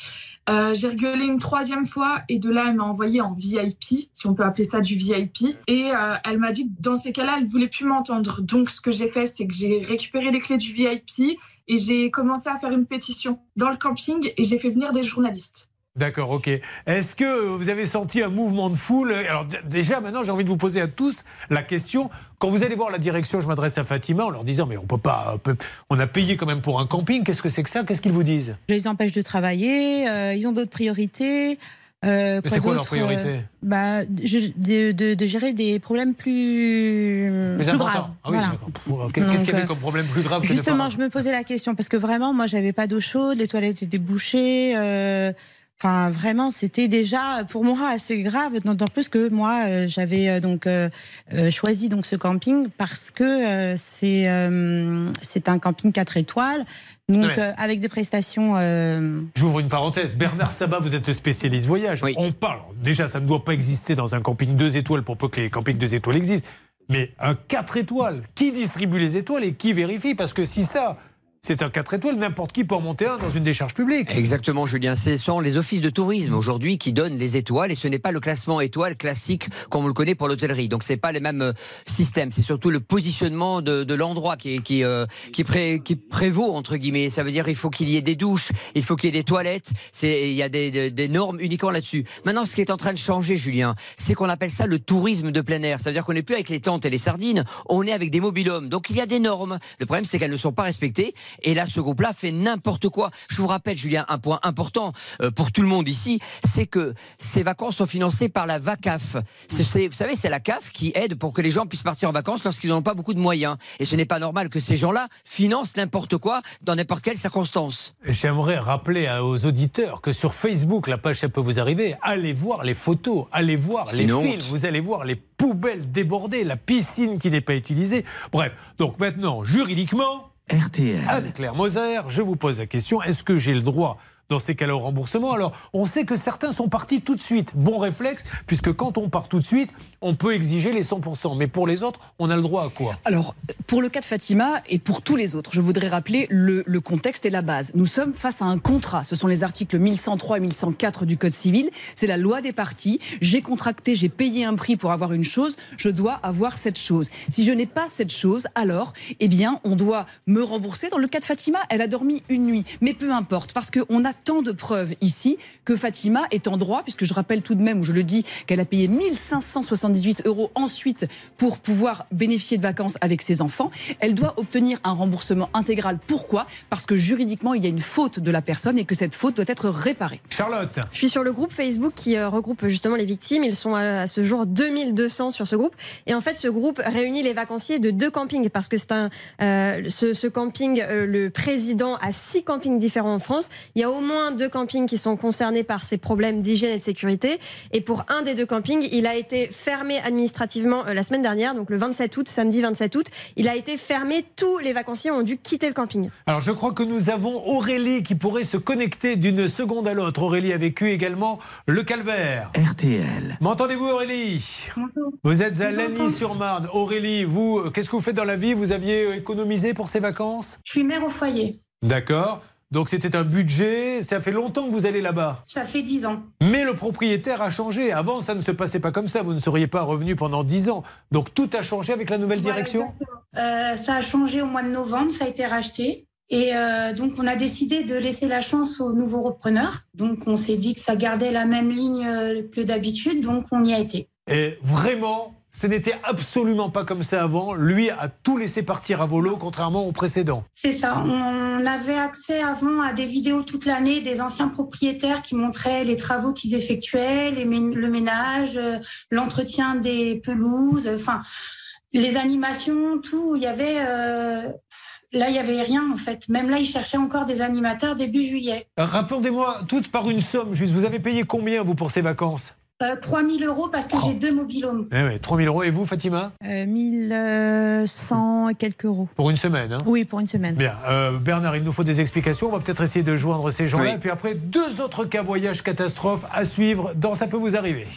Euh, j'ai rigolé une troisième fois et de là, elle m'a envoyé en V I P, si on peut appeler ça du V I P. Et euh, elle m'a dit que dans ces cas-là, elle voulait plus m'entendre. Donc, ce que j'ai fait, c'est que j'ai récupéré les clés du V I P et j'ai commencé à faire une pétition dans le camping et j'ai fait venir des journalistes. D'accord, ok. Est-ce que vous avez senti un mouvement de foule? Alors d- déjà, maintenant, j'ai envie de vous poser à tous la question. Quand vous allez voir la direction, je m'adresse à Fatima en leur disant, mais on peut pas, on, peut- on a payé quand même pour un camping. Qu'est-ce que c'est que ça? Qu'est-ce qu'ils vous disent? Je les empêche de travailler, euh, ils ont d'autres priorités. Euh, Mais c'est quoi leur d'autre, priorité? euh, bah, je- de, de- de gérer des problèmes plus, Plus plus important. graves. Ah oui, Voilà. d'accord. Pff, Qu'est-ce qu'il y Donc, avait euh, comme problème plus grave que de Justement, pas- je me posais la question parce que vraiment, moi, j'avais pas d'eau chaude, les toilettes étaient bouchées. euh, Enfin, vraiment, c'était déjà pour moi assez grave. D'autant plus que moi, euh, j'avais euh, donc euh, euh, choisi donc ce camping parce que euh, c'est euh, c'est un camping quatre étoiles, donc Ouais. euh, avec des prestations. euh, J'ouvre une parenthèse. Bernard Sabat, vous êtes le spécialiste voyage. On parle, déjà, ça ne doit pas exister dans un camping deux étoiles pour peu que les campings deux étoiles existent. Mais un quatre étoiles, qui distribue les étoiles et qui vérifie? Parce que si ça, c'est un quatre étoiles, n'importe qui peut en monter un dans une décharge publique. Exactement, Julien. Ce sont les offices de tourisme aujourd'hui qui donnent les étoiles et ce n'est pas le classement étoile classique comme on le connaît pour l'hôtellerie. Donc c'est pas les mêmes euh, systèmes. C'est surtout le positionnement de, de l'endroit qui, qui, euh, qui, pré, qui prévaut entre guillemets. Ça veut dire il faut qu'il y ait des douches, il faut qu'il y ait des toilettes. C'est il y a des, des, des normes uniquement là-dessus. Maintenant, ce qui est en train de changer, Julien, c'est qu'on appelle ça le tourisme de plein air. Ça veut dire qu'on n'est plus avec les tentes et les sardines, on est avec des mobil-homes. Donc il y a des normes. Le problème, c'est qu'elles ne sont pas respectées. Et là, ce groupe-là fait n'importe quoi. Je vous rappelle, Julien, un point important euh, pour tout le monde ici, c'est que ces vacances sont financées par la VACAF. C'est, c'est, vous savez, c'est la C A F qui aide pour que les gens puissent partir en vacances lorsqu'ils n'ont pas beaucoup de moyens. Et ce n'est pas normal que ces gens-là financent n'importe quoi dans n'importe quelle circonstance. J'aimerais rappeler à- aux auditeurs que sur Facebook, la page Ça peut vous arriver, allez voir les photos, allez voir C'est les une films, honte. vous allez voir les poubelles débordées, la piscine qui n'est pas utilisée. Bref, donc maintenant, juridiquement, R T L. Anne-Claire Moser, je vous pose la question, est-ce que j'ai le droit dans ces cas-là au remboursement? Alors, on sait que certains sont partis tout de suite. Bon réflexe, puisque quand on part tout de suite, on peut exiger les cent pour cent. Mais pour les autres, on a le droit à quoi? Alors, pour le cas de Fatima et pour tous les autres, je voudrais rappeler le, le contexte et la base. Nous sommes face à un contrat. Ce sont les articles mille cent trois et mille cent quatre du Code civil. C'est la loi des parties. J'ai contracté, j'ai payé un prix pour avoir une chose. Je dois avoir cette chose. Si je n'ai pas cette chose, alors, eh bien, on doit me rembourser. Dans le cas de Fatima, elle a dormi une nuit. Mais peu importe, parce qu'on a tant de preuves ici que Fatima est en droit, puisque je rappelle tout de même, ou je le dis, qu'elle a payé mille cinq cent soixante-dix-huit euros ensuite pour pouvoir bénéficier de vacances avec ses enfants. Elle doit obtenir un remboursement intégral. Pourquoi? Parce que juridiquement, il y a une faute de la personne et que cette faute doit être réparée. Charlotte. Je suis sur le groupe Facebook qui euh, regroupe justement les victimes. Ils sont à, à ce jour deux mille deux cents sur ce groupe. Et en fait, ce groupe réunit les vacanciers de deux campings parce que c'est un euh, ce, ce camping, euh, le président a six campings différents en France. Il y a au moins deux campings qui sont concernés par ces problèmes d'hygiène et de sécurité. Et pour un des deux campings, il a été fermé administrativement euh, la semaine dernière, donc le vingt-sept août, samedi vingt-sept août. Il a été fermé. Tous les vacanciers ont dû quitter le camping. Alors je crois que nous avons Aurélie qui pourrait se connecter d'une seconde à l'autre. Aurélie a vécu également le calvaire. R T L. M'entendez-vous Aurélie? Vous êtes à Lagny-sur-Marne. Aurélie, vous, euh, qu'est-ce que vous faites dans la vie? Vous aviez économisé pour ces vacances? Je suis mère au foyer. D'accord. Donc c'était un budget, ça fait longtemps que vous allez là-bas. Ça fait dix ans. Mais le propriétaire a changé. Avant, ça ne se passait pas comme ça. Vous ne seriez pas revenu pendant dix ans. Donc tout a changé avec la nouvelle direction? Euh, ça a changé au mois de novembre, ça a été racheté. Et euh, donc, on a décidé de laisser la chance aux nouveaux repreneurs. Donc, on s'est dit que ça gardait la même ligne euh, que d'habitude. Donc, on y a été. Et vraiment, ce n'était absolument pas comme ça avant. Lui a tout laissé partir à volo, contrairement au précédent. C'est ça. On avait accès avant à des vidéos toute l'année des anciens propriétaires qui montraient les travaux qu'ils effectuaient, les mé- le ménage, euh, l'entretien des pelouses, enfin, les animations, tout. Il y avait... Euh... Là, il n'y avait rien, en fait. Même là, ils cherchaient encore des animateurs début juillet. Répondez-moi toutes par une somme, juste. Vous avez payé combien, vous, pour ces vacances? Euh, trois mille euros parce que j'ai deux mobil-homes. Eh oui, trois mille euros. Et vous, Fatima? euh, mille cent et quelques euros. Pour une semaine, hein? Oui, pour une semaine. Bien. Euh, Bernard, il nous faut des explications. On va peut-être essayer de joindre ces gens-là. Oui. Et puis après, deux autres cas voyage catastrophe à suivre dans Ça peut vous arriver.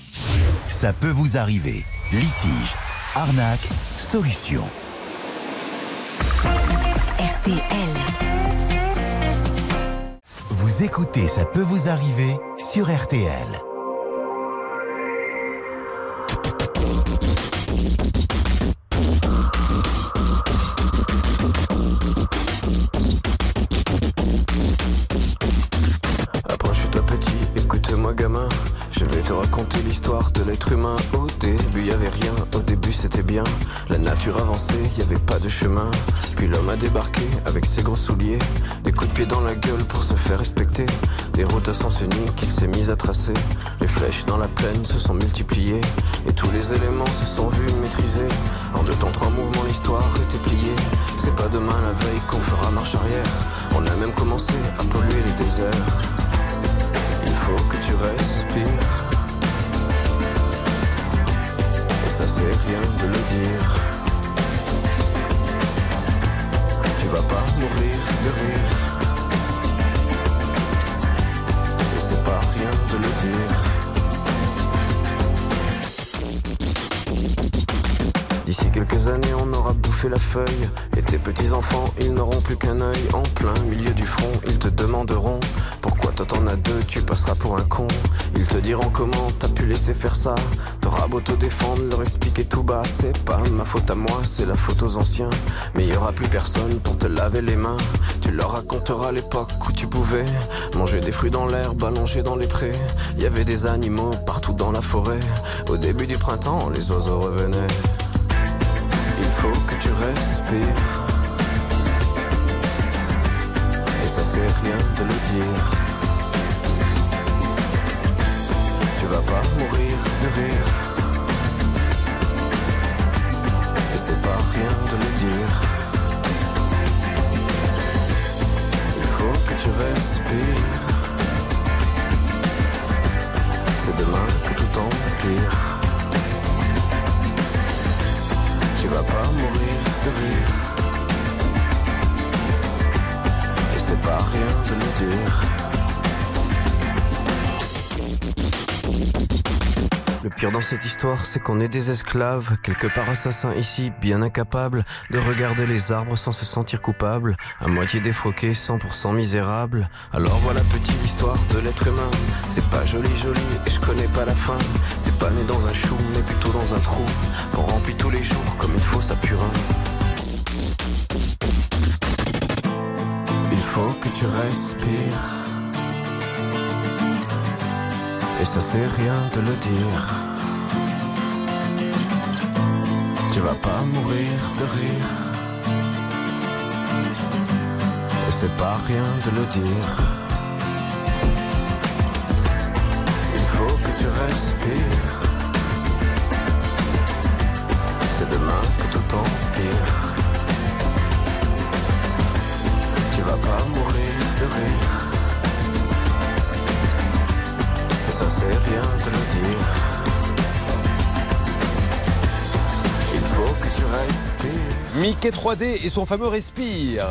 Ça peut vous arriver. Litige, arnaque, solution. R T L. Vous Vous écoutez Ça peut vous arriver sur R T L. Approche-toi petit, écoute-moi gamin. Je vais te raconter l'histoire de l'être humain. Au début y avait rien, au début c'était bien. La nature avançait, y avait pas de chemin. Puis l'homme a débarqué avec ses gros souliers, des coups de pied dans la gueule pour se faire respecter. Des routes à sens unique qu'il s'est mis à tracer. Les flèches dans la plaine se sont multipliées, et tous les éléments se sont vus maîtrisés. En deux temps, trois mouvements, l'histoire était pliée. C'est pas demain la veille qu'on fera marche arrière. On a même commencé à polluer les déserts. Il faut que tu respires, et ça c'est rien de le dire. Tu vas pas mourir de rire, et c'est pas rien de le dire. D'ici quelques années on aura bouffé la feuille, et tes petits enfants ils n'auront plus qu'un œil. En plein milieu du front ils te demanderont pourquoi toi t'en as deux, tu passeras pour un con. Ils te diront comment t'as pu laisser faire ça. T'auras beau te défendre, leur expliquer tout bas. C'est pas ma faute à moi, c'est la faute aux anciens. Mais y aura plus personne pour te laver les mains. Tu leur raconteras l'époque où tu pouvais manger des fruits dans l'herbe, allonger dans les prés. Y avait des animaux partout dans la forêt. Au début du printemps, les oiseaux revenaient. Il faut que tu respires, et ça c'est rien de le dire. Tu vas pas mourir de rire, et c'est pas rien de le dire. Il faut que tu respires, c'est demain que tout empire. Tu vas pas mourir de rire, et c'est pas rien de le dire. Le pire dans cette histoire, c'est qu'on est des esclaves, quelque part assassins ici, bien incapables de regarder les arbres sans se sentir coupables, à moitié défroqués, cent pour cent misérables. Alors voilà petite histoire de l'être humain, c'est pas joli joli et je connais pas la fin. T'es pas né dans un chou, mais plutôt dans un trou, qu'on remplit tous les jours comme il faut sa purin. Il faut que tu respires, et ça c'est rien de le dire. Tu vas pas mourir de rire, et c'est pas rien de le dire. Il faut que tu respires, c'est demain que tout empire. Tu vas pas mourir de rire, et ça c'est rien de le dire. Il faut que tu respires. Mickey trois D et son fameux respire.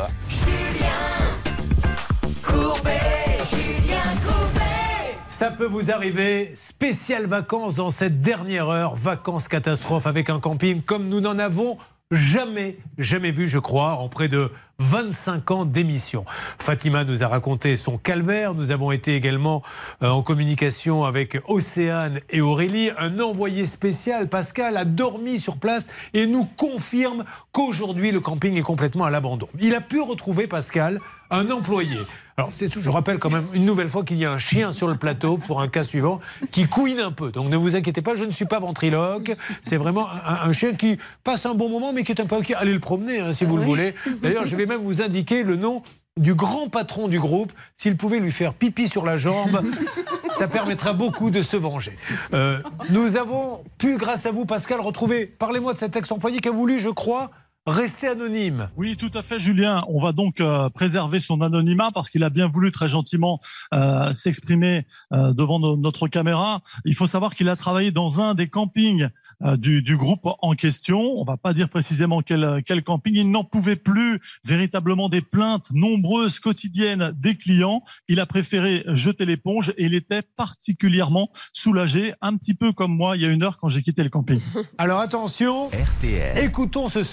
Ça peut vous arriver, spéciale vacances dans cette dernière heure, vacances catastrophes avec un camping comme nous n'en avons jamais, jamais vu, je crois, en près de vingt-cinq ans d'émission. Fatima nous a raconté son calvaire. Nous avons été également euh, en communication avec Océane et Aurélie. Un envoyé spécial, Pascal, a dormi sur place et nous confirme qu'aujourd'hui, le camping est complètement à l'abandon. Il a pu retrouver, Pascal, un employé. Alors, c'est, je rappelle quand même une nouvelle fois qu'il y a un chien sur le plateau pour un cas suivant qui couine un peu. Donc ne vous inquiétez pas, je ne suis pas ventriloque. C'est vraiment un, un chien qui passe un bon moment mais qui est un peu inquiet. Allez le promener hein, si vous oui. le voulez. D'ailleurs, je vais même vous indiquer le nom du grand patron du groupe. S'il pouvait lui faire pipi sur la jambe, ça permettra beaucoup de se venger. Euh, nous avons pu, grâce à vous, Pascal, retrouver... Parlez-moi de cet ex-employé qui a voulu, je crois... Rester anonyme. Oui, tout à fait, Julien. On va donc euh, préserver son anonymat parce qu'il a bien voulu très gentiment euh, s'exprimer euh, devant no- notre caméra. Il faut savoir qu'il a travaillé dans un des campings euh, du, du groupe en question. On va pas dire précisément quel, quel camping. Il n'en pouvait plus véritablement des plaintes nombreuses quotidiennes des clients. Il a préféré jeter l'éponge et il était particulièrement soulagé, un petit peu comme moi il y a une heure quand j'ai quitté le camping. Alors attention, R T L. Écoutons ce son. Les clients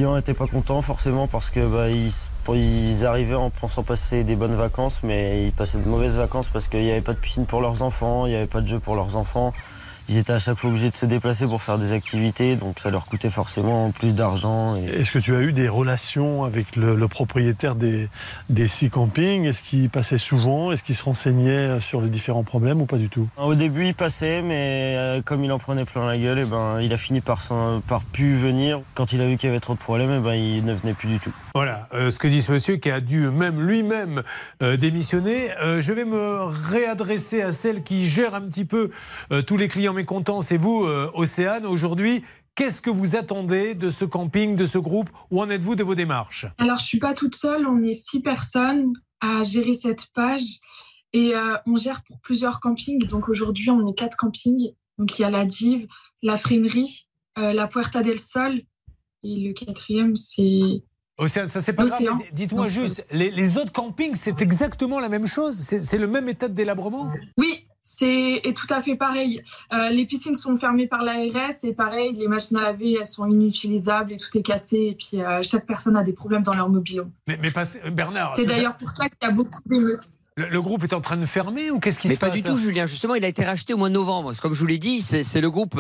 clients n'étaient pas contents forcément parce que bah, ils, ils arrivaient en pensant passer des bonnes vacances, mais ils passaient de mauvaises vacances parce qu'il n'y avait pas de piscine pour leurs enfants, il n'y avait pas de jeu pour leurs enfants. Ils étaient à chaque fois obligés de se déplacer pour faire des activités, donc ça leur coûtait forcément plus d'argent. Et... Est-ce que tu as eu des relations avec le, le propriétaire des, des six campings? Est-ce qu'il passait souvent? Est-ce qu'il se renseignait sur les différents problèmes ou pas du tout? Au début, il passait, mais euh, comme il en prenait plein la gueule, et ben, il a fini par, par plus venir. Quand il a vu qu'il y avait trop de problèmes, et ben, il ne venait plus du tout. Voilà euh, ce que dit ce monsieur qui a dû même lui-même euh, démissionner. Euh, je vais me réadresser à celle qui gère un petit peu euh, tous les clients mécontents. C'est vous, euh, Océane, aujourd'hui. Qu'est-ce que vous attendez de ce camping, de ce groupe? Où en êtes-vous de vos démarches? Alors, je ne suis pas toute seule. On est six personnes à gérer cette page. Et euh, on gère pour plusieurs campings. Donc, aujourd'hui, on est quatre campings. Donc, il y a la Dive, la Freinerie, euh, la Puerta del Sol. Et le quatrième, c'est... Océane, ça c'est pas grave. Dites-moi juste, les, les autres campings, c'est exactement la même chose? C'est, c'est le même état de délabrement? Oui, c'est et tout à fait pareil. Euh, les piscines sont fermées par l'A R S et pareil, les machines à laver, elles sont inutilisables et tout est cassé. Et puis euh, chaque personne a des problèmes dans leur mobil-home. Mais, mais pas, Bernard... C'est d'ailleurs ça... pour ça qu'il y a beaucoup d'émeutes. Le, le groupe est en train de fermer ou qu'est-ce qui Mais se passe? Mais pas du tout, Julien. Justement, il a été racheté au mois de novembre. Comme je vous l'ai dit, c'est, c'est le groupe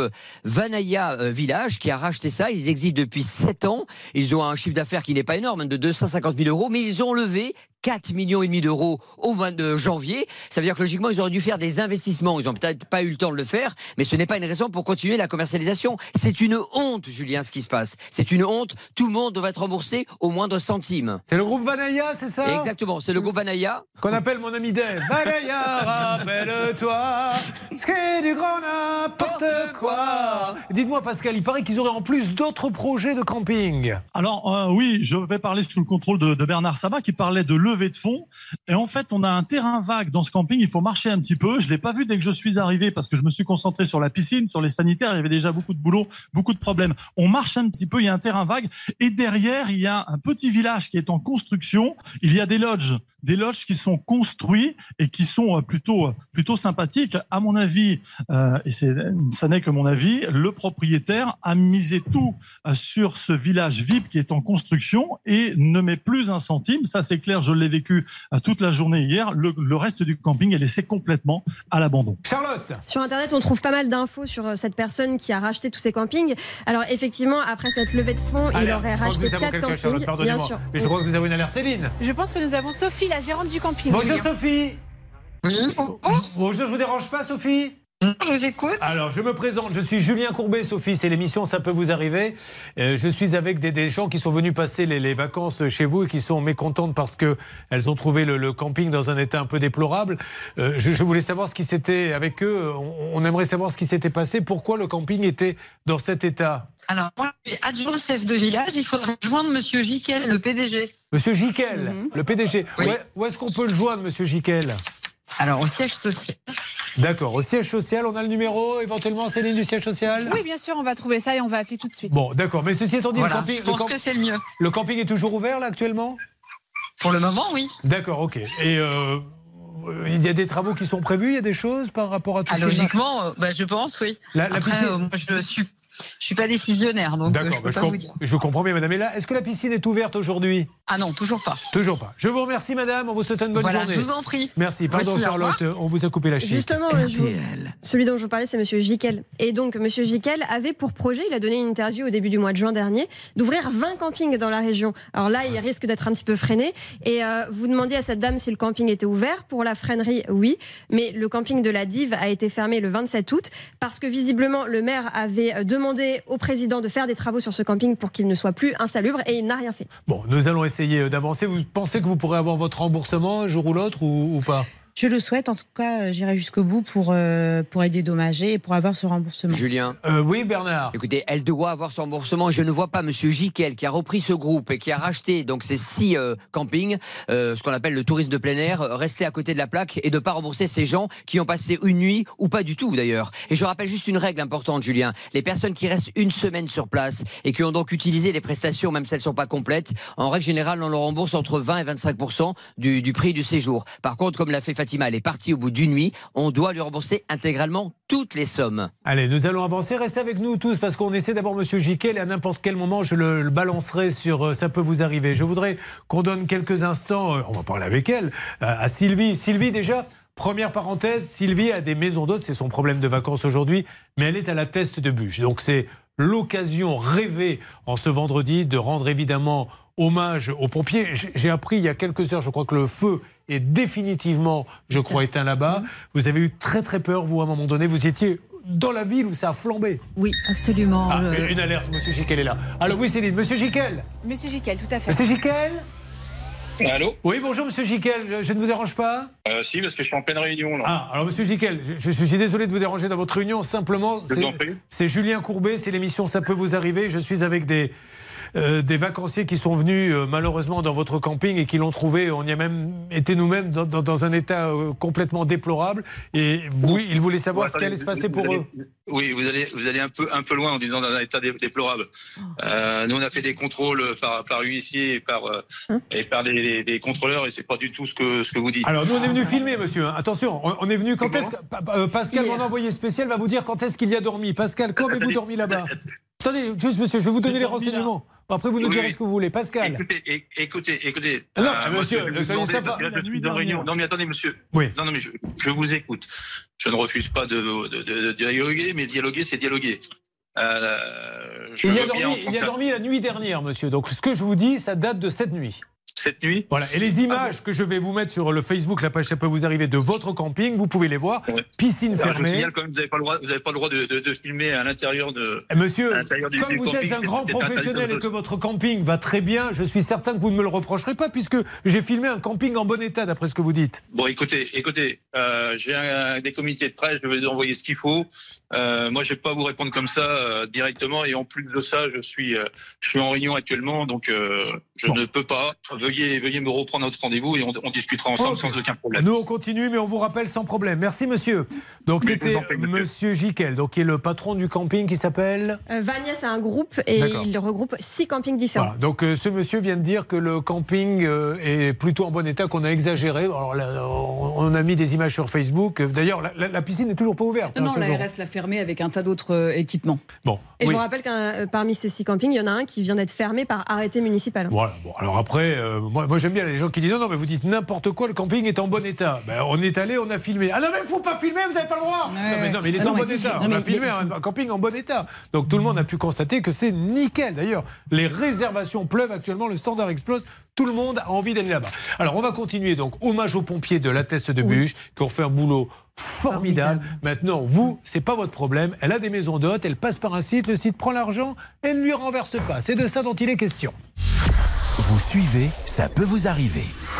Vanaya Village qui a racheté ça. Ils existent depuis sept ans. Ils ont un chiffre d'affaires qui n'est pas énorme, de deux cent cinquante mille euros, mais ils ont levé quatre virgule cinq millions d'euros au mois de janvier. Ça veut dire que logiquement, ils auraient dû faire des investissements. Ils n'ont peut-être pas eu le temps de le faire, mais ce n'est pas une raison pour continuer la commercialisation. C'est une honte, Julien, ce qui se passe. C'est une honte. Tout le monde devrait être remboursé au moindre centime. C'est le groupe Vanaya, c'est ça? Exactement, c'est le groupe Vanaya. Qu'on appelle mon ami Dave. Vanaya, rappelle-toi, ce qui est du grand n'importe quoi. Dites-moi, Pascal, il paraît qu'ils auraient en plus d'autres projets de camping. Alors, euh, oui, je vais parler sous le contrôle de, de Bernard Sabat qui parlait de levée de fonds. Et en fait, on a un terrain vague dans ce camping. Il faut marcher un petit peu. Je ne l'ai pas vu dès que je suis arrivé parce que je me suis concentré sur la piscine, sur les sanitaires. Il y avait déjà beaucoup de boulot, beaucoup de problèmes. On marche un petit peu. Il y a un terrain vague. Et derrière, il y a un petit village qui est en construction. Il y a des lodges, des lodges qui sont construits et qui sont plutôt, plutôt sympathiques. À mon avis, euh, et c'est, ça n'est que mon avis, le propriétaire a misé tout sur ce village V I P qui est en construction et ne met plus un centime. Ça, c'est clair. Je l'ai vécu toute la journée hier. Le, le reste du camping est laissé complètement à l'abandon. Charlotte. Sur Internet, on trouve pas mal d'infos sur cette personne qui a racheté tous ces campings. Alors effectivement, après cette levée de fonds, Allez, il aurait racheté quatre campings. Charlotte, bien sûr. Mais je crois que vous avez une alerte, Céline. Je pense que nous avons Sophie, la gérante du camping. Bonjour Julien. Sophie. Oui. Bonjour, je vous dérange pas, Sophie? Je vous écoute. Alors, je me présente, je suis Julien Courbet, Sophie, c'est l'émission Ça peut vous arriver. Euh, je suis avec des, des gens qui sont venus passer les, les vacances chez vous et qui sont mécontentes parce qu'elles ont trouvé le, le camping dans un état un peu déplorable. Euh, je, je voulais savoir ce qui s'était, avec eux, on, on aimerait savoir ce qui s'était passé, pourquoi le camping était dans cet état. Alors, moi, je suis adjoint chef de village, il faudrait joindre Monsieur Jiquel, le P D G. Monsieur Jiquel, mm-hmm. le P D G. Oui. Où, est, où est-ce qu'on peut le joindre, Monsieur Jiquel? Alors, au siège social. D'accord, au siège social, on a le numéro, éventuellement, Céline, du siège social? Oui, bien sûr, on va trouver ça et on va appeler tout de suite. Bon, d'accord, mais ceci étant dit, voilà, le camping... je pense le camp... que c'est le mieux. Le camping est toujours ouvert, là, actuellement? Pour le moment, oui. D'accord, ok. Et euh, il y a des travaux qui sont prévus, il y a des choses par rapport à tout ah, ce qui logiquement, euh, bah, je pense, oui. La, la Après, piscine... euh, moi, je suis... Je suis pas décisionnaire, donc D'accord, je peux bah, pas je, vous com- dire. je comprends bien, madame. Et là, est-ce que la piscine est ouverte aujourd'hui? Ah non, toujours pas. Toujours pas. Je vous remercie, madame. On vous souhaite une bonne voilà, journée. Je vous en prie. Merci. Pardon, Voici, Charlotte, on vous a coupé la chic. Justement, je vous... celui dont je vous parlais, c'est Monsieur Jiquel. Et donc, Monsieur Jiquel avait pour projet, il a donné une interview au début du mois de juin dernier, d'ouvrir vingt campings dans la région. Alors là, il risque d'être un petit peu freiné. Et euh, vous demandiez à cette dame si le camping était ouvert. Pour la Freinerie, oui. Mais le camping de la Dive a été fermé le vingt-sept août parce que visiblement, le maire avait demandé au président de faire des travaux sur ce camping pour qu'il ne soit plus insalubre et il n'a rien fait. Bon, nous allons essayer d'avancer. Vous pensez que vous pourrez avoir votre remboursement un jour ou l'autre ou, ou pas? Je le souhaite, en tout cas, j'irai jusqu'au bout pour, euh, pour être dédommagé et pour avoir ce remboursement. Julien. Euh, oui, Bernard. Écoutez, elle doit avoir son remboursement. Je ne vois pas Monsieur Jiquel qui a repris ce groupe et qui a racheté donc ces six euh, campings, euh, ce qu'on appelle le tourisme de plein air, euh, rester à côté de la plaque et de ne pas rembourser ces gens qui ont passé une nuit ou pas du tout d'ailleurs. Et je rappelle juste une règle importante, Julien. Les personnes qui restent une semaine sur place et qui ont donc utilisé les prestations, même si elles ne sont pas complètes, en règle générale, on leur rembourse entre vingt et vingt-cinq pour cent du, du prix du séjour. Par contre, comme l'a fait Fatih Fatima, elle est partie au bout d'une nuit, on doit lui rembourser intégralement toutes les sommes. Allez, nous allons avancer. Restez avec nous tous parce qu'on essaie d'avoir Monsieur Jiquel et à n'importe quel moment, je le, le balancerai sur euh, Ça peut vous arriver. Je voudrais qu'on donne quelques instants, euh, on va parler avec elle, euh, à Sylvie. Sylvie, déjà, première parenthèse, Sylvie a des maisons d'hôtes, c'est son problème de vacances aujourd'hui, mais elle est à la Teste de Buch. Donc c'est l'occasion rêvée en ce vendredi de rendre évidemment hommage aux pompiers. J'ai appris il y a quelques heures, je crois que le feu est définitivement, je crois, éteint là-bas. Vous avez eu très très peur, vous, à un moment donné. Vous étiez dans la ville où ça a flambé. Oui, absolument. Ah, Je- une alerte, Monsieur Jiquel est là. Alors oui, Céline, Monsieur Jiquel. Monsieur Jiquel, tout à fait. Monsieur Jiquel. Allô ? Oui, bonjour Monsieur Jiquel, je, je ne vous dérange pas ? Euh, si, parce que je suis en pleine réunion là. Ah, alors Monsieur Jiquel, je, je suis désolé de vous déranger dans votre réunion, simplement, Je c'est- vous en prie. c'est Julien Courbet, c'est l'émission Ça peut vous arriver, je suis avec des... euh, des vacanciers qui sont venus euh, malheureusement dans votre camping et qui l'ont trouvé, on y a même été nous-mêmes dans, dans- dans un état euh, complètement déplorable et vous, ils voulaient savoir Ouais, ce qui allait se passer vous pour allez- eux. Oui, vous allez, vous allez un peu, un peu loin en disant dans un état dé- déplorable. Euh, nous, on a fait des contrôles par, par huissier et par, euh, et par les, les- les contrôleurs et c'est pas du tout ce que, ce que vous dites. Alors nous on est venu filmer monsieur, hein. Attention, on, on est venu quand est-ce que... Pa- pa- euh, Pascal, Hier. mon envoyé spécial, va vous dire quand est-ce qu'il y a dormi. Pascal, quand avez-vous dormi là-bas? Attendez, juste monsieur, je vais vous donner les renseignements. Après vous nous Oui, direz oui. ce que vous voulez. Pascal. Écoutez, é- écoutez, écoutez. Ah non, Euh, mais moi, monsieur, ce que je vais ne vous soyez demander, sympa. parce que là, La je nuit suis en réunion. dernière. Non, mais attendez, monsieur. Oui. Non, non, mais je, je vous écoute. Je ne refuse pas de, de, de- de dialoguer, mais dialoguer, c'est dialoguer. Euh, je Il y, a veux bien dormi, il y a entendre dormi la nuit dernière, monsieur. Donc ce que je vous dis, ça date de cette nuit. Cette nuit. Voilà. Et les images que je vais vous mettre sur le Facebook, la page Ça peut vous arriver de votre camping, vous pouvez les voir. Piscine Alors, je vous fermée. signale quand même, vous n'avez pas le droit, vous avez pas le droit de, de- de filmer à l'intérieur de. Eh, Monsieur, à l'intérieur du- comme du vous camping, êtes un c'est- grand c'est interdit professionnel de- et que votre camping va très bien, je suis certain que vous ne me le reprocherez pas puisque j'ai filmé un camping en bon état d'après ce que vous dites. Bon, écoutez, écoutez, euh, j'ai un, des comités de presse, je vais vous envoyer ce qu'il faut. Euh, moi, je vais pas vous répondre comme ça euh, directement, et en plus de ça, je suis, euh, je suis en réunion actuellement, donc euh, je ne peux pas. Veuillez, veuillez me reprendre notre rendez-vous et on, on discutera ensemble Ok. sans aucun problème. Nous, on continue, mais on vous rappelle sans problème. Merci, monsieur. Donc, Mais je c'était vous en prie, monsieur. monsieur Jiquel, donc, qui est le patron du camping qui s'appelle. Euh, Vania, c'est un groupe et D'accord. il regroupe six campings différents. Voilà. Donc, euh, ce monsieur vient de dire que le camping euh, est plutôt en bon état, qu'on a exagéré. Alors, là, on, on a mis des images sur Facebook. D'ailleurs, la, la- la piscine n'est toujours pas ouverte. Non, hein, non, ce la jour. R S l'a fermé avec un tas d'autres euh, équipements. Bon. Et oui. je vous rappelle qu'un euh, parmi ces six campings, il y en a un qui vient d'être fermé par arrêté municipal. Voilà. Bon, alors après, euh, moi, moi j'aime bien les gens qui disent non, non, mais vous dites n'importe quoi, le camping est en bon état. Ben, on est allé, on a filmé. Ah non, mais il faut pas filmer, vous n'avez pas le droit. Ouais, non, mais, non, mais il est ah en non, bon mais- état. non, On a mais- filmé un, un camping en bon état. Donc tout le monde a pu constater que c'est nickel. D'ailleurs, les réservations pleuvent actuellement, le standard explose. Tout le monde a envie d'aller là-bas. Alors on va continuer. Donc, hommage aux pompiers de la Teste de Buch qui ont fait un boulot formidable. Maintenant, vous, c'est pas votre problème. Elle a des maisons d'hôtes, elle passe par un site, le site prend l'argent et ne lui renverse pas. C'est de ça dont il est question. Vous suivez, ça peut vous arriver.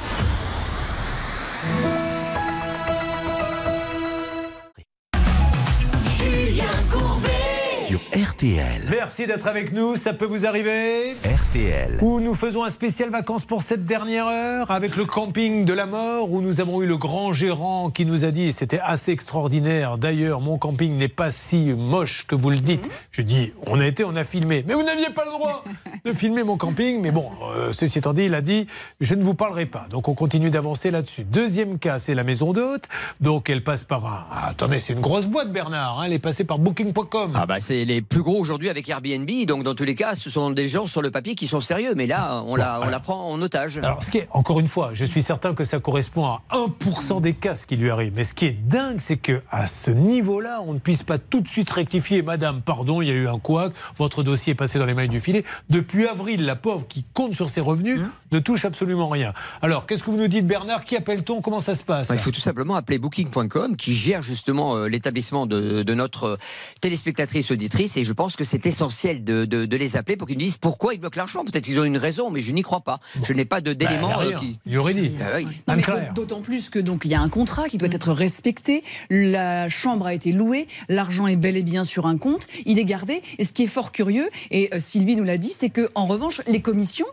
Julien Courbet. Sur R T L. Merci d'être avec nous, ça peut vous arriver. R T L. Où nous faisons un spécial vacances pour cette dernière heure avec le camping de la mort où nous avons eu le grand gérant qui nous a dit, et c'était assez extraordinaire, d'ailleurs mon camping n'est pas si moche que vous le dites. Je dis, on a été, on a filmé, mais vous n'aviez pas le droit de filmer mon camping, mais bon, euh, ceci étant dit, il a dit, je ne vous parlerai pas. Donc on continue d'avancer là-dessus. Deuxième cas, c'est la maison d'hôte, donc elle passe par un... Ah, attendez, c'est une grosse boîte Bernard, hein, elle est passée par booking point com. Ah bah c'est les plus gros aujourd'hui avec Airbnb, donc dans tous les cas, ce sont des gens sur le papier qui sont sérieux, mais là, on, la, on la prend en otage. Alors, ce qui est, encore une fois, je suis certain que ça correspond à un pour cent des cas ce qui lui arrive. Mais ce qui est dingue, c'est qu'à ce niveau-là, on ne puisse pas tout de suite rectifier. Madame, pardon, il y a eu un couac, votre dossier est passé dans les mailles du filet. Depuis avril, la pauvre qui compte sur ses revenus Mmh. ne touche absolument rien. Alors, qu'est-ce que vous nous dites, Bernard? Qui appelle-t-on? Comment ça se passe? Bah, il faut tout simplement appeler booking point com qui gère justement euh, l'établissement de, de notre euh, téléspectatrice auditrice, et je pense que c'est essentiel de, de, de les appeler pour qu'ils nous disent pourquoi ils bloquent l'argent. Peut-être qu'ils ont une raison, mais je n'y crois pas. Je n'ai pas de- d'éléments Bah, euh, rien. qui... Il y aurait dit. Ah oui. Non, mais d'aut- D'autant plus que donc il y a un contrat qui doit être respecté. La chambre a été louée, l'argent est bel et bien sur un compte, il est gardé. Et ce qui est fort curieux, et euh, Sylvie nous l'a dit, c'est que en revanche les commissions,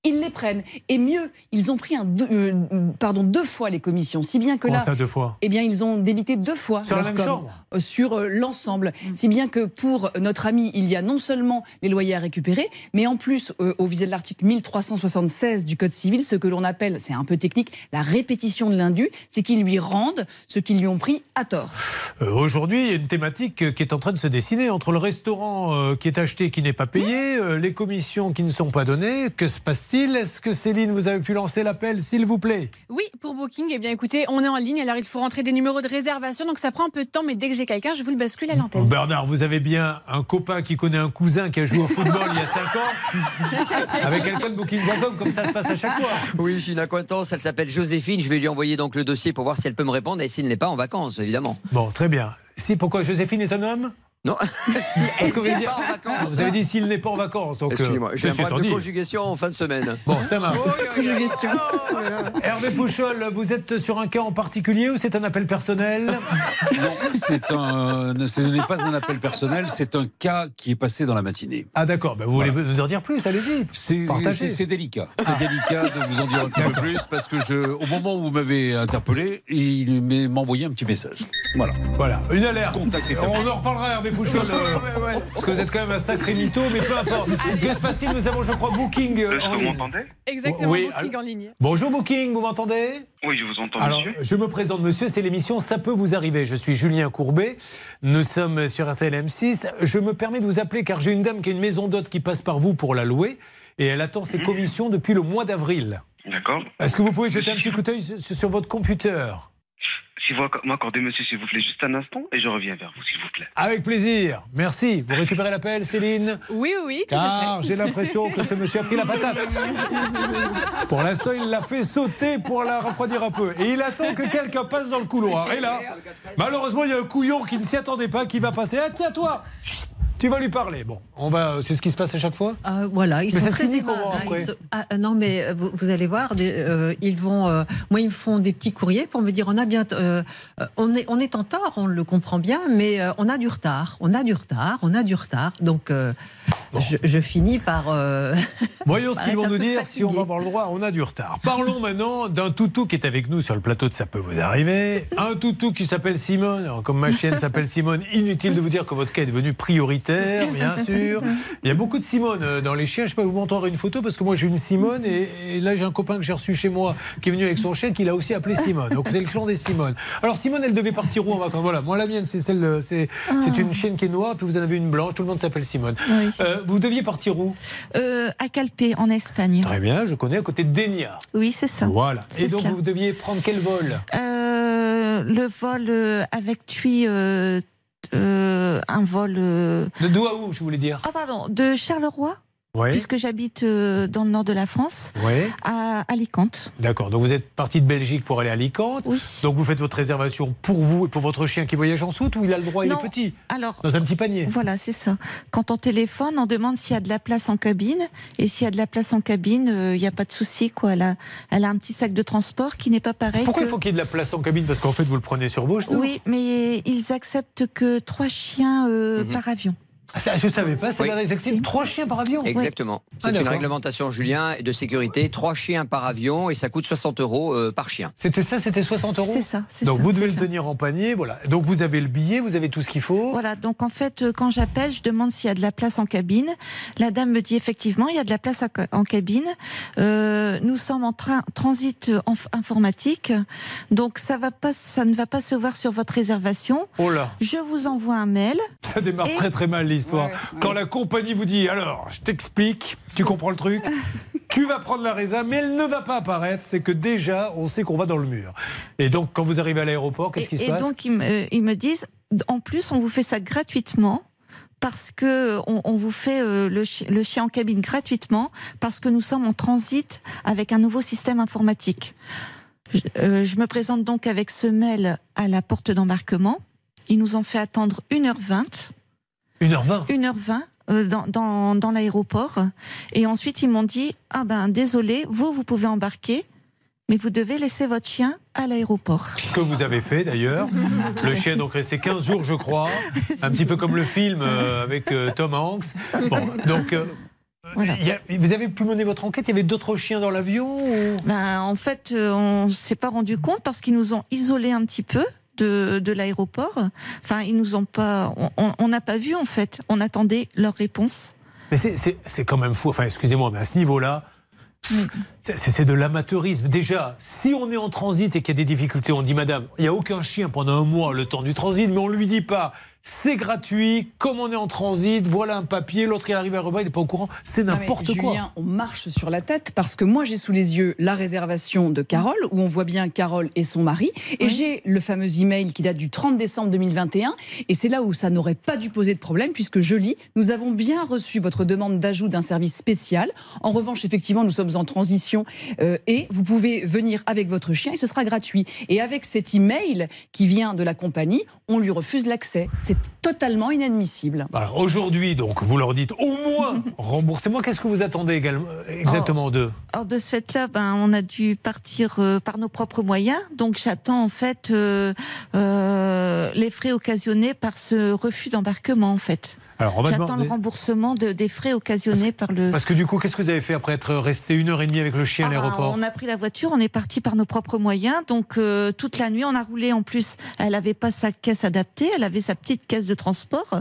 ils les prennent. Et mieux, ils ont pris un deux, euh, pardon, deux fois les commissions. Si bien que Comment là. ça, deux fois Eh bien, ils ont débité deux fois. Sur la leur même com, chambre euh, Sur euh, l'ensemble. Si bien que pour notre ami, il y a non seulement les loyers à récupérer, mais en plus, euh, au visé de l'article mille trois cent soixante-seize du Code civil, ce que l'on appelle, c'est un peu technique, la répétition de l'indu, c'est qu'ils lui rendent ce qu'ils lui ont pris à tort. Euh, Aujourd'hui, il y a une thématique euh, qui est en train de se dessiner entre le restaurant euh, qui est acheté, qui n'est pas payé, euh, les commissions qui ne sont pas données. Que se passe-t-il? Est-ce que Céline, vous avez pu lancer l'appel, s'il vous plaît? Oui, pour Booking, eh bien écoutez, on est en ligne, alors il faut rentrer des numéros de réservation, donc ça prend un peu de temps, mais dès que j'ai quelqu'un, je vous le bascule à l'antenne. Bernard, vous avez bien un copain qui connaît un cousin qui a joué au football il y a cinq ans avec quelqu'un de booking point com, comme ça se passe à chaque fois. Oui, j'ai une acquaintance, elle s'appelle Joséphine. Je vais lui envoyer donc le dossier pour voir si elle peut me répondre et s'il n'est pas en vacances, évidemment. Bon, très bien. Si, pourquoi Joséphine est un homme? Non, si Parce que vous, avez dit, pas en vacances. vous avez dit s'il n'est pas en vacances. Donc, excusez-moi, euh, j'ai un ceci problème de étant dit. conjugation en fin de semaine. Bon, ça marche. Conjugation. Hervé Pouchol, vous êtes sur un cas en particulier ou c'est un appel personnel? Non, c'est un, ce n'est pas un appel personnel, c'est un cas qui est passé dans la matinée. Ah d'accord, ben vous Voilà. voulez nous en dire plus, allez-y. C'est Partagez. c'est- c'est délicat. C'est délicat de vous en dire un petit peu plus parce que je, au moment où vous m'avez interpellé, il m'a envoyé un petit message. Voilà. Voilà, une alerte. Contact établi. On en reparlera, Hervé Pouchol. euh, Parce que vous êtes quand même un sacré mytho, mais peu importe. Que se passe-t-il? Nous avons, je crois, Booking euh, Est-ce en que vous ligne. m'entendez? Exactement, Oui, Booking alors- en ligne. Bonjour Booking, vous m'entendez? Oui, je vous entends, Alors, monsieur. je me présente, monsieur, c'est l'émission Ça peut vous arriver. Je suis Julien Courbet, nous sommes sur R T L M six. Je me permets de vous appeler car j'ai une dame qui a une maison d'hôte qui passe par vous pour la louer et elle attend ses commissions depuis le mois d'avril. D'accord. Est-ce que vous pouvez jeter un petit coup d'œil sur, sur votre computer? Si vous m'accordez, monsieur, s'il vous plaît, juste un instant, et je reviens vers vous, s'il vous plaît. Avec plaisir, merci. Vous récupérez l'appel, Céline? Oui, oui, oui, tout à Car fait. j'ai l'impression que ce monsieur a pris la patate. Pour l'instant, il l'a fait sauter pour la refroidir un peu. Et il attend que quelqu'un passe dans le couloir. Et là, malheureusement, il y a un couillon qui ne s'y attendait pas, qui va passer. Ah tiens, toi, tu vas lui parler. Bon, on va. C'est ce qui se passe à chaque fois. Euh, voilà, ils Mais sont ça se très finit aimables, comment hein, après ils sont- ah, euh, non, mais euh, vous, vous allez voir, des, euh, ils vont. euh, moi, ils me font des petits courriers pour me dire on a bien, euh, euh, on est, on est en tort, on le comprend bien, mais euh, on a du retard, on a du retard, on a du retard. Donc, euh, je, je finis par. euh, Voyons ce par qu'ils être vont un nous peu dire, fatiguée. si on va avoir le droit. On a du retard. Parlons maintenant d'un toutou qui est avec nous sur le plateau de Ça peut vous arriver. Un toutou qui s'appelle Simone. Alors, comme ma chienne s'appelle Simone, inutile de vous dire que votre cas est devenu prioritaire, bien sûr. Il y a beaucoup de Simone euh, dans les chiens. Je ne sais pas, vous montrer une photo parce que moi j'ai une Simone et, et là j'ai un copain que j'ai reçu chez moi qui est venu avec son chien qui l'a aussi appelé Simone. Donc c'est le clan des Simone. Alors Simone, elle devait partir où en vacances? Voilà, moi la mienne c'est celle, de- c'est c'est une chienne qui est noire, puis vous en avez une blanche. Tout le monde s'appelle Simone. Oui. Euh, vous deviez partir où? Euh, à Calpe, en Espagne. Très bien, je connais, à côté de Dénia. Oui, c'est ça. Voilà. C'est Et donc, cela. vous deviez prendre quel vol? Euh, le vol euh, avec TUI, euh, euh, un vol. euh, De d'où à où, je voulais dire? Ah, pardon, de Charleroi, Oui. puisque j'habite euh, dans le nord de la France, Oui. à Alicante. D'accord. Donc, vous êtes parti de Belgique pour aller à Alicante. Oui. Donc, vous faites votre réservation pour vous et pour votre chien qui voyage en soute ou il a le droit, il Non. est petit? Alors, Dans un petit panier. Voilà, c'est ça. Quand on téléphone, on demande s'il y a de la place en cabine. Et s'il y a de la place en cabine, euh, il n'y a pas de souci, quoi. Elle a, elle a un petit sac de transport qui n'est pas pareil. Pourquoi que... il faut qu'il y ait de la place en cabine? Parce qu'en fait, vous le prenez sur vos genoux. Oui, mais ils acceptent que trois chiens euh, Mhm. par avion. Ah, ça, je ne savais pas, ça Oui. va réaccepter trois chiens par avion? Exactement. Ah, C'est une d'accord. réglementation, Julien, de sécurité. Trois chiens par avion et ça coûte soixante euros euh, par chien. C'était ça, c'était soixante euros? C'est ça, c'est Donc, ça, vous devez c'est le ça. tenir en panier, voilà. Donc, vous avez le billet, vous avez tout ce qu'il faut. Voilà, donc en fait, euh, quand j'appelle, je demande s'il y a de la place en cabine. La dame me dit effectivement, il y a de la place à ca- en cabine. Euh, nous sommes en train transit en- informatique, donc ça va pas, ça ne va pas se voir sur votre réservation. Oh là. Je vous envoie un mail. Ça démarre très très mal l'histoire. Quand la compagnie vous dit alors, je t'explique, tu comprends le truc, tu vas prendre la résa, mais elle ne va pas apparaître, c'est que déjà on sait qu'on va dans le mur. Et donc quand vous arrivez à l'aéroport, qu'est-ce qui se Et passe? donc ils me, euh, ils me disent, en plus, on vous fait ça gratuitement. Parce que on, on vous fait euh, le, chi- le chien en cabine gratuitement, parce que nous sommes en transit avec un nouveau système informatique. Je, euh, je me présente donc avec ce mail à la porte d'embarquement. Ils nous ont fait attendre une heure vingt. une heure vingt une heure vingt euh, dans, dans, dans l'aéroport. Et ensuite, ils m'ont dit, ah ben désolé, vous, vous pouvez embarquer, mais vous devez laisser votre chien à l'aéroport. Ce que vous avez fait d'ailleurs. Le chien est donc resté quinze jours, je crois. Un petit peu comme le film euh, avec euh, Tom Hanks. Bon, donc, euh, Voilà. Il y a- vous avez pu mener votre enquête, il y avait d'autres chiens dans l'avion ou... Ben, en fait, euh, on ne s'est pas rendu compte parce qu'ils nous ont isolés un petit peu de, de l'aéroport. Enfin, ils nous ont pas. On n'a pas vu en fait. On attendait leur réponse. Mais c'est- c'est c'est quand même fou. Enfin, excusez-moi, mais à ce niveau-là, c'est c'est de l'amateurisme. Déjà, si on est en transit et qu'il y a des difficultés, on dit madame, il n'y a aucun chien pendant un mois le temps du transit, mais on ne lui dit pas. C'est gratuit, comme on est en transit, voilà un papier, l'autre il arrive à Rebas, il n'est pas au courant, c'est Non, mais n'importe quoi. Julien, on marche sur la tête parce que moi j'ai sous les yeux la réservation de Carole où on voit bien Carole et son mari et j'ai le fameux email qui date du trente décembre deux mille vingt et un et c'est là où ça n'aurait pas dû poser de problème puisque je lis, nous avons bien reçu votre demande d'ajout d'un service spécial. En revanche, effectivement, nous sommes en transition euh, et vous pouvez venir avec votre chien et ce sera gratuit. Et avec cet email qui vient de la compagnie, on lui refuse l'accès. C'est totalement inadmissible. Alors aujourd'hui, donc, vous leur dites au moins remboursez-moi. Qu'est-ce que vous attendez également, exactement d'eux? Alors de ce fait-là, ben, on a dû partir euh, par nos propres moyens. Donc j'attends en fait euh, euh, les frais occasionnés par ce refus d'embarquement en fait. Alors, on va J'attends demander- le remboursement de, des frais occasionnés par le. Parce que du coup, qu'est-ce que vous avez fait après être resté une heure et demie avec le chien à Ah ben, l'aéroport? on a pris la voiture, on est parti par nos propres moyens. Donc euh, toute la nuit, on a roulé. En plus, elle n'avait pas sa caisse adaptée, elle avait sa petite caisse de transport.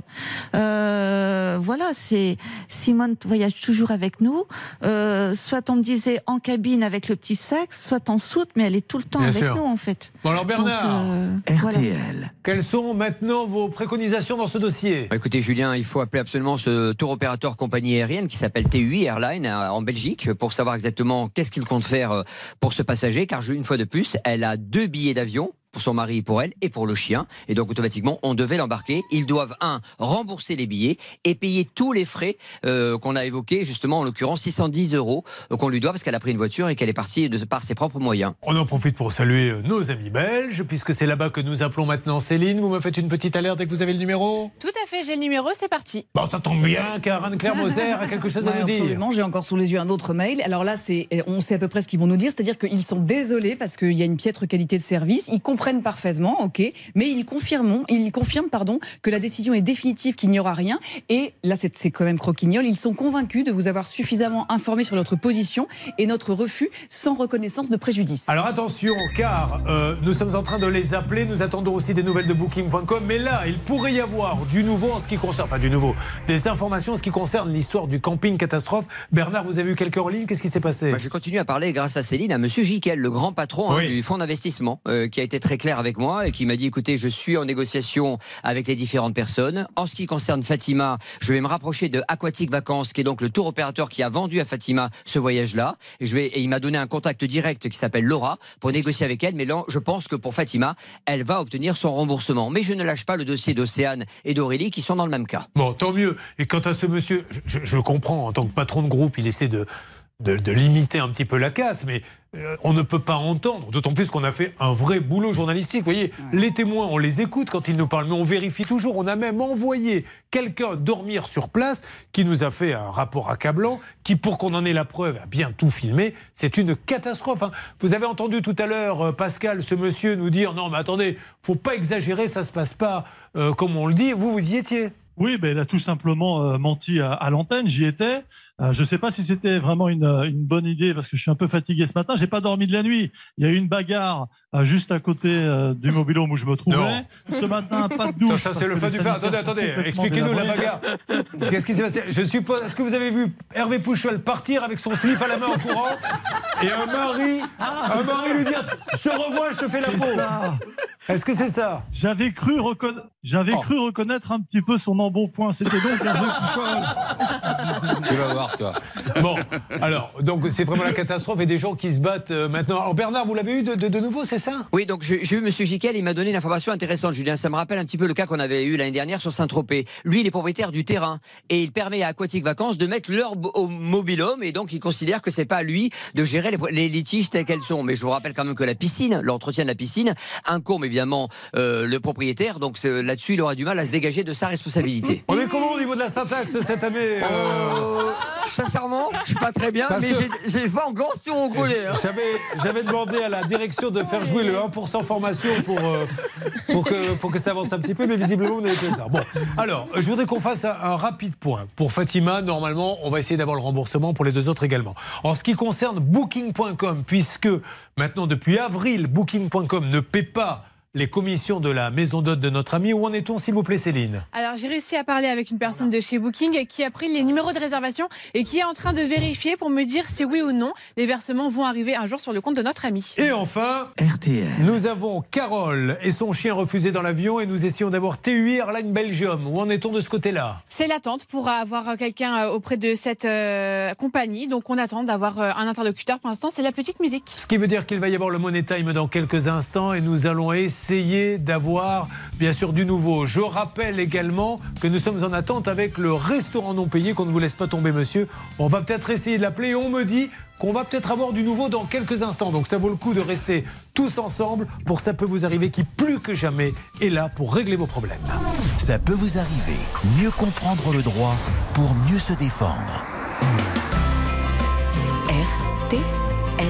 Euh, voilà, c'est Simone voyage toujours avec nous. Euh, soit on me disait en cabine avec le petit sac, soit en soute, mais elle est tout le temps Bien avec sûr. nous en fait. Bon alors Bernard, Donc, euh, voilà. quelles sont maintenant vos préconisations dans ce dossier? Bah, écoutez Julien, il faut appeler absolument ce tour opérateur compagnie aérienne qui s'appelle T U I Airline euh, en Belgique pour savoir exactement qu'est-ce qu'il compte faire euh, pour ce passager, car une fois de plus, elle a deux billets d'avion pour son mari et pour elle et pour le chien, et donc automatiquement on devait l'embarquer. Ils doivent un rembourser les billets et payer tous les frais euh, qu'on a évoqués, justement en l'occurrence six cent dix euros euh, qu'on lui doit parce qu'elle a pris une voiture et qu'elle est partie de, par ses propres moyens. On en profite pour saluer euh, nos amis belges, puisque c'est là-bas que nous appelons maintenant Céline. Vous me faites une petite alerte dès que vous avez le numéro? Tout à fait, j'ai le numéro, c'est parti. Bon, ça tombe bien, car Anne-Claire Moser a quelque chose à Ouais, nous dire. absolument. J'ai encore sous les yeux un autre mail. Alors là, c'est, on sait à peu près ce qu'ils vont nous dire, c'est-à-dire qu'ils sont désolés parce qu'il y a une piètre qualité de service. Ils comprennent parfaitement, ok, mais ils confirment, ils confirment, pardon, que la décision est définitive, qu'il n'y aura rien. Et là, c'est, c'est quand même croquignol. Ils sont convaincus de vous avoir suffisamment informé sur notre position et notre refus sans reconnaissance de préjudice. Alors attention, car euh, nous sommes en train de les appeler. Nous attendons aussi des nouvelles de booking point com. Mais là, il pourrait y avoir du nouveau en ce qui concerne, enfin du nouveau, des informations en ce qui concerne l'histoire du camping catastrophe. Bernard, vous avez eu quelques en ligne. Qu'est-ce qui s'est passé? Moi, je continue à parler grâce à Céline, à Monsieur Jiquel, le grand patron hein, Oui. du fonds d'investissement, euh, qui a été très clair avec moi et qui m'a dit écoutez, je suis en négociation avec les différentes personnes. En ce qui concerne Fatima, je vais me rapprocher de Aquatic Vacances, qui est donc le tour opérateur qui a vendu à Fatima ce voyage-là. Et, je vais, et il m'a donné un contact direct qui s'appelle Laura pour négocier avec elle. Mais là, je pense que pour Fatima, elle va obtenir son remboursement. Mais je ne lâche pas le dossier d'Océane et d'Aurélie qui sont dans le même cas. Bon, tant mieux. Et quant à ce monsieur, je, je le comprends, en tant que patron de groupe, il essaie de, de, de limiter un petit peu la casse, mais euh, on ne peut pas entendre, d'autant plus qu'on a fait un vrai boulot journalistique. Vous voyez, les témoins, on les écoute quand ils nous parlent, mais on vérifie toujours. On a même envoyé quelqu'un dormir sur place qui nous a fait un rapport accablant, qui, pour qu'on en ait la preuve, a bien tout filmé. C'est une catastrophe. Hein. Vous avez entendu tout à l'heure, euh, Pascal, ce monsieur nous dire « Non, mais attendez, faut pas exagérer, ça se passe pas euh, comme on le dit. » Vous, vous y étiez? Oui, ben, il a tout simplement euh, menti à, à l'antenne, j'y étais. Euh, je ne sais pas si c'était vraiment une, une bonne idée parce que je suis un peu fatigué ce matin. J'ai pas dormi de la nuit. Il y a eu une bagarre euh, juste à côté euh, du mobil-home où je me trouvais. Non. Ce matin, pas de douche. Ça, ça c'est parce le que fin les du fer. sanitaires Attendez, sont attendez, complètement expliquez-nous la délabrés. bagarre. Qu'est-ce qui s'est passé? Je suppose, est-ce que vous avez vu Hervé Pouchol partir avec son slip à la main en courant et un mari, Ah, un c'est mari ça. lui dire « Je te revois, je te fais la C'est peau ça. ». Est-ce que c'est ça? J'avais cru, reconna- J'avais Oh. cru reconnaître un petit peu son embonpoint. C'était donc Hervé Pouchol. Tu vas voir, toi. Bon, alors, donc c'est vraiment la catastrophe et des gens qui se battent euh, maintenant. Alors Bernard, vous l'avez eu de, de, de nouveau, c'est ça? Oui, donc j'ai j'ai eu Monsieur Jiquel, il m'a donné une information intéressante, Julien. Ça me rappelle un petit peu le cas qu'on avait eu l'année dernière sur Saint-Tropez. Lui, il est propriétaire du terrain et il permet à Aquatic Vacances de mettre leur bo- au mobil-home et donc il considère que c'est pas à lui de gérer les, les litiges tels qu'elles sont. Mais je vous rappelle quand même que la piscine, l'entretien de la piscine, incombe évidemment euh, le propriétaire. Donc c'est- là-dessus, il aura du mal à se dégager de sa responsabilité. On est comment au niveau de la syntaxe cette année euh, sincèrement, je suis pas très bien, Parce mais que- j'ai- j'ai pas encore tout enroulé. Hein. J'avais, j'avais demandé à la direction de faire jouer le un pour cent formation pour, euh, pour, que, pour que ça avance un petit peu, mais visiblement, vous n'avez pas eu le temps. Bon, alors, je voudrais qu'on fasse un, un rapide point. Pour Fatima, normalement, on va essayer d'avoir le remboursement pour les deux autres également. En ce qui concerne Booking point com, puisque maintenant, depuis avril, Booking point com ne paie pas les commissions de la maison d'hôte de notre ami. Où en est-on, s'il vous plaît, Céline? Alors, j'ai réussi à parler avec une personne de chez Booking qui a pris les numéros de réservation et qui est en train de vérifier pour me dire si oui ou non les versements vont arriver un jour sur le compte de notre ami. Et enfin, R T L. nous avons Carole et son chien refusé dans l'avion et nous essayons d'avoir T U I Airline Belgium. Où en est-on de ce côté-là? C'est l'attente pour avoir quelqu'un auprès de cette euh, compagnie. Donc, on attend d'avoir euh, un interlocuteur. Pour l'instant, c'est la petite musique. Ce qui veut dire qu'il va y avoir le Money Time dans quelques instants et nous allons essayer d'avoir bien sûr du nouveau. Je rappelle également que nous sommes en attente avec le restaurant non payé, qu'on ne vous laisse pas tomber, monsieur. On va peut-être essayer de l'appeler et on me dit qu'on va peut-être avoir du nouveau dans quelques instants. Donc ça vaut le coup de rester tous ensemble pour Ça peut vous arriver, qui plus que jamais est là pour régler vos problèmes. Ça peut vous arriver. Mieux comprendre le droit pour mieux se défendre. R T L.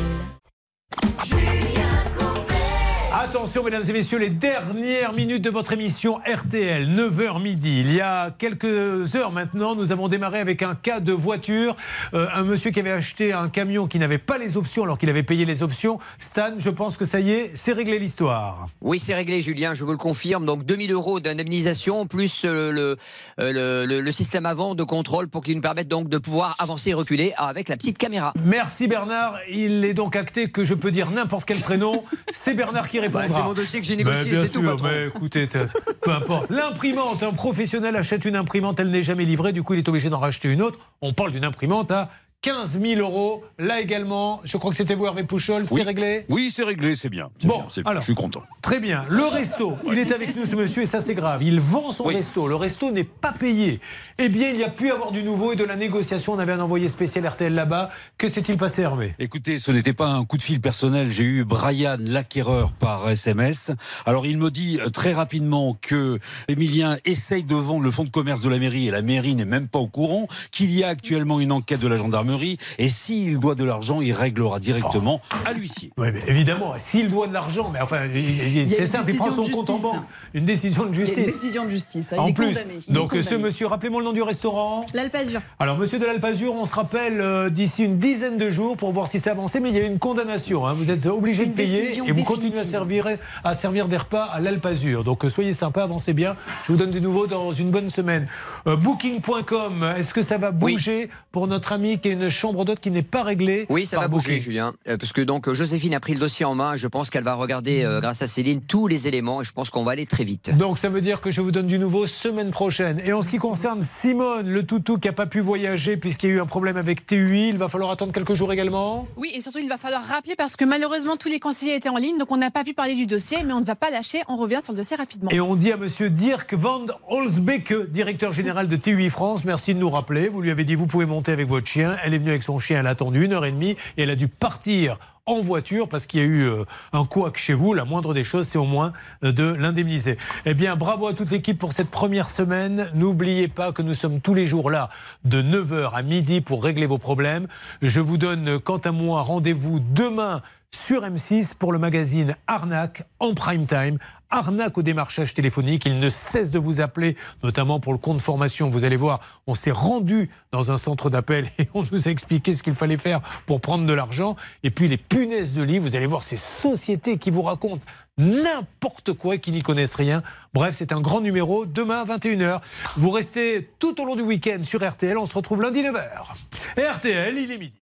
Attention, mesdames et messieurs, les dernières minutes de votre émission R T L, neuf heures midi. Il y a quelques heures maintenant, nous avons démarré avec un cas de voiture. Euh, un monsieur qui avait acheté un camion qui n'avait pas les options alors qu'il avait payé les options. Stan, je pense que ça y est, c'est réglé l'histoire. Oui, c'est réglé, Julien, je vous le confirme. Donc deux mille euros d'indemnisation, plus euh, le, euh, le, le système avant de contrôle pour qu'il nous permette donc de pouvoir avancer et reculer avec la petite caméra. Merci Bernard. Il est donc acté que je peux dire n'importe quel prénom. C'est Bernard qui répondra. Bah, c'est mon dossier que j'ai négocié, Ben, c'est tout, sûr, patron. mais écoutez, peu importe. L'imprimante, un professionnel achète une imprimante, elle n'est jamais livrée, du coup il est obligé d'en racheter une autre. On parle d'une imprimante à quinze mille euros. Là également, je crois que c'était vous, Hervé Pouchol, c'est Oui. réglé? Oui, c'est réglé, c'est bien. C'est Bon, bien, c'est bien. alors, je suis content. Très bien. Le resto, il est avec nous ce monsieur et ça c'est grave. Il vend son Oui. resto. Le resto n'est pas payé. Eh bien, il y a pu avoir du nouveau et de la négociation. On avait un envoyé spécial R T L là-bas. Que s'est-il passé, Hervé? Écoutez, ce n'était pas un coup de fil personnel. J'ai eu Brian, l'acquéreur, par S M S. Alors, il me dit euh, très rapidement que Emilien essaye de vendre le fonds de commerce de la mairie et la mairie n'est même pas au courant, qu'il y a actuellement une enquête de la gendarmerie et s'il doit de l'argent, il réglera directement à l'huissier. Oui, mais évidemment, s'il doit de l'argent, mais enfin, il- il- Il y a c'est une simple, il prend son décision de compte en justice. banque. Une décision de Il y a justice. une décision de justice. Il En est plus, condamné. Il est donc ce condamné. monsieur, rappelez-moi le nom du restaurant. L'Alpazur. Alors, monsieur de l'Alpazur, on se rappelle euh, d'ici une dizaine de jours pour voir si c'est avancé, mais il y a une condamnation. Hein. Vous êtes obligé Une de payer décision et vous continuez à définitive. servir, à servir des repas à l'Alpazur. Donc, euh, soyez sympa, avancez bien. Je vous donne des nouveaux dans une bonne semaine. Euh, Booking point com, est-ce que ça va bouger pour notre ami qui a une chambre d'hôte qui n'est pas réglée? Oui, ça par va bouger, Booking? Julien. Euh, parce que donc Joséphine a pris le dossier en main. Je pense qu'elle va regarder, euh, grâce à Céline, tous les éléments et je pense qu'on va aller très vite. Donc ça veut dire que je vous donne du nouveau semaine prochaine. Et en ce qui concerne Simone, le toutou qui n'a pas pu voyager puisqu'il y a eu un problème avec T U I, il va falloir attendre quelques jours également. Oui, et surtout, il va falloir rappeler parce que malheureusement, tous les conseillers étaient en ligne, donc on n'a pas pu parler du dossier, mais on ne va pas lâcher, on revient sur le dossier rapidement. Et on dit à monsieur Dirk van Holzbeke, directeur général de T U I France, merci de nous rappeler. Vous lui avez dit, vous pouvez monter avec votre chien. Elle est venue avec son chien, elle a attendu une heure et demie et elle a dû partir en voiture parce qu'il y a eu euh, un couac chez vous. La moindre des choses, c'est au moins euh, de l'indemniser. Eh bien, bravo à toute l'équipe pour cette première semaine. N'oubliez pas que nous sommes tous les jours là de neuf heures à midi pour régler vos problèmes. Je vous donne, euh, quant à moi, rendez-vous demain sur M six pour le magazine Arnaque en prime time. Arnaque au démarchage téléphonique. Il ne cesse de vous appeler, notamment pour le compte formation. Vous allez voir, on s'est rendu dans un centre d'appel et on nous a expliqué ce qu'il fallait faire pour prendre de l'argent. Et puis les punaises de lit, vous allez voir ces sociétés qui vous racontent n'importe quoi et qui n'y connaissent rien. Bref, c'est un grand numéro. Demain à vingt et une heures. Vous restez tout au long du week-end sur R T L. On se retrouve lundi neuf heures. R T L, il est midi.